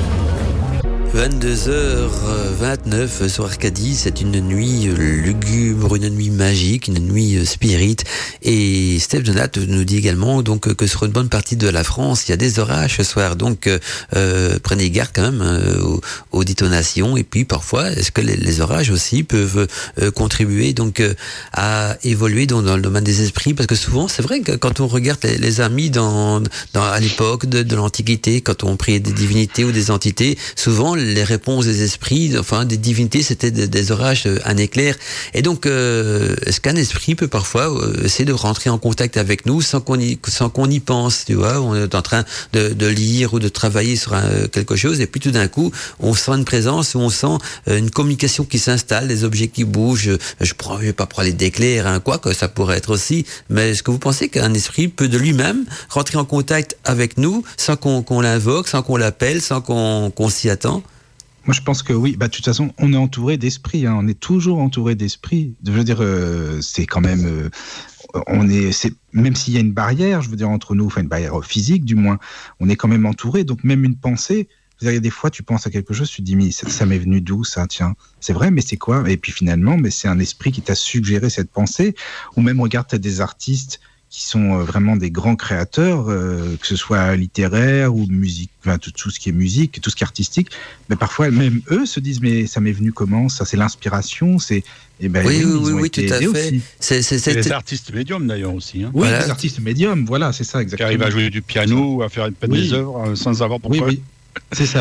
Speaker 2: vingt-deux heures vingt-neuf sur Arcadie, c'est une nuit lugubre, une nuit magique, une nuit spirit. Et Steph Donat nous dit également donc que sur une bonne partie de la France, il y a des orages ce soir. Donc euh, prenez garde quand même euh, aux, aux détonations. Et puis parfois, est-ce que les, les orages aussi peuvent euh, contribuer donc euh, à évoluer dans, dans le domaine des esprits? Parce que souvent, c'est vrai que quand on regarde les, les amis dans, dans à l'époque de, de l'Antiquité, quand on priait des divinités ou des entités, souvent les réponses des esprits, enfin des divinités, c'était des, des orages, un éclair. Et donc, euh, est-ce qu'un esprit peut parfois euh, essayer de rentrer en contact avec nous sans qu'on y, sans qu'on y pense, tu vois? On est en train de, de lire ou de travailler sur un, quelque chose, et puis tout d'un coup, on sent une présence, ou on sent une communication qui s'installe, des objets qui bougent. Je prends, je vais pas parler d'éclair, hein, quoi que ça pourrait être aussi. Mais est-ce que vous pensez qu'un esprit peut de lui-même rentrer en contact avec nous sans qu'on, qu'on l'invoque, sans qu'on l'appelle, sans qu'on, qu'on s'y attend?
Speaker 4: Moi, je pense que oui. Bah, de toute façon, on est entouré d'esprits. Hein. On est toujours entouré d'esprits. Je veux dire, euh, c'est quand même, euh, on est, c'est même s'il y a une barrière, je veux dire entre nous, enfin une barrière physique du moins, on est quand même entouré. Donc même une pensée. Je veux dire, il y a des fois, tu penses à quelque chose, tu te dis, mais ça, ça m'est venu d'où ça? Tiens, c'est vrai, mais c'est quoi? Et puis finalement, mais c'est un esprit qui t'a suggéré cette pensée. Ou même regarde, t'as des artistes qui sont vraiment des grands créateurs, euh, que ce soit littéraire ou musique, enfin tout, tout ce qui est musique, tout ce qui est artistique. Mais parfois, même eux se disent, mais ça m'est venu comment? Ça, c'est l'inspiration, c'est. Eh ben,
Speaker 2: oui,
Speaker 4: oui,
Speaker 2: oui,
Speaker 4: ils ont
Speaker 2: oui,
Speaker 4: été
Speaker 2: tout à
Speaker 4: aidés
Speaker 2: fait.
Speaker 4: aussi.
Speaker 2: C'est, c'est, c'est,
Speaker 5: Et les
Speaker 2: c'est...
Speaker 5: artistes médiums d'ailleurs aussi. Hein.
Speaker 4: Oui,
Speaker 2: Voilà.
Speaker 4: les artistes médiums, voilà, c'est ça
Speaker 5: Qui
Speaker 4: exactement.
Speaker 5: arrivent à jouer du piano ou à faire
Speaker 4: Oui.
Speaker 5: des œuvres euh, sans savoir pourquoi.
Speaker 4: Oui, oui, c'est ça.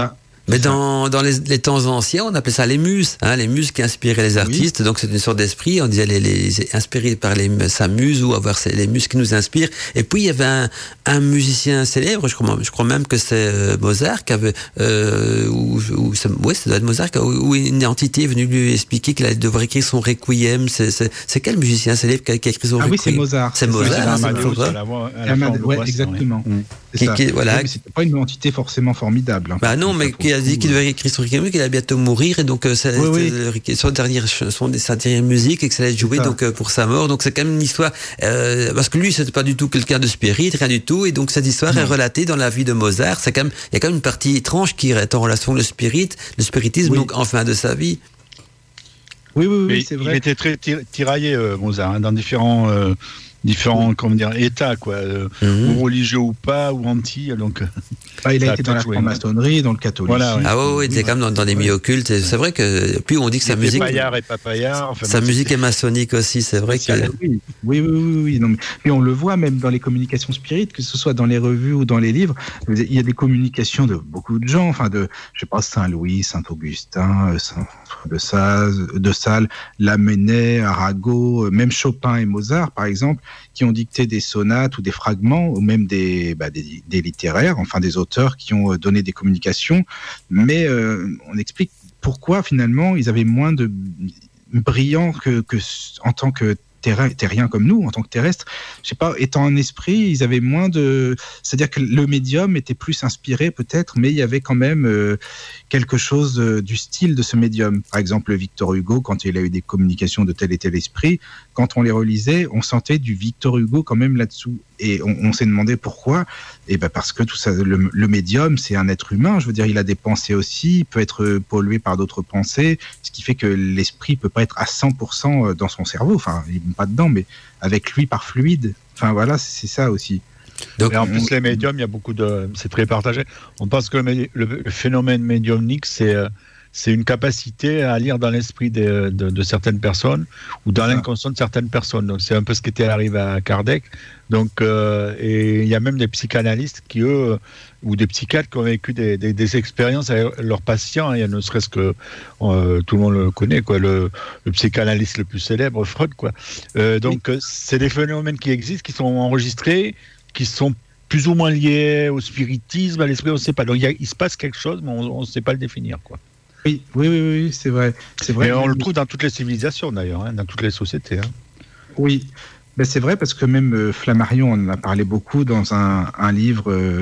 Speaker 2: Mais dans, dans les, les temps anciens, on appelait ça les muses, hein, les muses qui inspiraient les artistes. Oui. Donc c'est une sorte d'esprit. On disait les, les inspirés par les, sa muse ou avoir les muses qui nous inspirent. Et puis il y avait un, un musicien célèbre, je crois, je crois même que c'est Mozart, qui avait, euh, ou, ou ouais, ça doit être Mozart, où une entité est venue lui expliquer qu'il allait devoir écrire son requiem. C'est, c'est, c'est quel musicien célèbre qui a, qui a écrit son
Speaker 4: ah
Speaker 2: requiem?
Speaker 4: Ah oui, c'est Mozart.
Speaker 2: C'est, c'est Mozart. C'est
Speaker 4: Mozart. Ouais, exactement. Mmh. C'est qui, ça. Qui, voilà. Ouais, mais c'était pas une entité forcément formidable. Hein,
Speaker 2: bah non, mais qui a dit qu'il devait écrire son requiem, qu'il allait bientôt mourir, et donc euh, ça, oui, oui. son dernière chanson, sa dernière musique, et que ça allait être joué donc euh, pour sa mort. Donc c'est quand même une histoire, euh, parce que lui c'était pas du tout quelqu'un de spirit, rien du tout, et donc cette histoire non. est relatée dans la vie de Mozart. C'est quand même, il y a quand même une partie étrange qui est en relation le spirit, le spiritisme, oui. donc en fin de sa vie.
Speaker 4: Oui, oui, oui, c'est vrai.
Speaker 5: Il était très tiraillé, euh, Mozart, hein, dans différents. Euh... différents oui. comment dire états quoi euh, mm-hmm. ou religieux ou pas ou anti donc
Speaker 4: ah, il a été dans la franc-maçonnerie, dans le catholicisme.
Speaker 2: Voilà, oui. Ah oui, oui, il était quand même dans, dans des milieux occultes. C'est vrai que puis on dit que sa musique
Speaker 5: paillard et pas paillard, enfin,
Speaker 2: sa musique est maçonnique aussi, c'est vrai que
Speaker 4: oui, oui, oui, oui, oui. Non, mais, mais on le voit même dans les communications spirites, que ce soit dans les revues ou dans les livres, il y a des communications de beaucoup de gens, enfin de je sais pas Saint-Louis, Saint-Augustin, Saint de Sales, de Sales, Lamennais, Arago, même Chopin et Mozart par exemple, qui ont dicté des sonates ou des fragments, ou même des, bah, des, des littéraires, enfin des auteurs qui ont donné des communications, mais euh, on explique pourquoi finalement ils avaient moins de brillants que, que en tant que terriens comme nous, en tant que terrestres. Je sais pas, étant un esprit, ils avaient moins de... C'est-à-dire que le médium était plus inspiré peut-être, mais il y avait quand même euh, quelque chose euh, du style de ce médium. Par exemple, Victor Hugo, quand il a eu des communications de tel et tel esprit, quand on les relisait, on sentait du Victor Hugo quand même là-dessous. Et on, on s'est demandé pourquoi. Et ben parce que tout ça, le, le médium, c'est un être humain. Je veux dire, il a des pensées aussi, il peut être pollué par d'autres pensées, ce qui fait que l'esprit peut pas être à cent pour cent dans son cerveau. Enfin, il n'est pas dedans, mais avec lui par fluide. Enfin voilà, c'est ça aussi.
Speaker 5: Donc, et en plus, on... les médiums, il y a beaucoup de, c'est très partagé. On pense que le, le, le phénomène médiumnique, c'est c'est une capacité à lire dans l'esprit de, de, de certaines personnes ou dans l'inconscient de certaines personnes. Donc c'est un peu ce qui était arrivé à Kardec. Donc euh, et il y a même des psychanalystes qui eux ou des psychiatres qui ont vécu des, des, des expériences avec leurs patients. Il y a ne serait-ce que euh, tout le monde le connaît, quoi, le, le psychanalyste le plus célèbre, Freud, quoi. Euh, donc oui. C'est des phénomènes qui existent, qui sont enregistrés, qui sont plus ou moins liés au spiritisme, à l'esprit, on ne sait pas. Donc il, y a, il se passe quelque chose, mais on ne sait pas le définir, quoi.
Speaker 4: Oui, oui, oui, oui, c'est vrai. C'est vrai.
Speaker 5: Et on le trouve dans toutes les civilisations d'ailleurs, hein, dans toutes les sociétés. Hein.
Speaker 4: Oui, ben, c'est vrai parce que même euh, Flammarion en a parlé beaucoup dans un, un livre euh,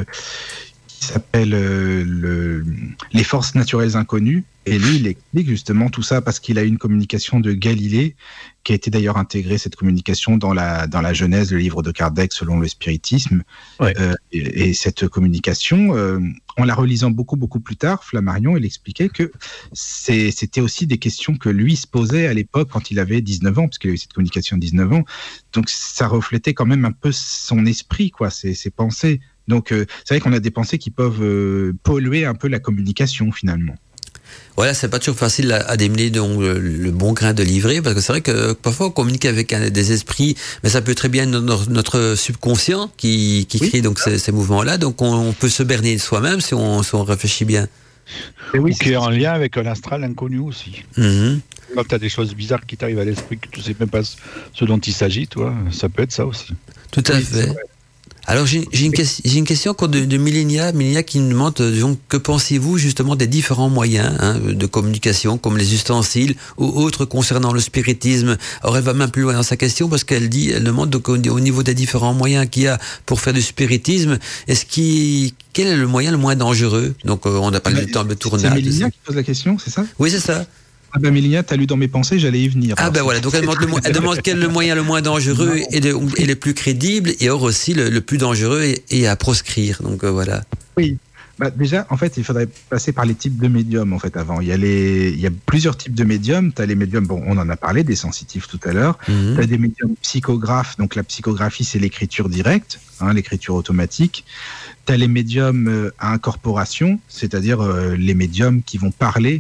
Speaker 4: qui s'appelle euh, le, Les forces naturelles inconnues. Et lui, il explique justement tout ça parce qu'il a eu une communication de Galilée, qui a été d'ailleurs intégrée, cette communication, dans la, dans la Genèse, le livre de Kardec, selon le spiritisme. Ouais. Euh, et, et cette communication, euh, en la relisant beaucoup, beaucoup plus tard, Flammarion, il expliquait que c'est, c'était aussi des questions que lui se posait à l'époque quand il avait dix-neuf ans, parce qu'il a eu cette communication à dix-neuf ans. Donc ça reflétait quand même un peu son esprit, quoi, ses, ses pensées. Donc euh, c'est vrai qu'on a des pensées qui peuvent euh, polluer un peu la communication, finalement.
Speaker 2: Voilà, c'est pas toujours facile à, à démêler donc, le, le bon grain de livret, parce que c'est vrai que parfois on communique avec un, des esprits, mais ça peut très bien être notre, notre subconscient qui, qui oui, crée donc ces, ces mouvements-là, donc on, on peut se berner soi-même si on, si on réfléchit bien.
Speaker 5: Et oui, qui est en lien avec un astral inconnu aussi. Mm-hmm. Quand tu as des choses bizarres qui t'arrivent à l'esprit, que tu sais même pas ce dont il s'agit, toi, ça peut être ça aussi.
Speaker 2: Tout à oui, fait. Alors j'ai, j'ai, une, j'ai une question de, de Millenia, Millenia qui nous demande disons, que pensez-vous justement des différents moyens hein, de communication comme les ustensiles ou autres concernant le spiritisme. Alors elle va même plus loin dans sa question parce qu'elle dit, elle demande donc, au niveau des différents moyens qu'il y a pour faire du spiritisme, est-ce qu'il, quel est le moyen le moins dangereux? Donc on n'a pas le temps de tourner.
Speaker 4: C'est Millenia qui pose la question, c'est ça?
Speaker 2: Oui, c'est ça.
Speaker 4: Ah ben Mélina, t'as lu dans mes pensées, j'allais y venir.
Speaker 2: Ah ben voilà, donc elle demande, le, elle demande quel est le moyen le moins dangereux et le, et le plus crédible, et or aussi le, le plus dangereux et, et à proscrire. Donc euh, voilà.
Speaker 4: Oui. Bah déjà, en fait, il faudrait passer par les types de médiums en fait avant. Il y a les, il y a plusieurs types de médiums. T'as les médiums, bon, on en a parlé, des sensitifs tout à l'heure. Mm-hmm. T'as des médiums psychographes. Donc la psychographie, c'est l'écriture directe, hein, l'écriture automatique. T'as les médiums euh, à incorporation, c'est-à-dire euh, les médiums qui vont parler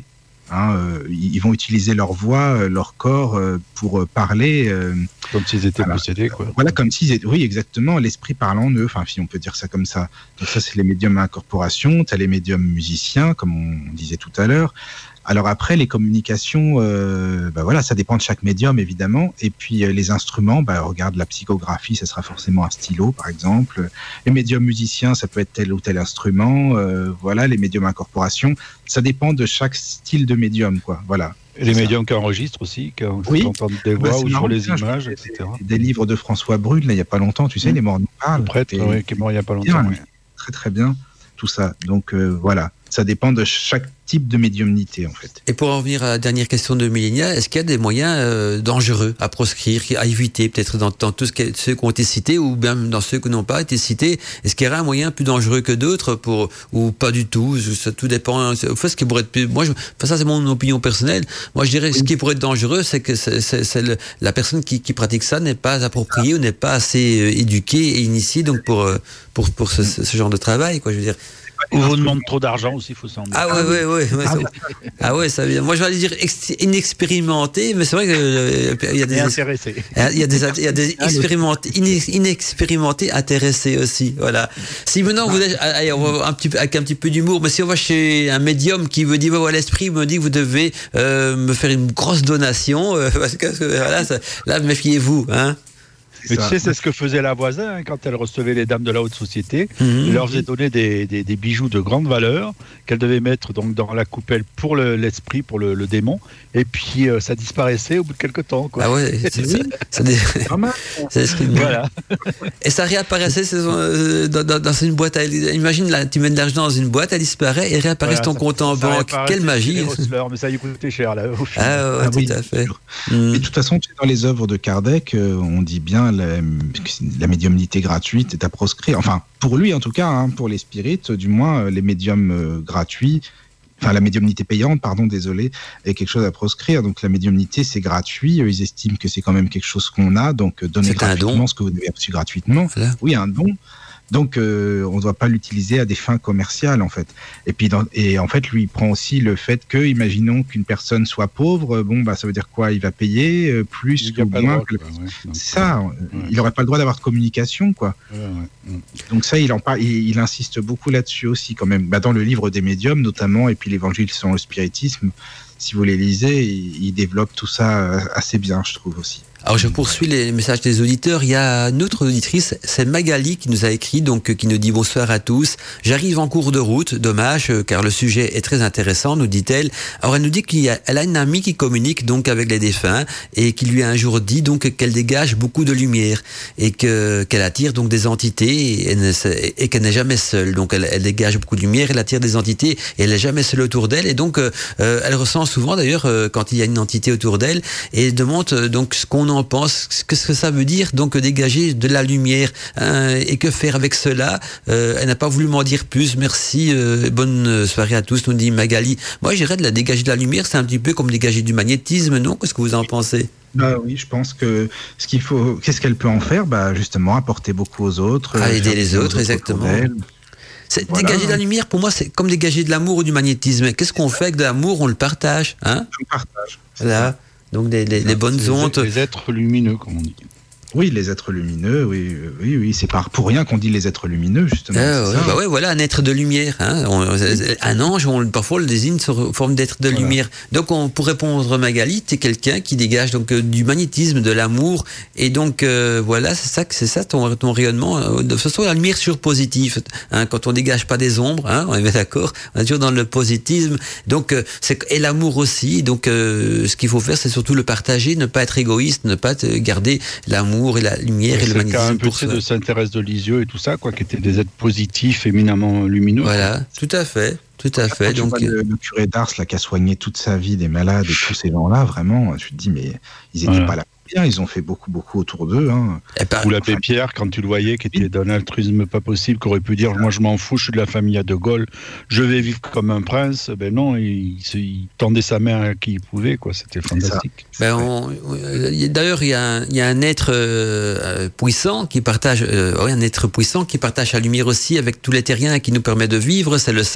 Speaker 4: Hein, euh, ils vont utiliser leur voix, leur corps euh, pour euh, parler. Euh,
Speaker 5: comme s'ils étaient
Speaker 4: voilà.
Speaker 5: possédés, quoi.
Speaker 4: Voilà, comme s'ils étaient. Oui, exactement. L'esprit parle en eux. Enfin, si on peut dire ça comme ça. Donc ça, c'est les médiums à incorporation. T'as les médiums musiciens, comme on disait tout à l'heure. Alors après, les communications, euh, bah voilà, ça dépend de chaque médium évidemment. Et puis euh, les instruments, bah regarde la psychographie, ça sera forcément un stylo par exemple. Les médiums musiciens, ça peut être tel ou tel instrument. Euh, voilà, les médiums incorporation, ça dépend de chaque style de médium, quoi. Voilà.
Speaker 5: Et les médiums qui enregistrent aussi, qui
Speaker 4: oui.
Speaker 5: entendent des voix bah, ou sur les images, et cetera.
Speaker 4: Des, des livres de François Brune, là, il n'y a pas longtemps, tu sais, mmh. les morts nous parlent.
Speaker 5: Le prêtre, et, oui, qui est mort il n'y a pas longtemps.
Speaker 4: Bien,
Speaker 5: oui.
Speaker 4: Très très bien, tout ça. Donc euh, voilà, ça dépend de chaque type de médiumnité en fait.
Speaker 2: Et pour en venir à la dernière question de Mélania, est-ce qu'il y a des moyens euh, dangereux à proscrire, à éviter, peut-être dans, dans tous ceux qui ont été cités ou même dans ceux qui n'ont pas été cités? Est-ce qu'il y aurait un moyen plus dangereux que d'autres pour ou pas du tout? Ça tout dépend. Enfin, ce qui pourrait être plus, moi, je, enfin, ça c'est mon opinion personnelle. Moi, je dirais oui. ce qui pourrait être dangereux, c'est que c'est, c'est, c'est le, la personne qui, qui pratique ça n'est pas appropriée ou n'est pas assez euh, éduquée et initiée donc pour pour pour ce, ce, ce genre de travail, quoi. Je veux dire.
Speaker 5: Ou on demande trop d'argent aussi, il faut s'en
Speaker 2: Ah ouais, ouais, ouais. ouais ah, ah ouais, ça vient. Moi, je vais aller dire ex- inexpérimenté, mais c'est vrai qu'il euh, y a des
Speaker 5: intéressés.
Speaker 2: Il y a des, il y a des expérimentés, inex- inexpérimentés intéressés aussi. Voilà. Si maintenant vous êtes, allez, on va un petit peu, avec un petit peu d'humour, mais si on va chez un médium qui veut dire, bah, voilà, l'esprit me dit que vous devez euh, me faire une grosse donation, euh, parce que voilà, ça, là, méfiez-vous, hein.
Speaker 5: Mais tu sais, c'est ce que faisait la voisin hein, quand elle recevait les dames de la haute société. Mmh. Elle leur faisait donner des, des, des bijoux de grande valeur qu'elle devait mettre donc dans la coupelle pour le, l'esprit, pour le, le démon. Et puis euh, ça disparaissait au bout de quelques temps, quoi.
Speaker 2: Ah ouais, c'est ça. ça dé... c'est ce voilà. Et ça réapparaissait euh, dans, dans, dans une boîte. À... Imagine, là, tu mets de l'argent dans une boîte, elle disparaît et réapparaît voilà, ton ça, compte en banque. Quelle magie!
Speaker 5: Rosseleurs, mais ça lui coûtait cher là. Au
Speaker 2: final. Ah ouais, ah, tout oui, à fait.
Speaker 4: Mmh. Et de toute façon, dans les œuvres de Kardec, euh, on dit bien la, la médiumnité gratuite est à proscrire. Enfin, pour lui en tout cas, hein, pour les spirites, du moins, les médiums euh, gratuits, enfin la médiumnité payante, pardon, désolé, est quelque chose à proscrire. Donc la médiumnité, c'est gratuit. Ils estiment que c'est quand même quelque chose qu'on a. Donc donner gratuitement ce que vous avez reçu gratuitement. Voilà. Oui, un don. Donc, euh, on ne doit pas l'utiliser à des fins commerciales, en fait. Et puis, dans, et en fait, lui, il prend aussi le fait que, imaginons qu'une personne soit pauvre, bon, bah, ça veut dire quoi? Il va payer euh, plus que moins. Que le... ouais, c'est ça. Ouais. Il n'aurait pas le droit d'avoir de communication, quoi. Ouais, ouais. Donc ça, il en parle, il, il insiste beaucoup là-dessus aussi, quand même. Bah, dans le livre des médiums, notamment, et puis l'Évangile selon le spiritisme, si vous les lisez, il, il développe tout ça assez bien, je trouve aussi.
Speaker 2: Alors je poursuis les messages des auditeurs. Il y a une autre auditrice, c'est Magali qui nous a écrit, donc qui nous dit bonsoir à tous. J'arrive en cours de route, dommage, car le sujet est très intéressant, nous dit-elle. Alors elle nous dit qu'elle a une amie qui communique donc avec les défunts et qui lui a un jour dit donc qu'elle dégage beaucoup de lumière et que qu'elle attire donc des entités et, et qu'elle n'est jamais seule. Donc elle, elle dégage beaucoup de lumière, elle attire des entités et elle n'est jamais seule autour d'elle. Et donc euh, elle ressent souvent d'ailleurs euh, quand il y a une entité autour d'elle et elle demande euh, donc ce qu'on en pense, ce que ça veut dire donc dégager de la lumière hein, et que faire avec cela. Euh, elle n'a pas voulu m'en dire plus. Merci, euh, bonne soirée à tous, nous dit Magali. Moi j'irais de la dégager de la lumière, c'est un petit peu comme dégager du magnétisme, non? Qu'est-ce que vous en pensez?
Speaker 4: Bah oui, je pense que ce qu'il faut, qu'est-ce qu'elle peut en faire? Bah justement apporter beaucoup aux autres,
Speaker 2: à aider les autres, exactement. C'est voilà. Dégager de la lumière, pour moi, c'est comme dégager de l'amour ou du magnétisme. Qu'est-ce qu'on fait avec de l'amour? On le partage, hein?
Speaker 4: On partage.
Speaker 2: Voilà. Donc les, les, les bonnes
Speaker 5: les,
Speaker 2: ondes.
Speaker 5: Les êtres lumineux, comme on dit.
Speaker 4: Oui, les êtres lumineux, oui, oui, oui, c'est pas pour rien qu'on dit les êtres lumineux, justement.
Speaker 2: Ah, ouais, bah ouais, voilà, un être de lumière. Hein. On, un ange, on, parfois on le désigne sous forme d'être de voilà. lumière. Donc, on, pour répondre à Magali, c'est quelqu'un qui dégage donc euh, du magnétisme, de l'amour, et donc euh, voilà, c'est ça, c'est ça ton, ton rayonnement. Euh, de toute façon, la lumière sur positif. Hein, quand on dégage pas des ombres, hein, on est d'accord, on est toujours dans le positivisme. Donc, euh, c'est et l'amour aussi. Donc, euh, ce qu'il faut faire, c'est surtout le partager, ne pas être égoïste, ne pas te garder l'amour et la lumière et, et le magnétisme.
Speaker 5: C'est un peu de Sainte-Thérèse de Lisieux et tout ça, quoi, qui étaient des êtres positifs, éminemment lumineux.
Speaker 2: Voilà, tout à fait, tout à fait.
Speaker 4: Quand donc tu vois le, le curé d'Ars là, qui a soigné toute sa vie des malades et tous ces gens-là, vraiment, je te dis, mais ils n'étaient voilà. pas là. Bien, ils ont fait beaucoup, beaucoup autour d'eux. Hein.
Speaker 5: Ou l'abbé enfin, Pierre, quand tu le voyais, qui était d'un altruisme pas possible, qui aurait pu dire, moi je m'en fous, je suis de la famille à De Gaulle, je vais vivre comme un prince. Ben non, il, il, il tendait sa main à qui il pouvait, quoi. C'était fantastique.
Speaker 2: Ben on, d'ailleurs, il y, a un, il y a un être euh, puissant qui partage, euh, oui, un être puissant qui partage la lumière aussi avec tous les terriens qui nous permet de vivre, c'est le soleil. Hein.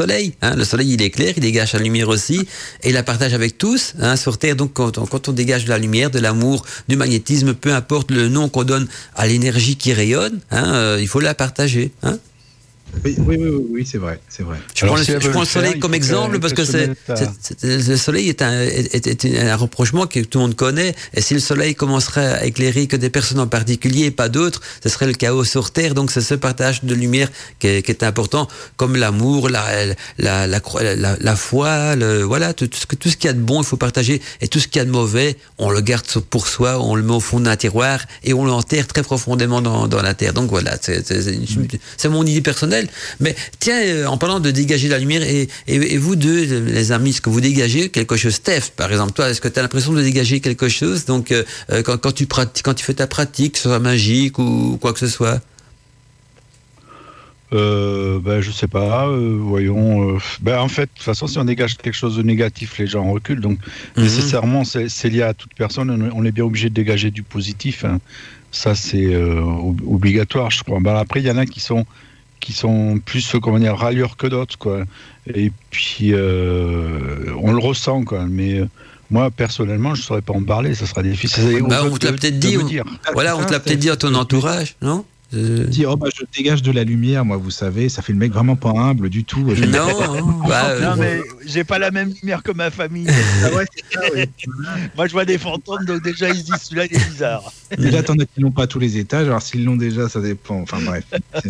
Speaker 2: Hein. Le soleil, il éclaire, il dégage la lumière aussi, et il la partage avec tous, hein, sur Terre. Donc, quand on, quand on dégage de la lumière, de l'amour, du magnétisme, peu importe le nom qu'on donne à l'énergie qui rayonne, hein, euh, il faut la partager. Hein.
Speaker 4: Oui, oui, oui, oui, oui, c'est vrai, c'est vrai.
Speaker 2: Je prends, le, je prends le soleil comme exemple parce que c'est, c'est, c'est, le soleil est un, est, est, est un rapprochement que tout le monde connaît. Et si le soleil commencerait à éclairer que des personnes en particulier et pas d'autres, ce serait le chaos sur Terre. Donc c'est ce partage de lumière qui est, qui est important, comme l'amour, la, la, la, la, la foi, le, voilà, tout, tout, ce que, tout ce qu'il y a de bon, il faut partager. Et tout ce qu'il y a de mauvais, on le garde pour soi, on le met au fond d'un tiroir et on l'enterre très profondément dans, dans la terre. Donc voilà, c'est, c'est, c'est, c'est mon idée personnelle. Mais tiens, en parlant de dégager la lumière, et, et, et vous deux, les amis, est-ce que vous dégagez quelque chose? Steph, par exemple, toi, est-ce que tu as l'impression de dégager quelque chose? Donc, euh, quand, quand, tu pratiques, quand tu fais ta pratique, que ce soit magique ou quoi que ce soit?
Speaker 5: Euh, ben, je sais pas, euh, voyons. Euh, ben, en fait, de toute façon, si on dégage quelque chose de négatif, les gens reculent. Donc, mm-hmm. nécessairement, c'est, c'est lié à toute personne. On est bien obligé de dégager du positif. Hein. Ça, c'est euh, obligatoire, je crois. Ben, après, il y en a qui sont qui sont plus, comment dire, râleurs que d'autres, quoi. Et puis, euh, on le ressent, quoi. Mais euh, moi, personnellement, je ne saurais pas en parler. Ça sera difficile.
Speaker 2: Bah, on te l'a peut-être dit. On... Dire. Voilà, on te l'a peut-être dit à ton entourage, non?
Speaker 4: Euh... Dis, oh bah je dégage de la lumière, moi, vous savez, ça fait le mec vraiment pas humble du tout. Je
Speaker 2: non, bah,
Speaker 5: non, mais j'ai pas la même lumière que ma famille.
Speaker 4: Ah ouais, c'est ça, oui.
Speaker 5: Moi, je vois des fantômes, donc déjà, ils se disent, celui-là, il est bizarre.
Speaker 4: Mais là, t'en as qui n'ont pas tous les étages, alors s'ils l'ont déjà, ça dépend. Enfin, bref.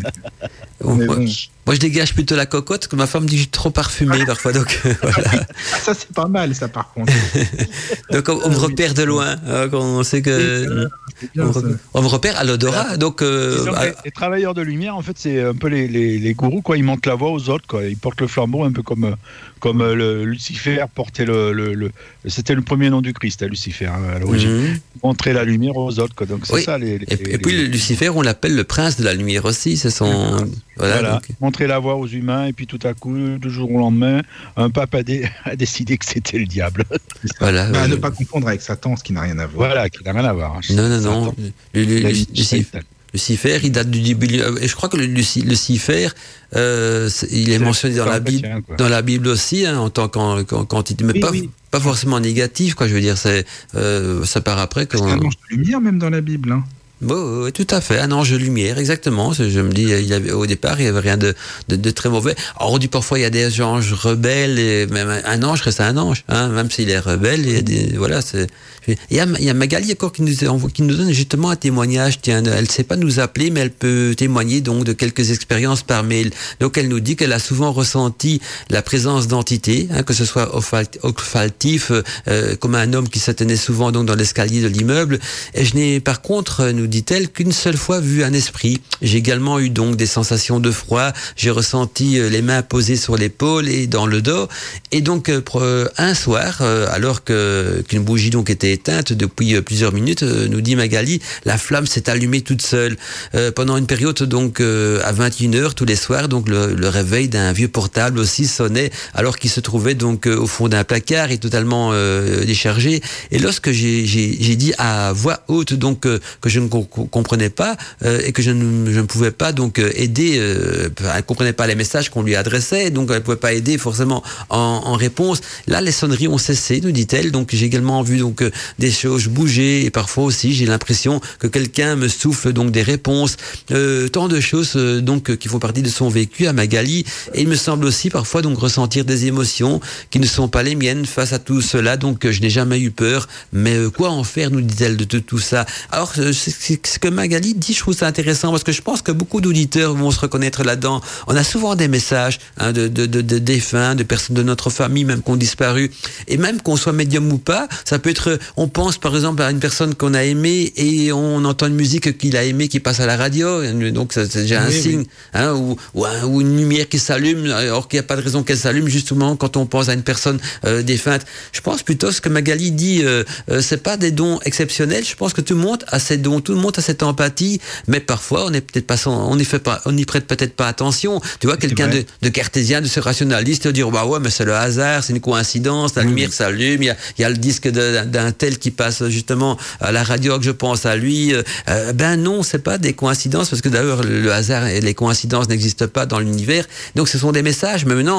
Speaker 2: Oh, mais moi, bon. moi, je dégage plutôt la cocotte, que ma femme dit que je suis trop parfumé parfois, donc euh, voilà.
Speaker 4: Ça, c'est pas mal, ça, par contre.
Speaker 2: Donc, on, on me repère de loin, hein, quand on sait que. Bien, on, on me repère à l'odorat, donc. Euh,
Speaker 5: à... les, les travailleurs de lumière, en fait, c'est un peu les, les, les gourous, quoi. Ils montent la voix aux autres, quoi. Ils portent le flambeau, un peu comme, comme le Lucifer portait le, le, le. C'était le premier nom du Christ, hein, Lucifer, hein, à l'origine. Mm-hmm. Montrer la lumière aux autres, quoi. Donc, c'est
Speaker 2: oui.
Speaker 5: ça, les. les
Speaker 2: et,
Speaker 5: les,
Speaker 2: et puis,
Speaker 5: les...
Speaker 2: le Lucifer, on l'appelle le prince de la lumière aussi. C'est son.
Speaker 5: Voilà. voilà. Donc... Montrer la voix aux humains, et puis tout à coup, du jour au lendemain, un pape a, dé... a décidé que c'était le diable.
Speaker 2: Voilà.
Speaker 4: Bah,
Speaker 2: ouais.
Speaker 4: Ne pas confondre avec Satan, ce qui n'a rien à voir.
Speaker 5: Voilà, qui n'a rien à voir. Hein.
Speaker 2: Non, non, non. Le, le, le, Lucifer, Lucifer, il date du début. Et je crois que le Lucifer, euh, il est, est mentionné dans la Bible, chrétien, dans la Bible aussi, hein, en tant qu'entité, mais oui, pas, oui. pas forcément négatif, quoi. Je veux dire, c'est, euh, ça part après.
Speaker 4: C'est un ange de lumière même dans la Bible. Hein.
Speaker 2: Oh, oui, tout à fait, un ange de lumière, exactement. Je me dis, il y avait, au départ, il n'y avait rien de, de, de très mauvais. Alors, on dit parfois, il y a des anges rebelles, et même un ange reste un ange, hein, même s'il est rebelle, il y a des, voilà, c'est, il y a, il y a Magali encore qui nous, qui nous donne justement un témoignage. Tiens, elle ne sait pas nous appeler, mais elle peut témoigner donc de quelques expériences par mail. Donc, elle nous dit qu'elle a souvent ressenti la présence d'entités, hein, que ce soit olfactif, euh, comme un homme qui se tenait souvent donc dans l'escalier de l'immeuble. Et je n'ai, par contre, nous dit-elle, qu'une seule fois vu un esprit. J'ai également eu donc des sensations de froid. J'ai ressenti les mains posées sur l'épaule et dans le dos. Et donc, un soir, alors que, qu'une bougie donc était éteinte depuis plusieurs minutes, nous dit Magali, la flamme s'est allumée toute seule. Euh, pendant une période donc à vingt et une heures tous les soirs, donc le, le réveil d'un vieux portable aussi sonnait alors qu'il se trouvait donc au fond d'un placard et totalement euh, déchargé. Et lorsque j'ai, j'ai, j'ai dit à voix haute donc euh, que je ne comprenait pas euh, et que je ne, je ne pouvais pas donc aider, euh, elle comprenait pas les messages qu'on lui adressait, donc elle pouvait pas aider forcément en, en réponse. Là, les sonneries ont cessé, nous dit-elle. Donc j'ai également vu donc euh, des choses bouger et parfois aussi j'ai l'impression que quelqu'un me souffle donc des réponses, euh, tant de choses euh, donc qui font partie de son vécu à Magali. Et il me semble aussi parfois donc ressentir des émotions qui ne sont pas les miennes face à tout cela. Donc je n'ai jamais eu peur, mais euh, quoi en faire, nous dit-elle, de, de tout ça. Alors c'est, ce que Magali dit, je trouve ça intéressant parce que je pense que beaucoup d'auditeurs vont se reconnaître là-dedans. On a souvent des messages hein, de, de, de, de défunts, de personnes de notre famille même qui ont disparu. Et même qu'on soit médium ou pas, ça peut être, on pense par exemple à une personne qu'on a aimée et on entend une musique qu'il a aimée qui passe à la radio, donc c'est déjà un oui, signe, oui. Hein, ou, ou, un, ou une lumière qui s'allume alors qu'il n'y a pas de raison qu'elle s'allume justement quand on pense à une personne euh, défunte. Je pense plutôt ce que Magali dit, euh, euh, c'est pas des dons exceptionnels, je pense que tout le monde a ses dons, tout le monde a cette empathie, mais parfois on est peut-être pas, on n'y fait pas, on n'y prête peut-être pas attention. Tu vois, quelqu'un de, de cartésien, de ce rationaliste, dire bah ouais, mais c'est le hasard, c'est une coïncidence, la mmh. lumière s'allume, il y a, il y a le disque de, d'un tel qui passe justement à la radio que je pense à lui. Euh, ben non, c'est pas des coïncidences parce que d'ailleurs le hasard et les coïncidences n'existent pas dans l'univers. Donc ce sont des messages. Mais maintenant,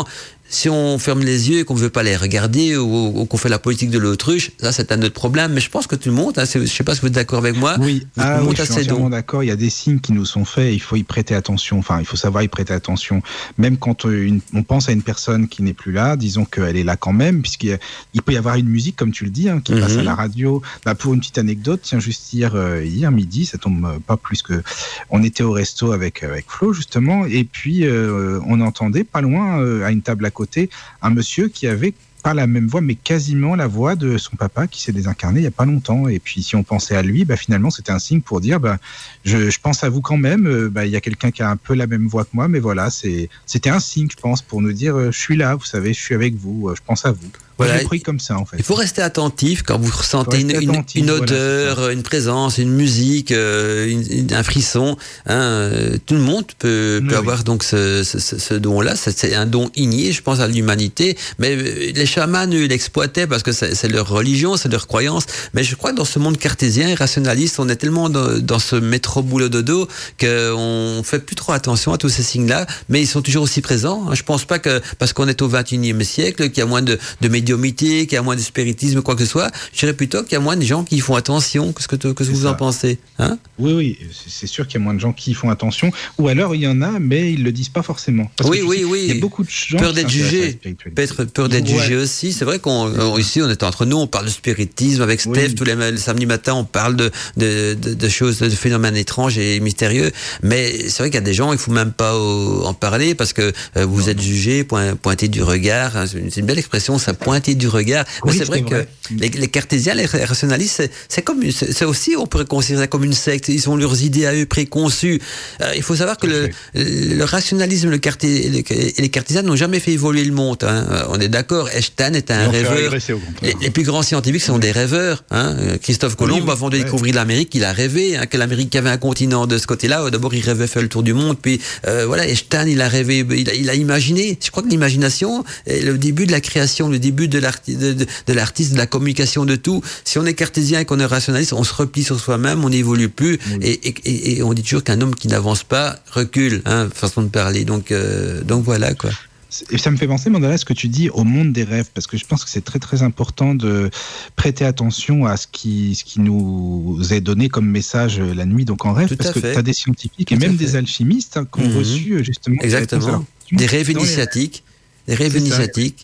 Speaker 2: si on ferme les yeux et qu'on ne veut pas les regarder ou, ou qu'on fait la politique de l'autruche, ça c'est un autre problème. Mais je pense que tout le monde, hein, je ne sais pas si vous êtes d'accord avec moi.
Speaker 4: Oui, ah, oui je suis entièrement d'accord. Il y a des signes qui nous sont faits, il faut y prêter attention. Enfin, il faut savoir y prêter attention. Même quand une, on pense à une personne qui n'est plus là, disons qu'elle est là quand même, puisqu'il il peut y avoir une musique, comme tu le dis, hein, qui mm-hmm. passe à la radio. Bah, pour une petite anecdote, tiens, juste hier, euh, hier midi, ça tombe pas plus que... On était au resto avec, avec Flo, justement, et puis euh, on entendait pas loin, euh, à une table à côté, un monsieur qui avait pas la même voix, mais quasiment la voix de son papa qui s'est désincarné il y a pas longtemps. Et puis si on pensait à lui, bah, finalement c'était un signe pour dire bah, je, je pense à vous quand même, euh, bah, il y a quelqu'un qui a un peu la même voix que moi, mais voilà, c'est, c'était un signe, je pense, pour nous dire euh, je suis là, vous savez, je suis avec vous, euh, je pense à vous. Voilà, j'ai pris comme ça, en fait.
Speaker 2: Il faut rester attentif quand vous ressentez une, attentif, une, une odeur, voilà, une présence, une musique, euh, une, une, un frisson. Hein, tout le monde peut, peut oui, avoir oui. donc ce, ce, ce don-là. C'est, c'est un don inné, je pense, à l'humanité. Mais les chamans, eux, ils l'exploitaient parce que c'est, c'est leur religion, c'est leur croyance. Mais je crois que dans ce monde cartésien et rationaliste, on est tellement dans, dans ce métro boulot dodo qu'on fait plus trop attention à tous ces signes-là. Mais ils sont toujours aussi présents. Je pense pas que parce qu'on est au vingt et unième siècle, qu'il y a moins de, de médiumnité, qu'il y a moins de spiritisme, quoi que ce soit. Je dirais plutôt qu'il y a moins de gens qui font attention. Qu'est-ce que, te, qu'est-ce que vous ça. en pensez, hein?
Speaker 4: Oui, oui, c'est sûr qu'il y a moins de gens qui font attention. Ou alors il y en a, mais ils le disent pas forcément. Parce
Speaker 2: oui,
Speaker 4: que,
Speaker 2: oui,
Speaker 4: sais,
Speaker 2: oui.
Speaker 4: Il y a beaucoup de gens.
Speaker 2: Peur d'être jugé. Peut-être peur d'être ouais. jugé aussi. C'est vrai qu'on on, ici, on est entre nous, on parle de spiritisme avec Steph oui. tous les, les samedis matins. On parle de, de, de, de choses, de phénomènes étranges et mystérieux. Mais c'est vrai qu'il y a des gens, il faut même pas au, en parler parce que euh, vous non. êtes jugé, point, pointé du regard. C'est une, c'est une belle expression, ça, pointé du regard. Mais oui, c'est vrai c'est que vrai. Les, les cartésiens, les rationalistes, c'est, c'est comme, c'est, c'est aussi, on pourrait considérer ça comme une secte. Ils ont leurs idées à eux préconçues. Euh, il faut savoir que le, le rationalisme le carté, le, et les cartésiens n'ont jamais fait évoluer le monde. Hein. On est d'accord. Einstein est un rêveur. Les, les plus grands scientifiques sont des rêveurs. Hein. Christophe Colomb, oui, oui, avant de ouais. découvrir l'Amérique, il a rêvé hein, que l'Amérique avait un continent de ce côté-là. D'abord, il rêvait faire le tour du monde. Puis euh, voilà, Einstein, il a rêvé, il a, il a imaginé. Je crois que l'imagination est le début de la création, le début de l'artiste. De, de, de l'artiste, de la communication, de tout. Si on est cartésien et qu'on est rationaliste, on se replie sur soi-même, on n'évolue plus, oui. et, et, et on dit toujours qu'un homme qui n'avance pas recule, hein, façon de parler. Donc, euh, donc voilà, quoi.
Speaker 4: Et ça me fait penser, Mandala, à ce que tu dis au monde des rêves, parce que je pense que c'est très très important de prêter attention à ce qui, ce qui nous est donné comme message la nuit, donc en rêve, Tout parce que tu as des scientifiques Tout et même des alchimistes hein, qui ont mmh. reçu justement...
Speaker 2: Exactement. Des rêves initiatiques. Les... Des rêves initiatiques.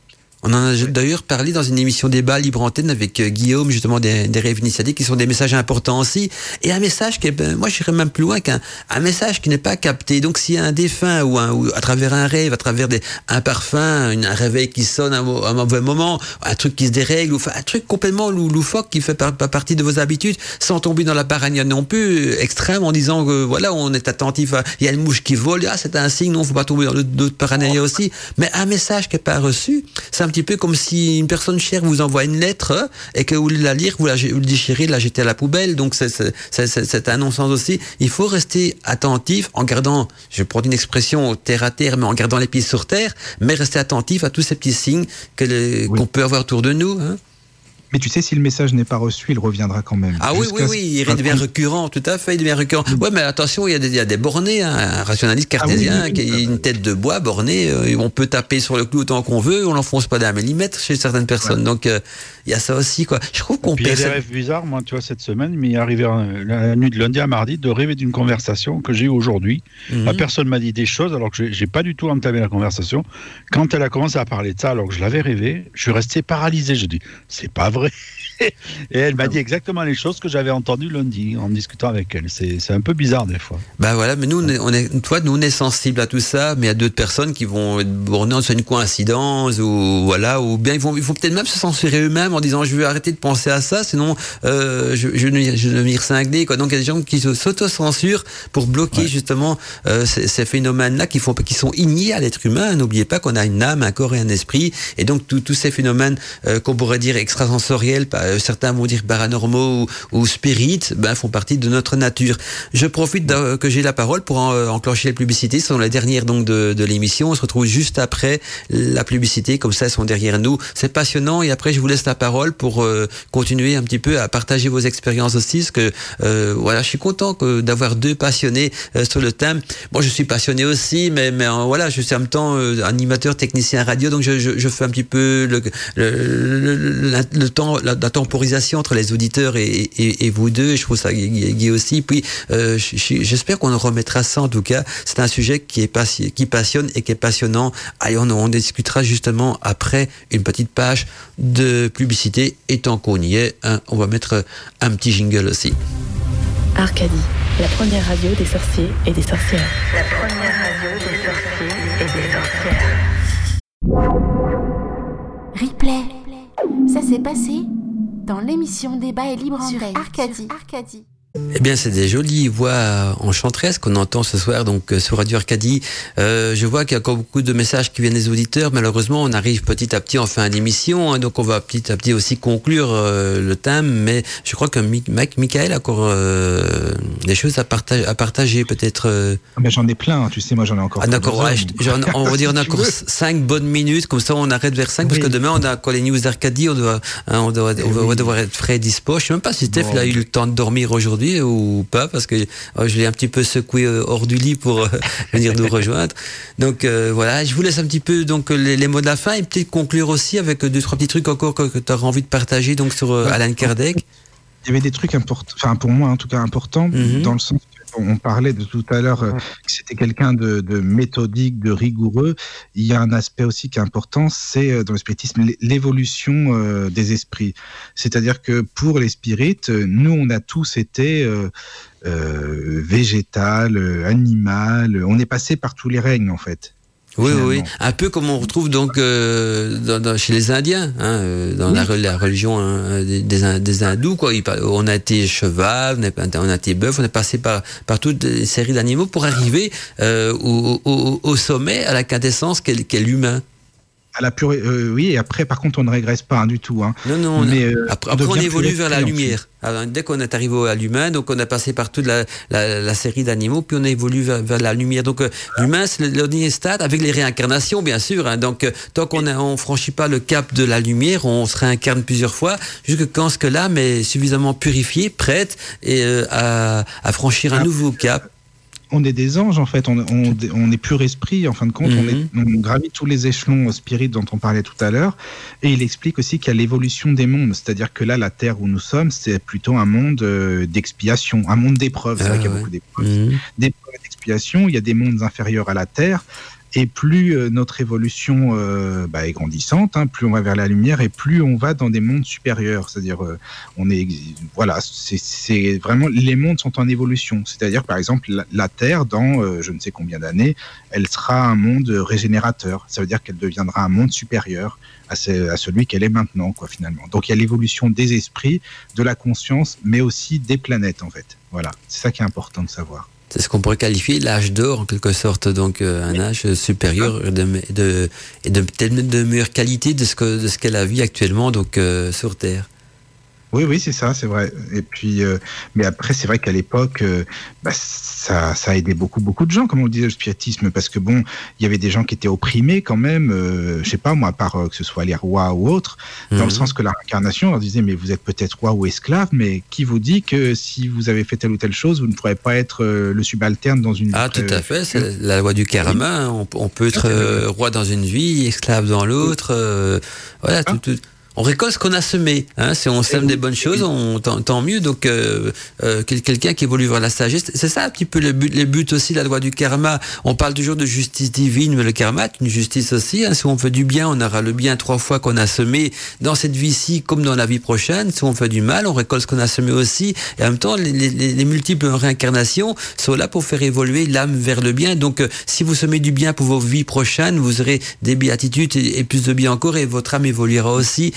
Speaker 2: On en a oui. d'ailleurs parlé dans une émission débat libre antenne avec euh, Guillaume, justement, des, des rêves initiatiques qui sont des messages importants aussi. Et un message qui est, ben, moi, j'irais même plus loin qu'un un message qui n'est pas capté. Donc, s'il y a un défunt ou, un, ou à travers un rêve, à travers des, un parfum, une, un réveil qui sonne à un, un mauvais moment, un truc qui se dérègle, ou enfin, un truc complètement lou, loufoque qui fait pas, pas partie de vos habitudes, sans tomber dans la paranoïa non plus, extrême, en disant que, voilà, on est attentif à, il y a une mouche qui vole, ah, c'est un signe, non, faut pas tomber dans d'autres paranoïa aussi. Mais un message qui n'est pas reçu, c'est un petit peu comme si une personne chère vous envoie une lettre et que vous voulez la lire, vous la, vous la déchirez, la jetez à la poubelle. Donc c'est, c'est, c'est, c'est un non-sens aussi. Il faut rester attentif en gardant, je prends une expression terre à terre, mais en gardant les pieds sur terre, mais rester attentif à tous ces petits signes que les, oui. qu'on peut avoir autour de nous. Hein.
Speaker 4: Mais tu sais, si le message n'est pas reçu, il reviendra quand même.
Speaker 2: Ah oui, oui, oui, il devient récurrent, tout à fait, il devient récurrent. Oui, mais attention, il y a des, il y a des bornés, hein, un rationaliste cartésien ah oui, oui, oui, qui a une tête de bois bornée, euh, on peut taper sur le clou autant qu'on veut, on l'enfonce pas d'un millimètre chez certaines personnes. Ouais. Donc, euh, il y a ça aussi, quoi. Je trouve qu'on
Speaker 5: perd. Il y a des rêves bizarres, moi, tu vois, cette semaine, mais il est arrivé la nuit de lundi à mardi de rêver d'une conversation que j'ai eue aujourd'hui. Mm-hmm. La personne m'a dit des choses alors que j'ai, j'ai pas du tout entamé la conversation. Quand elle a commencé à parler de ça, alors que je l'avais rêvé, je suis resté paralysé. Je dis, c'est pas vrai. Et elle m'a dit exactement les choses que j'avais entendues lundi en discutant avec elle. C'est, c'est un peu bizarre des fois.
Speaker 2: Ben voilà, mais nous, on est, toi, nous, on est sensibles à tout ça, mais il y a d'autres personnes qui vont être bornées sur une coïncidence ou voilà, ou bien ils vont, ils vont peut-être même se censurer eux-mêmes en disant je vais arrêter de penser à ça, sinon euh, je, je, je, je vais devenir cinglé, quoi. Donc il y a des gens qui s'auto-censurent pour bloquer ouais. justement euh, ces, ces phénomènes-là qui font, qui sont innés à l'être humain. N'oubliez pas qu'on a une âme, un corps et un esprit, et donc tous ces phénomènes euh, qu'on pourrait dire extrasensoriels sensoriels, certains vont dire paranormaux ou, ou spirites, ben, font partie de notre nature. Je profite de, que j'ai la parole pour en, enclencher les publicités. Ce sont les dernières donc de, de l'émission. On se retrouve juste après la publicité, comme ça, elles sont derrière nous. C'est passionnant et après, je vous laisse la parole pour euh, continuer un petit peu à partager vos expériences aussi, parce que euh, voilà, je suis content que, d'avoir deux passionnés euh, sur le thème. Moi, je suis passionné aussi, mais, mais euh, voilà, je suis en même temps euh, animateur, technicien radio, donc je, je, je fais un petit peu le, le, le, le, le temps, la, la temporisation entre les auditeurs et, et, et vous deux. Je trouve ça gai aussi. Puis, euh, j'espère qu'on en remettra ça. En tout cas, c'est un sujet qui est passi qui passionne et qui est passionnant. Allez, on, on discutera justement après une petite page de publicité. Et tant qu'on y est, hein, on va mettre un petit jingle aussi.
Speaker 6: Arcadie, la première radio des sorciers et des sorcières. La première radio des sorciers et des sorcières.
Speaker 1: Replay. Ça s'est passé dans l'émission Débat et Libre Antenne sur Arcadie. Arcadie.
Speaker 2: Eh bien, c'est des jolies voix enchanteresses qu'on entend ce soir donc sur Radio Arcadie. Euh, je vois qu'il y a encore beaucoup de messages qui viennent des auditeurs. Malheureusement, on arrive petit à petit en fin d'émission, hein, donc on va petit à petit aussi conclure euh, le thème. Mais je crois que Mike, Michael a encore euh, des choses à partager, à partager peut-être. Euh...
Speaker 4: Ah ben, j'en ai plein, tu sais, moi j'en ai encore.
Speaker 2: Ah, d'accord, ouais, j'en, on va dire on a encore cinq bonnes minutes, comme ça on arrête vers cinq, oui. Parce que demain on a encore les news d'Arcadie, on doit, hein, on doit, on va, oui. devoir être frais et dispo. Je sais même pas si Steph bon, a eu le temps de dormir aujourd'hui ou pas, parce que oh, je l'ai un petit peu secoué euh, hors du lit pour euh, venir nous rejoindre. Donc euh, voilà, je vous laisse un petit peu donc les, les mots de la fin et peut-être conclure aussi avec deux trois petits trucs encore que, que tu auras envie de partager donc sur euh, Allan Kardec.
Speaker 4: Il y avait des trucs importants, enfin pour moi en tout cas importants, mm-hmm. dans le sens on parlait de tout à l'heure euh, que c'était quelqu'un de, de méthodique, de rigoureux. Il y a un aspect aussi qui est important, c'est euh, dans le spiritisme l'évolution euh, des esprits. C'est-à-dire que pour les spirites, nous on a tous été euh, euh, végétal, euh, animal, on est passé par tous les règnes en fait.
Speaker 2: Oui, finalement. oui, un peu comme on retrouve donc euh, dans, dans, chez les Indiens, hein, dans oui. la, la religion hein, des, des, des hindous, quoi. On a été cheval, on a, on a été bœuf, on est passé par, par toute une série d'animaux pour arriver euh, au, au, au sommet, à la quintessence qu'est, qu'est l'humain.
Speaker 4: À la pure, euh, oui, et après, par contre, on ne régresse pas hein, du tout. Hein.
Speaker 2: Non, non, mais, euh, après, après on, on évolue vers la lumière. Alors, dès qu'on est arrivé à l'humain, donc on a passé par toute la, la, la série d'animaux, puis on a évolué vers, vers la lumière. Donc, euh, l'humain, c'est le, le dernier stade, avec les réincarnations, bien sûr. Hein. Donc, euh, tant qu'on ne on franchit pas le cap de la lumière, on se réincarne plusieurs fois, jusqu'à quand ce que l'âme est suffisamment purifiée, prête et, euh, à, à franchir un nouveau cap.
Speaker 4: On est des anges en fait, on, on, on est pur esprit en fin de compte, mm-hmm. on, est, on gravit tous les échelons spirites dont on parlait tout à l'heure, et il explique aussi qu'il y a l'évolution des mondes, c'est-à-dire que là la Terre où nous sommes c'est plutôt un monde euh, d'expiation, un monde d'épreuves, c'est ah, vrai qu'il y a ouais. beaucoup d'épreuves, mm-hmm. d'épreuves et d'expiation, il y a des mondes inférieurs à la Terre, et plus euh, notre évolution euh, bah, est grandissante, hein, plus on va vers la lumière et plus on va dans des mondes supérieurs. C'est-à-dire, euh, on est, voilà, c'est, c'est vraiment les mondes sont en évolution. C'est-à-dire, par exemple, la, la Terre, dans euh, je ne sais combien d'années, elle sera un monde régénérateur. Ça veut dire qu'elle deviendra un monde supérieur à, ce, à celui qu'elle est maintenant, quoi, finalement. Donc, il y a l'évolution des esprits, de la conscience, mais aussi des planètes, en fait. Voilà, c'est ça qui est important de savoir.
Speaker 2: C'est ce qu'on pourrait qualifier l'âge d'or, en quelque sorte, donc euh, un âge supérieur de, de, et de peut-être de meilleure qualité de ce, que, de ce qu'elle a vu actuellement donc, euh, sur Terre.
Speaker 4: Oui, oui, c'est ça, c'est vrai. Et puis, euh, mais après, c'est vrai qu'à l'époque, euh, bah, ça, ça a aidé beaucoup, beaucoup de gens, comme on le disait, le spiritisme, parce que bon, il y avait des gens qui étaient opprimés quand même, euh, je sais pas moi, à part euh, que ce soit les rois ou autres, mmh. dans le sens que la réincarnation, on leur disait, mais vous êtes peut-être roi ou esclave, mais qui vous dit que si vous avez fait telle ou telle chose, vous ne pourrez pas être euh, le subalterne dans une vie.
Speaker 2: Ah, tout à fait, c'est la loi du karma. On, on peut être euh, roi dans une vie, esclave dans l'autre. Euh, voilà, tout, tout. On récolte ce qu'on a semé. Hein. Si on sème des bonnes choses, on, tant, tant mieux. Donc, euh, euh, quelqu'un qui évolue vers la sagesse, c'est ça un petit peu le but, les buts aussi, la loi du karma. On parle toujours de justice divine, mais le karma est une justice aussi. Hein. Si on fait du bien, on aura le bien trois fois qu'on a semé dans cette vie-ci, comme dans la vie prochaine. Si on fait du mal, on récolte ce qu'on a semé aussi. Et en même temps, les, les, les multiples réincarnations sont là pour faire évoluer l'âme vers le bien. Donc, euh, si vous semez du bien pour vos vies prochaines, vous aurez des béatitudes et, et plus de bien encore, et votre âme évoluera aussi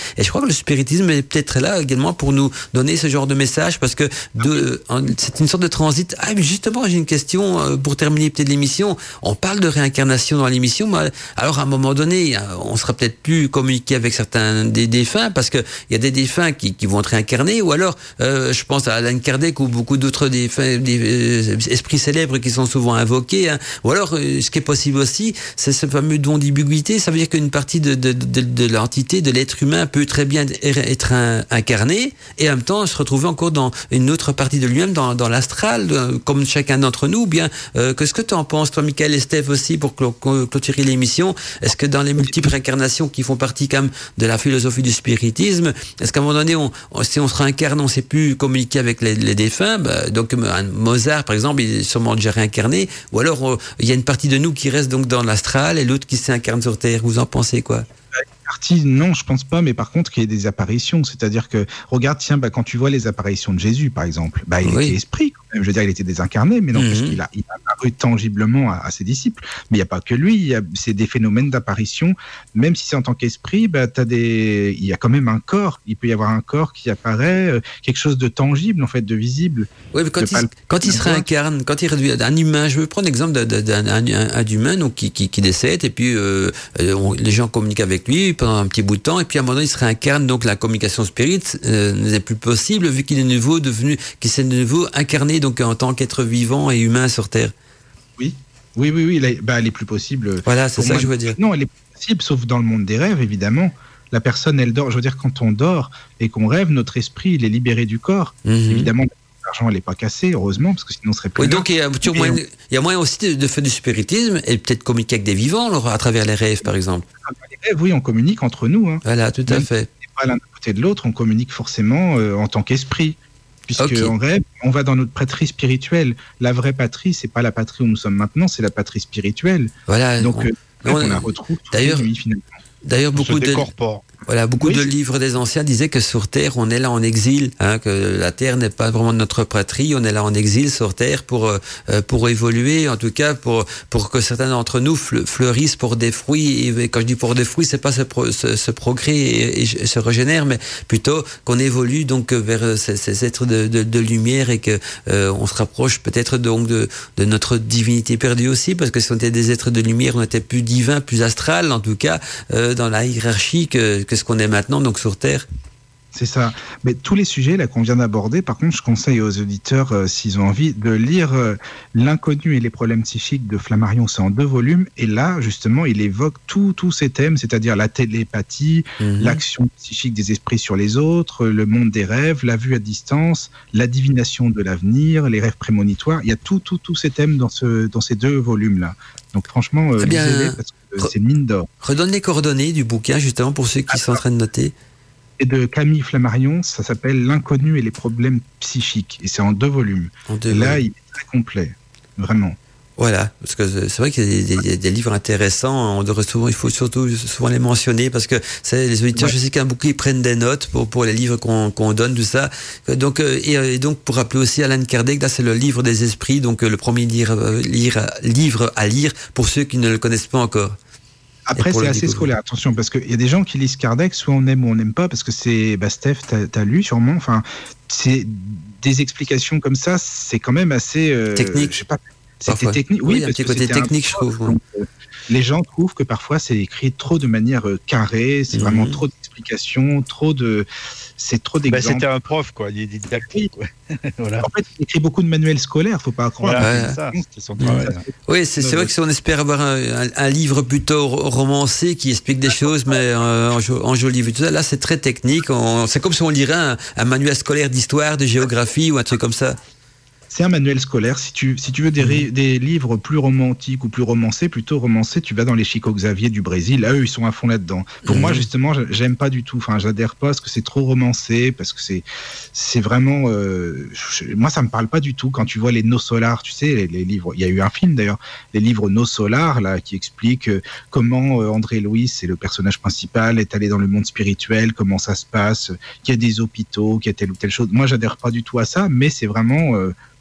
Speaker 2: Et je crois que le spiritisme est peut-être là également pour nous donner ce genre de message, parce que de, c'est une sorte de transit. Ah, mais justement, j'ai une question pour terminer peut-être l'émission. On parle de réincarnation dans l'émission, mais alors à un moment donné, on sera peut-être plus communiqué avec certains des défunts, parce que il y a des défunts qui, qui vont être réincarnés, ou alors, euh, je pense à Allan Kardec ou beaucoup d'autres défunts, des euh, esprits célèbres qui sont souvent invoqués, hein. Ou alors, euh, ce qui est possible aussi, c'est ce fameux don d'ubiquité. Ça veut dire qu'une partie de, de, de, de l'entité, de l'être humain, peut très bien être un, incarné, et en même temps se retrouver encore dans une autre partie de lui-même, dans, dans l'astral, comme chacun d'entre nous. Bien, euh, qu'est-ce que tu en penses, toi, Michael et Steph aussi, pour cl- clôturer l'émission? Est-ce que dans les multiples incarnations qui font partie quand même de la philosophie du spiritisme, est-ce qu'à un moment donné, on, on, si on se réincarne, on ne sait plus communiquer avec les, les défunts? Bah, donc Mozart, par exemple, il est sûrement déjà réincarné, ou alors on, il y a une partie de nous qui reste donc dans l'astral et l'autre qui s'incarne sur Terre. Vous en pensez quoi?
Speaker 4: Partie, non, je pense pas, mais par contre, qu'il y ait des apparitions. C'est-à-dire que, regarde, tiens, bah, quand tu vois les apparitions de Jésus, par exemple, bah, il oui. était esprit, quand même. Je veux dire, il était désincarné, mais non, mm-hmm. puisqu'il a, il a apparu tangiblement à, à ses disciples. Mais il n'y a pas que lui, il y a, c'est des phénomènes d'apparition. Même si c'est en tant qu'esprit, bah, t'as des, il y a quand même un corps. Il peut y avoir un corps qui apparaît, euh, quelque chose de tangible, en fait, de visible.
Speaker 2: Oui, mais quand, il, le, quand il se réincarne, quand il réduit un humain, je veux prendre l'exemple d'un, d'un, d'un, d'un humain donc, qui, qui, qui décède, et puis euh, on, les gens communiquent avec lui pendant un petit bout de temps, et puis à un moment donné, il se réincarne, donc la communication spirit euh, n'est plus possible, vu qu'il est de nouveau devenu, qu'il s'est de nouveau incarné donc en tant qu'être vivant et humain sur Terre.
Speaker 4: Oui, oui, oui, oui, elle, bah, elle est plus possible.
Speaker 2: Voilà, c'est ça
Speaker 4: moi,
Speaker 2: que je veux dire.
Speaker 4: Non, elle est plus possible, sauf dans le monde des rêves, évidemment. La personne, elle dort. Je veux dire, quand on dort et qu'on rêve, notre esprit, il est libéré du corps. Mm-hmm. Évidemment, l'argent, elle n'est pas cassée, heureusement, parce que sinon, on serait plus.
Speaker 2: Oui, donc il y a, et moyen, on... il y a moyen aussi de, de faire du spiritisme et peut-être communiquer avec des vivants, alors, à travers les rêves, par exemple.
Speaker 4: À travers les rêves, oui, on communique entre nous. Hein.
Speaker 2: Voilà, tout
Speaker 4: Même
Speaker 2: à fait.
Speaker 4: Si on n'est pas l'un à côté de l'autre, on communique forcément euh, en tant qu'esprit. Puisque okay. en rêve, on va dans notre patrie spirituelle. La vraie patrie, c'est pas la patrie où nous sommes maintenant, c'est la patrie spirituelle.
Speaker 2: Voilà.
Speaker 4: Donc,
Speaker 2: on,
Speaker 4: euh, on,
Speaker 2: on
Speaker 4: la retrouve.
Speaker 2: D'ailleurs,
Speaker 4: nuit, finalement.
Speaker 2: D'ailleurs, beaucoup de voilà, beaucoup oui. de livres des anciens disaient que sur Terre, on est là en exil, hein, que la Terre n'est pas vraiment notre patrie, on est là en exil sur Terre pour euh, pour évoluer, en tout cas pour pour que certains d'entre nous fleurissent pour des fruits. Et quand je dis pour des fruits, c'est pas se, pro, se, se progrès et, et se régénère, mais plutôt qu'on évolue donc vers ces, ces êtres de, de, de lumière et que euh, on se rapproche peut-être donc de de notre divinité perdue aussi, parce que si on était des êtres de lumière, on était plus divin, plus astral, en tout cas euh, dans la hiérarchie que, que ce qu'on est maintenant, donc sur Terre.
Speaker 4: C'est ça. Mais tous les sujets là qu'on vient d'aborder, par contre, je conseille aux auditeurs, euh, s'ils ont envie, de lire euh, L'inconnu et les problèmes psychiques de Flammarion. C'est en deux volumes. Et là, justement, il évoque tous ces thèmes, c'est-à-dire la télépathie, mm-hmm. l'action psychique des esprits sur les autres, le monde des rêves, la vue à distance, la divination de l'avenir, les rêves prémonitoires. Il y a tous tout, tout ces thèmes dans, ce, dans ces deux volumes-là. Donc franchement, euh, lisez-les parce que euh, c'est une mine d'or.
Speaker 2: Redonne les coordonnées du bouquin, justement, pour ceux qui ah, sont en train de noter.
Speaker 4: Et de Camille Flammarion, ça s'appelle L'inconnu et les problèmes psychiques. Et c'est en deux volumes. En deux et là, volumes. Il est très complet. Vraiment.
Speaker 2: Voilà, parce que c'est vrai qu'il y a des, des, des livres intéressants. On devrait souvent, il faut surtout souvent les mentionner parce que c'est les auditeurs. Ouais. Je sais qu'un bouquin ils prennent des notes pour pour les livres qu'on qu'on donne, tout ça. Donc et, et donc pour rappeler aussi Allan Kardec, là c'est le livre des esprits, donc le premier livre, lire, livre à lire pour ceux qui ne le connaissent pas encore.
Speaker 4: Après, c'est assez scolaire, attention, parce qu'il y a des gens qui lisent Kardec, soit on aime ou on n'aime pas, parce que c'est, bah, Steph, t'as, t'as lu sûrement, enfin, c'est des explications comme ça, c'est quand même assez... Euh,
Speaker 2: technique.
Speaker 4: Je sais pas, c'était technique, oui,
Speaker 2: oui un petit côté technique, un... je trouve.
Speaker 4: Donc, euh, les gens trouvent que parfois c'est écrit trop de manière euh, carrée, c'est mmh. vraiment trop d'explications, trop de... C'est trop d'exemples.
Speaker 5: Bah, c'était un prof, quoi, il est didactique. Quoi.
Speaker 4: Voilà. En fait, il écrit beaucoup de manuels scolaires, faut pas croire.
Speaker 5: Voilà, c'est ça, c'était son travail.
Speaker 2: Oui, c'est, c'est vrai que si on espère avoir un, un, un livre plutôt romancé qui explique des choses, mais euh, en joli tout ça, là c'est très technique. On, c'est comme si on lirait un, un manuel scolaire d'histoire, de géographie ou un truc comme ça.
Speaker 4: C'est un manuel scolaire. Si tu, si tu veux des, ré, des livres plus romantiques ou plus romancés, plutôt romancés, tu vas dans les Chico Xavier du Brésil. Là, eux, ils sont à fond là-dedans. Pour mmh. moi, justement, j'aime pas du tout. Enfin, j'adhère pas parce que c'est trop romancé, parce que c'est, c'est vraiment. Euh, je, moi, ça me parle pas du tout. Quand tu vois les No Solar, tu sais, les, les livres. Il y a eu un film d'ailleurs, les livres No Solar, là, qui expliquent comment euh, André Louis, c'est le personnage principal, est allé dans le monde spirituel, comment ça se passe, qu'il y a des hôpitaux, qu'il y a telle ou telle chose. Moi, j'adhère pas du tout à ça, mais c'est vraiment. Euh,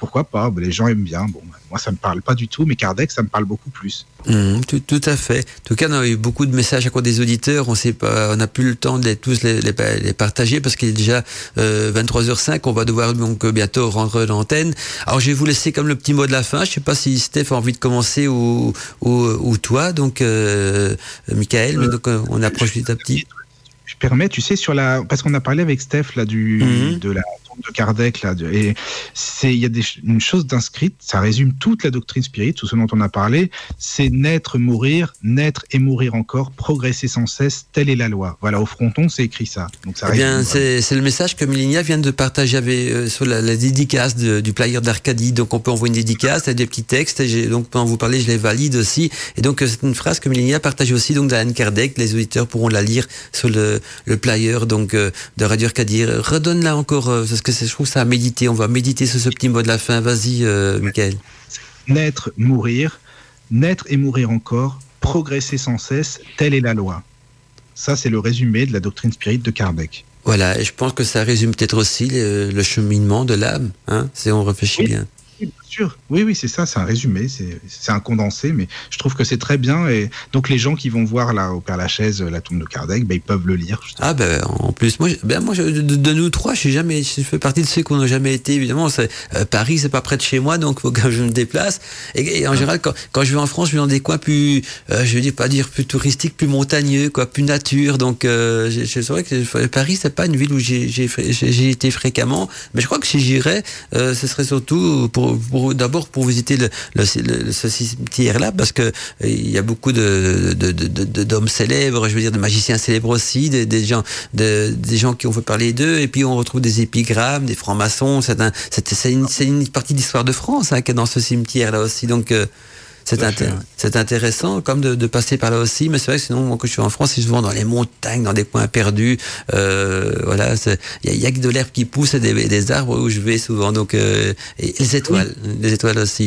Speaker 4: pourquoi pas, ben, les gens aiment bien. Bon, moi, ça me parle pas du tout, mais Kardec, ça me parle beaucoup plus.
Speaker 2: Mmh, tout, tout à fait. En tout cas, on a eu beaucoup de messages à quoi des auditeurs. On sait pas, on n'a plus le temps de les, tous les, les, les partager parce qu'il est déjà euh, vingt-trois heures cinq. On va devoir donc bientôt rendre l'antenne. Alors, je vais vous laisser comme le petit mot de la fin. Je sais pas si Steph a envie de commencer ou, ou, ou toi, donc euh, Michael. Euh, donc, on approche petit à petit.
Speaker 4: Je permets, tu sais, sur la, parce qu'on a parlé avec Steph là du mmh. de la tombe de Kardec là, de, et c'est il y a des, une chose d'inscrite, ça résume toute la doctrine spirit, tout ce dont on a parlé, c'est naître, mourir, naître et mourir encore, progresser sans cesse, telle est la loi. Voilà, au fronton, c'est écrit ça. Donc ça.
Speaker 2: Eh bien, c'est, c'est le message que Mélina vient de partager avec, euh, sur la, la dédicace de, du player d'Arcadie. Donc on peut envoyer une dédicace, avec des petits textes. Et j'ai, donc pendant vous parler, je les valide aussi. Et donc c'est une phrase que Mélina partage aussi donc d'Alain Kardec. Les auditeurs pourront la lire sur le le player donc euh, de Radio Arcadie. Redonne-la encore euh, parce que c'est, je trouve ça à méditer. On va méditer sur ce petit mot de la fin. Vas-y, euh, Michael.
Speaker 4: Naître, mourir, naître et mourir encore, progresser sans cesse, telle est la loi. Ça, c'est le résumé de la doctrine spirit de Kardec.
Speaker 2: Voilà, et je pense que ça résume peut-être aussi le, le cheminement de l'âme, hein, si on réfléchit
Speaker 4: oui.
Speaker 2: bien.
Speaker 4: Oui, bien sûr. Oui, oui, c'est ça, c'est un résumé, c'est, c'est un condensé, mais je trouve que c'est très bien. Et donc, les gens qui vont voir là, au Père-Lachaise, la tombe de Kardec, ben, ils peuvent le lire. Justement.
Speaker 2: Ah, ben, en plus, moi, ben, moi de, de nous trois, je suis jamais, je fais partie de ceux qui n'ont jamais été, évidemment. C'est, euh, Paris, c'est pas près de chez moi, donc faut que je me déplace. Et, et en ah. général, quand, quand je vais en France, je vais dans des coins plus, euh, je veux dire, pas dire plus touristiques, plus montagneux, quoi, plus nature. Donc, euh, je, je c'est vrai que Paris, c'est pas une ville où j'ai, j'ai, j'ai, j'ai été fréquemment, mais je crois que si j'irais, euh, ce serait surtout pour, pour d'abord pour visiter le, le, le, ce cimetière-là, parce que il y a beaucoup de, de, de, de, d'hommes célèbres, je veux dire, de magiciens célèbres aussi, des, des gens, de, des gens qui ont fait parler d'eux, et puis on retrouve des épigrammes, des francs-maçons. C'est, un, c'est, c'est, une, c'est une partie de l'histoire de France hein, qui est dans ce cimetière-là aussi. Donc euh, c'est, intér- c'est intéressant comme de, de passer par là aussi, mais c'est vrai que sinon, moi, quand je suis en France, c'est souvent dans les montagnes, dans des coins perdus. Euh, voilà, il y a que de l'herbe qui pousse et des, des arbres où je vais souvent. Donc, euh, et les étoiles, oui. les étoiles aussi.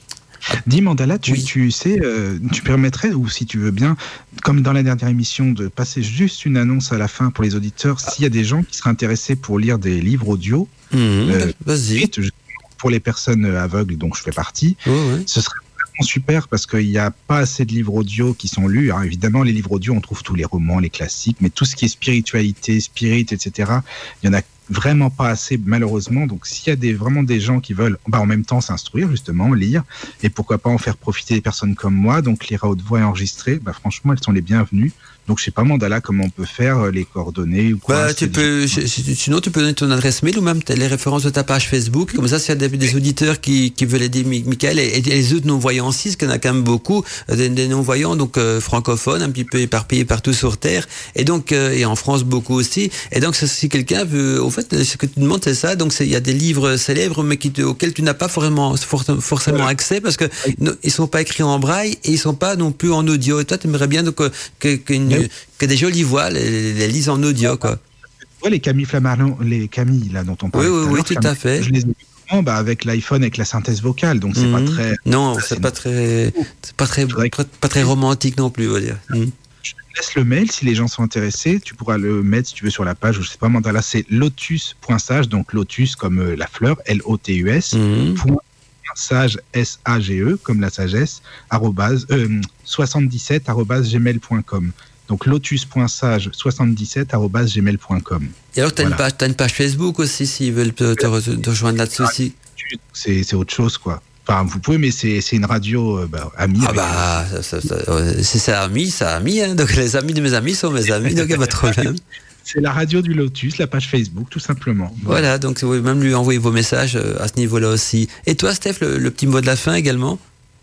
Speaker 4: Dis Mandala, tu,
Speaker 2: oui.
Speaker 4: tu sais, euh, tu permettrais, ou si tu veux bien, comme dans la dernière émission, de passer juste une annonce à la fin pour les auditeurs, ah. s'il y a des gens qui seraient intéressés pour lire des livres audio,
Speaker 2: mmh, euh, vas-y.
Speaker 4: Pour les personnes aveugles dont je fais partie,
Speaker 2: oh, ouais.
Speaker 4: ce serait super parce qu'il n'y a pas assez de livres audio qui sont lus. Hein. Évidemment, les livres audio, on trouve tous les romans, les classiques, mais tout ce qui est spiritualité, spirit, et cetera, il y en a vraiment pas assez, malheureusement. Donc, s'il y a des, vraiment des gens qui veulent bah, en même temps s'instruire, justement, lire, et pourquoi pas en faire profiter des personnes comme moi, donc lire à haute voix et enregistrer, bah, franchement, elles sont les bienvenues. Donc, je sais pas, Mandala, comment on peut faire les coordonnées ou quoi.
Speaker 2: Bah, tu peux, je, sinon, tu peux donner ton adresse mail ou même les références de ta page Facebook. Comme ça, s'il y a des, des auditeurs qui, qui veulent aider Michael et, et les autres non-voyants aussi, parce qu'il y en a quand même beaucoup, des, des non-voyants, donc, euh, francophones, un petit peu éparpillés partout sur Terre. Et donc, euh, et en France, beaucoup aussi. Et donc, si quelqu'un veut, au fait, ce que tu demandes, c'est ça. Donc, c'est, il y a des livres célèbres, mais qui, auxquels tu n'as pas forcément, forcément voilà. accès parce que no, ils sont pas écrits en braille et ils sont pas non plus en audio. Et toi, tu aimerais bien, donc, que, qu'une, que des jolies voix les, les lisent en audio, quoi.
Speaker 4: Ouais, les Camille Flammarion, les Camille, là, dont on parle.
Speaker 2: Oui, oui, oui, tout Camille, à fait.
Speaker 4: Je les ai bah, avec l'iPhone, avec la synthèse vocale, donc c'est mmh. pas très.
Speaker 2: Non, c'est, c'est pas très, c'est pas très, pas, pas très romantique non plus, on va dire. Mmh.
Speaker 4: Je te laisse le mail si les gens sont intéressés. Tu pourras le mettre si tu veux sur la page, je sais pas, Mandala, c'est lotus.sage, donc lotus comme euh, la fleur, L O T U S, mmh. point sage, S A G E, comme la sagesse, arrobase, euh, soixante-dix-sept arobase gmail point com. Donc lotus.sage soixante-dix-sept arobase gmail point com.
Speaker 2: Et alors, tu as voilà. une, une page Facebook aussi, s'ils veulent te, te, te rejoindre là-dessus aussi.
Speaker 4: C'est, c'est autre chose, quoi. Enfin, vous pouvez, mais c'est, c'est une radio euh, bah, amie.
Speaker 2: Ah bah, ça, ça, ça, c'est ça, ami, ça, ami. Hein. Donc les amis de mes amis sont mes amis, donc il n'y a pas de problème.
Speaker 4: C'est la radio du Lotus, la page Facebook, tout simplement.
Speaker 2: Voilà, voilà donc vous pouvez même lui envoyer vos messages à ce niveau-là aussi. Et toi, Steph, le, le petit mot de la fin également?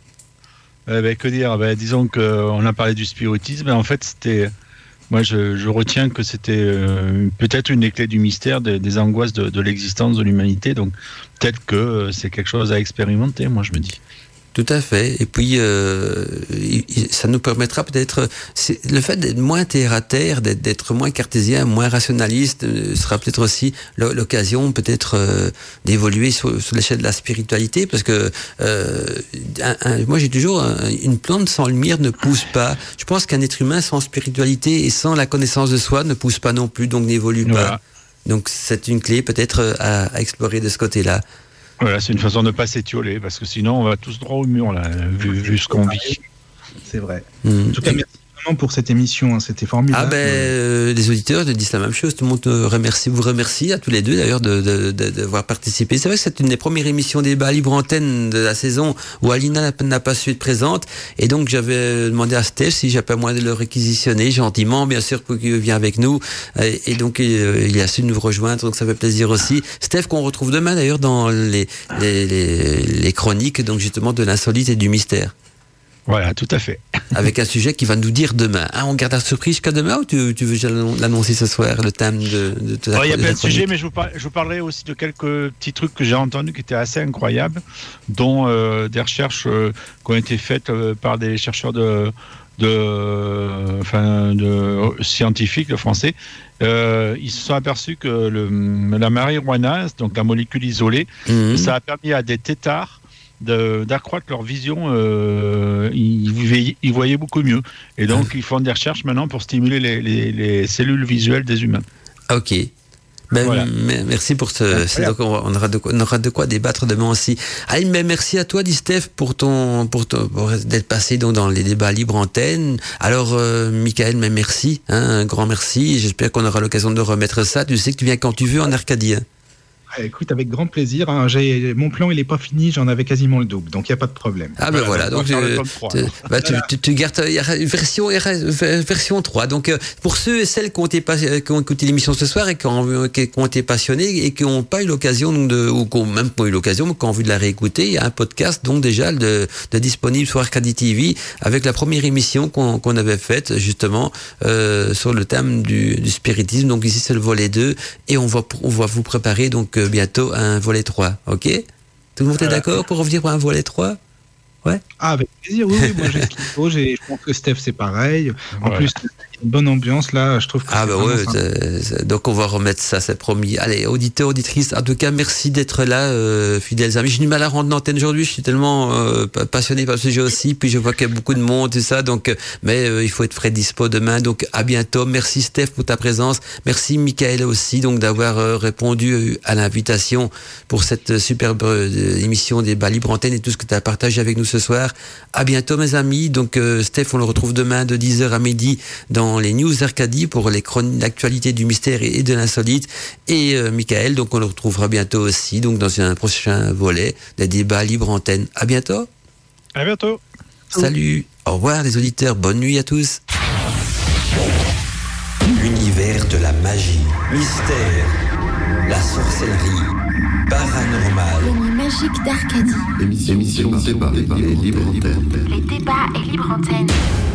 Speaker 5: Euh, ben, que dire ben, disons qu'on a parlé du spiritisme, en fait, c'était. Moi, je, je retiens que c'était euh, peut-être une des clés du mystère, des, des angoisses de, de l'existence de l'humanité. Donc, peut-être que euh, c'est quelque chose à expérimenter, moi, je me dis.
Speaker 2: Tout à fait. Et puis, euh, ça nous permettra peut-être, c'est, le fait d'être moins terre à terre, d'être, d'être moins cartésien, moins rationaliste, euh, sera peut-être aussi l'occasion, peut-être, euh, d'évoluer sur, sur l'échelle de la spiritualité, parce que euh, un, un, moi, j'ai toujours un, une plante sans lumière ne pousse pas. Je pense qu'un être humain sans spiritualité et sans la connaissance de soi ne pousse pas non plus, donc n'évolue voilà. pas. Donc, c'est une clé peut-être à, à explorer de ce côté-là.
Speaker 5: Voilà, c'est une façon de ne pas s'étioler, parce que sinon on va tous droit au mur, là, vu, vu ce qu'on vit.
Speaker 4: C'est vrai.
Speaker 2: Mmh.
Speaker 4: En tout cas, merci vraiment pour cette émission, hein. C'était formidable.
Speaker 2: Ah ben, euh, les auditeurs te disent la même chose, tout le monde te remercie, vous remercie à tous les deux d'ailleurs de, de, de, d'avoir participé. C'est vrai que c'est une des premières émissions débat libre antenne de la saison où Alina n'a, n'a pas su être présente, et donc j'avais demandé à Steph si j'avais pas moyen de le réquisitionner gentiment, bien sûr, pour qu'il vienne avec nous, et, et donc euh, il a su nous rejoindre, donc ça fait plaisir aussi. Steph qu'on retrouve demain d'ailleurs dans les, les, les, les chroniques, donc justement de l'insolite et du mystère.
Speaker 5: Voilà, tout à fait.
Speaker 2: Avec un sujet qui va nous dire demain. Hein, on garde la surprise jusqu'à demain, ou tu, tu veux l'annoncer ce soir, le thème de, de, de
Speaker 5: la Il y a plein de sujets, mais je vous, par, je vous parlerai aussi de quelques petits trucs que j'ai entendus qui étaient assez incroyables, dont euh, des recherches euh, qui ont été faites euh, par des chercheurs de, de, euh, enfin, de scientifiques français. Euh, ils se sont aperçus que le, la marijuana, donc la molécule isolée, mmh. ça a permis à des têtards De, d'accroître leur vision, euh, ils, ils voyaient beaucoup mieux. Et donc, ils font des recherches maintenant pour stimuler les, les, les cellules visuelles des humains.
Speaker 2: Ok. Ben, voilà. m- merci pour ce. C'est donc on, on, aura de quoi, on aura de quoi débattre demain aussi. Allez, mais merci à toi, dit Steph, pour ton, pour, ton, pour d'être passé donc dans les débats libre antenne. Alors, euh, Michael, mais merci, hein, un grand merci. J'espère qu'on aura l'occasion de remettre ça. Tu sais que tu viens quand tu veux en Arcadie. Hein.
Speaker 4: Écoute, avec grand plaisir. Hein, j'ai, mon plan, il n'est pas fini, j'en avais quasiment le double, donc il n'y a pas de problème.
Speaker 2: Ah ben voilà, donc euh, tu, bah, tu, tu, tu gardes il y a une version, version trois. Donc euh, pour ceux et celles qui ont, été, qui ont écouté l'émission ce soir et qui ont, qui ont été passionnés et qui n'ont pas eu l'occasion, donc de, ou qui n'ont même pas eu l'occasion, mais qui ont envie de la réécouter, il y a un podcast donc déjà de, de disponible sur Arcadie T V avec la première émission qu'on, qu'on avait faite justement euh, sur le thème du, du spiritisme. Donc ici c'est le volet deux et on va, on va vous préparer donc bientôt un volet trois, ok? Tout le monde est voilà. D'accord pour revenir pour un volet trois? Ouais.
Speaker 4: Ah, avec plaisir, oui, oui. Moi j'ai ce qu'il faut, j'ai, je pense que Steph c'est pareil. En ouais. plus, une bonne ambiance là, je trouve que
Speaker 2: ah
Speaker 4: c'est
Speaker 2: bah ouais, c'est, c'est, donc on va remettre ça, c'est promis. Allez, auditeurs, auditrices, en tout cas merci d'être là, euh, fidèles amis. J'ai du mal à rendre l'antenne aujourd'hui, je suis tellement euh, passionné par le sujet aussi, puis je vois qu'il y a beaucoup de monde et ça, donc euh, mais euh, il faut être frais dispo demain, donc à bientôt. Merci Steph pour ta présence, merci Michael aussi donc d'avoir euh, répondu à l'invitation pour cette superbe euh, émission des Débat Libre Antenne et tout ce que tu as partagé avec nous ce soir. À bientôt mes amis. Donc euh, Steph, on le retrouve demain de dix heures à midi dans les News Arcadie pour les chroniques d'actualité du mystère et de l'insolite. Et euh, Michael, donc on le retrouvera bientôt aussi donc dans un prochain volet des Débats Libre Antenne. À bientôt.
Speaker 5: À bientôt.
Speaker 2: Salut. Au revoir les auditeurs. Bonne nuit à tous. L'univers de la magie, mystère, la sorcellerie, paranormal.
Speaker 1: Les nuits magiques d'Arcadie.
Speaker 3: Émission, émission, débat, débat, libre antenne.
Speaker 1: Les débats et libre antenne.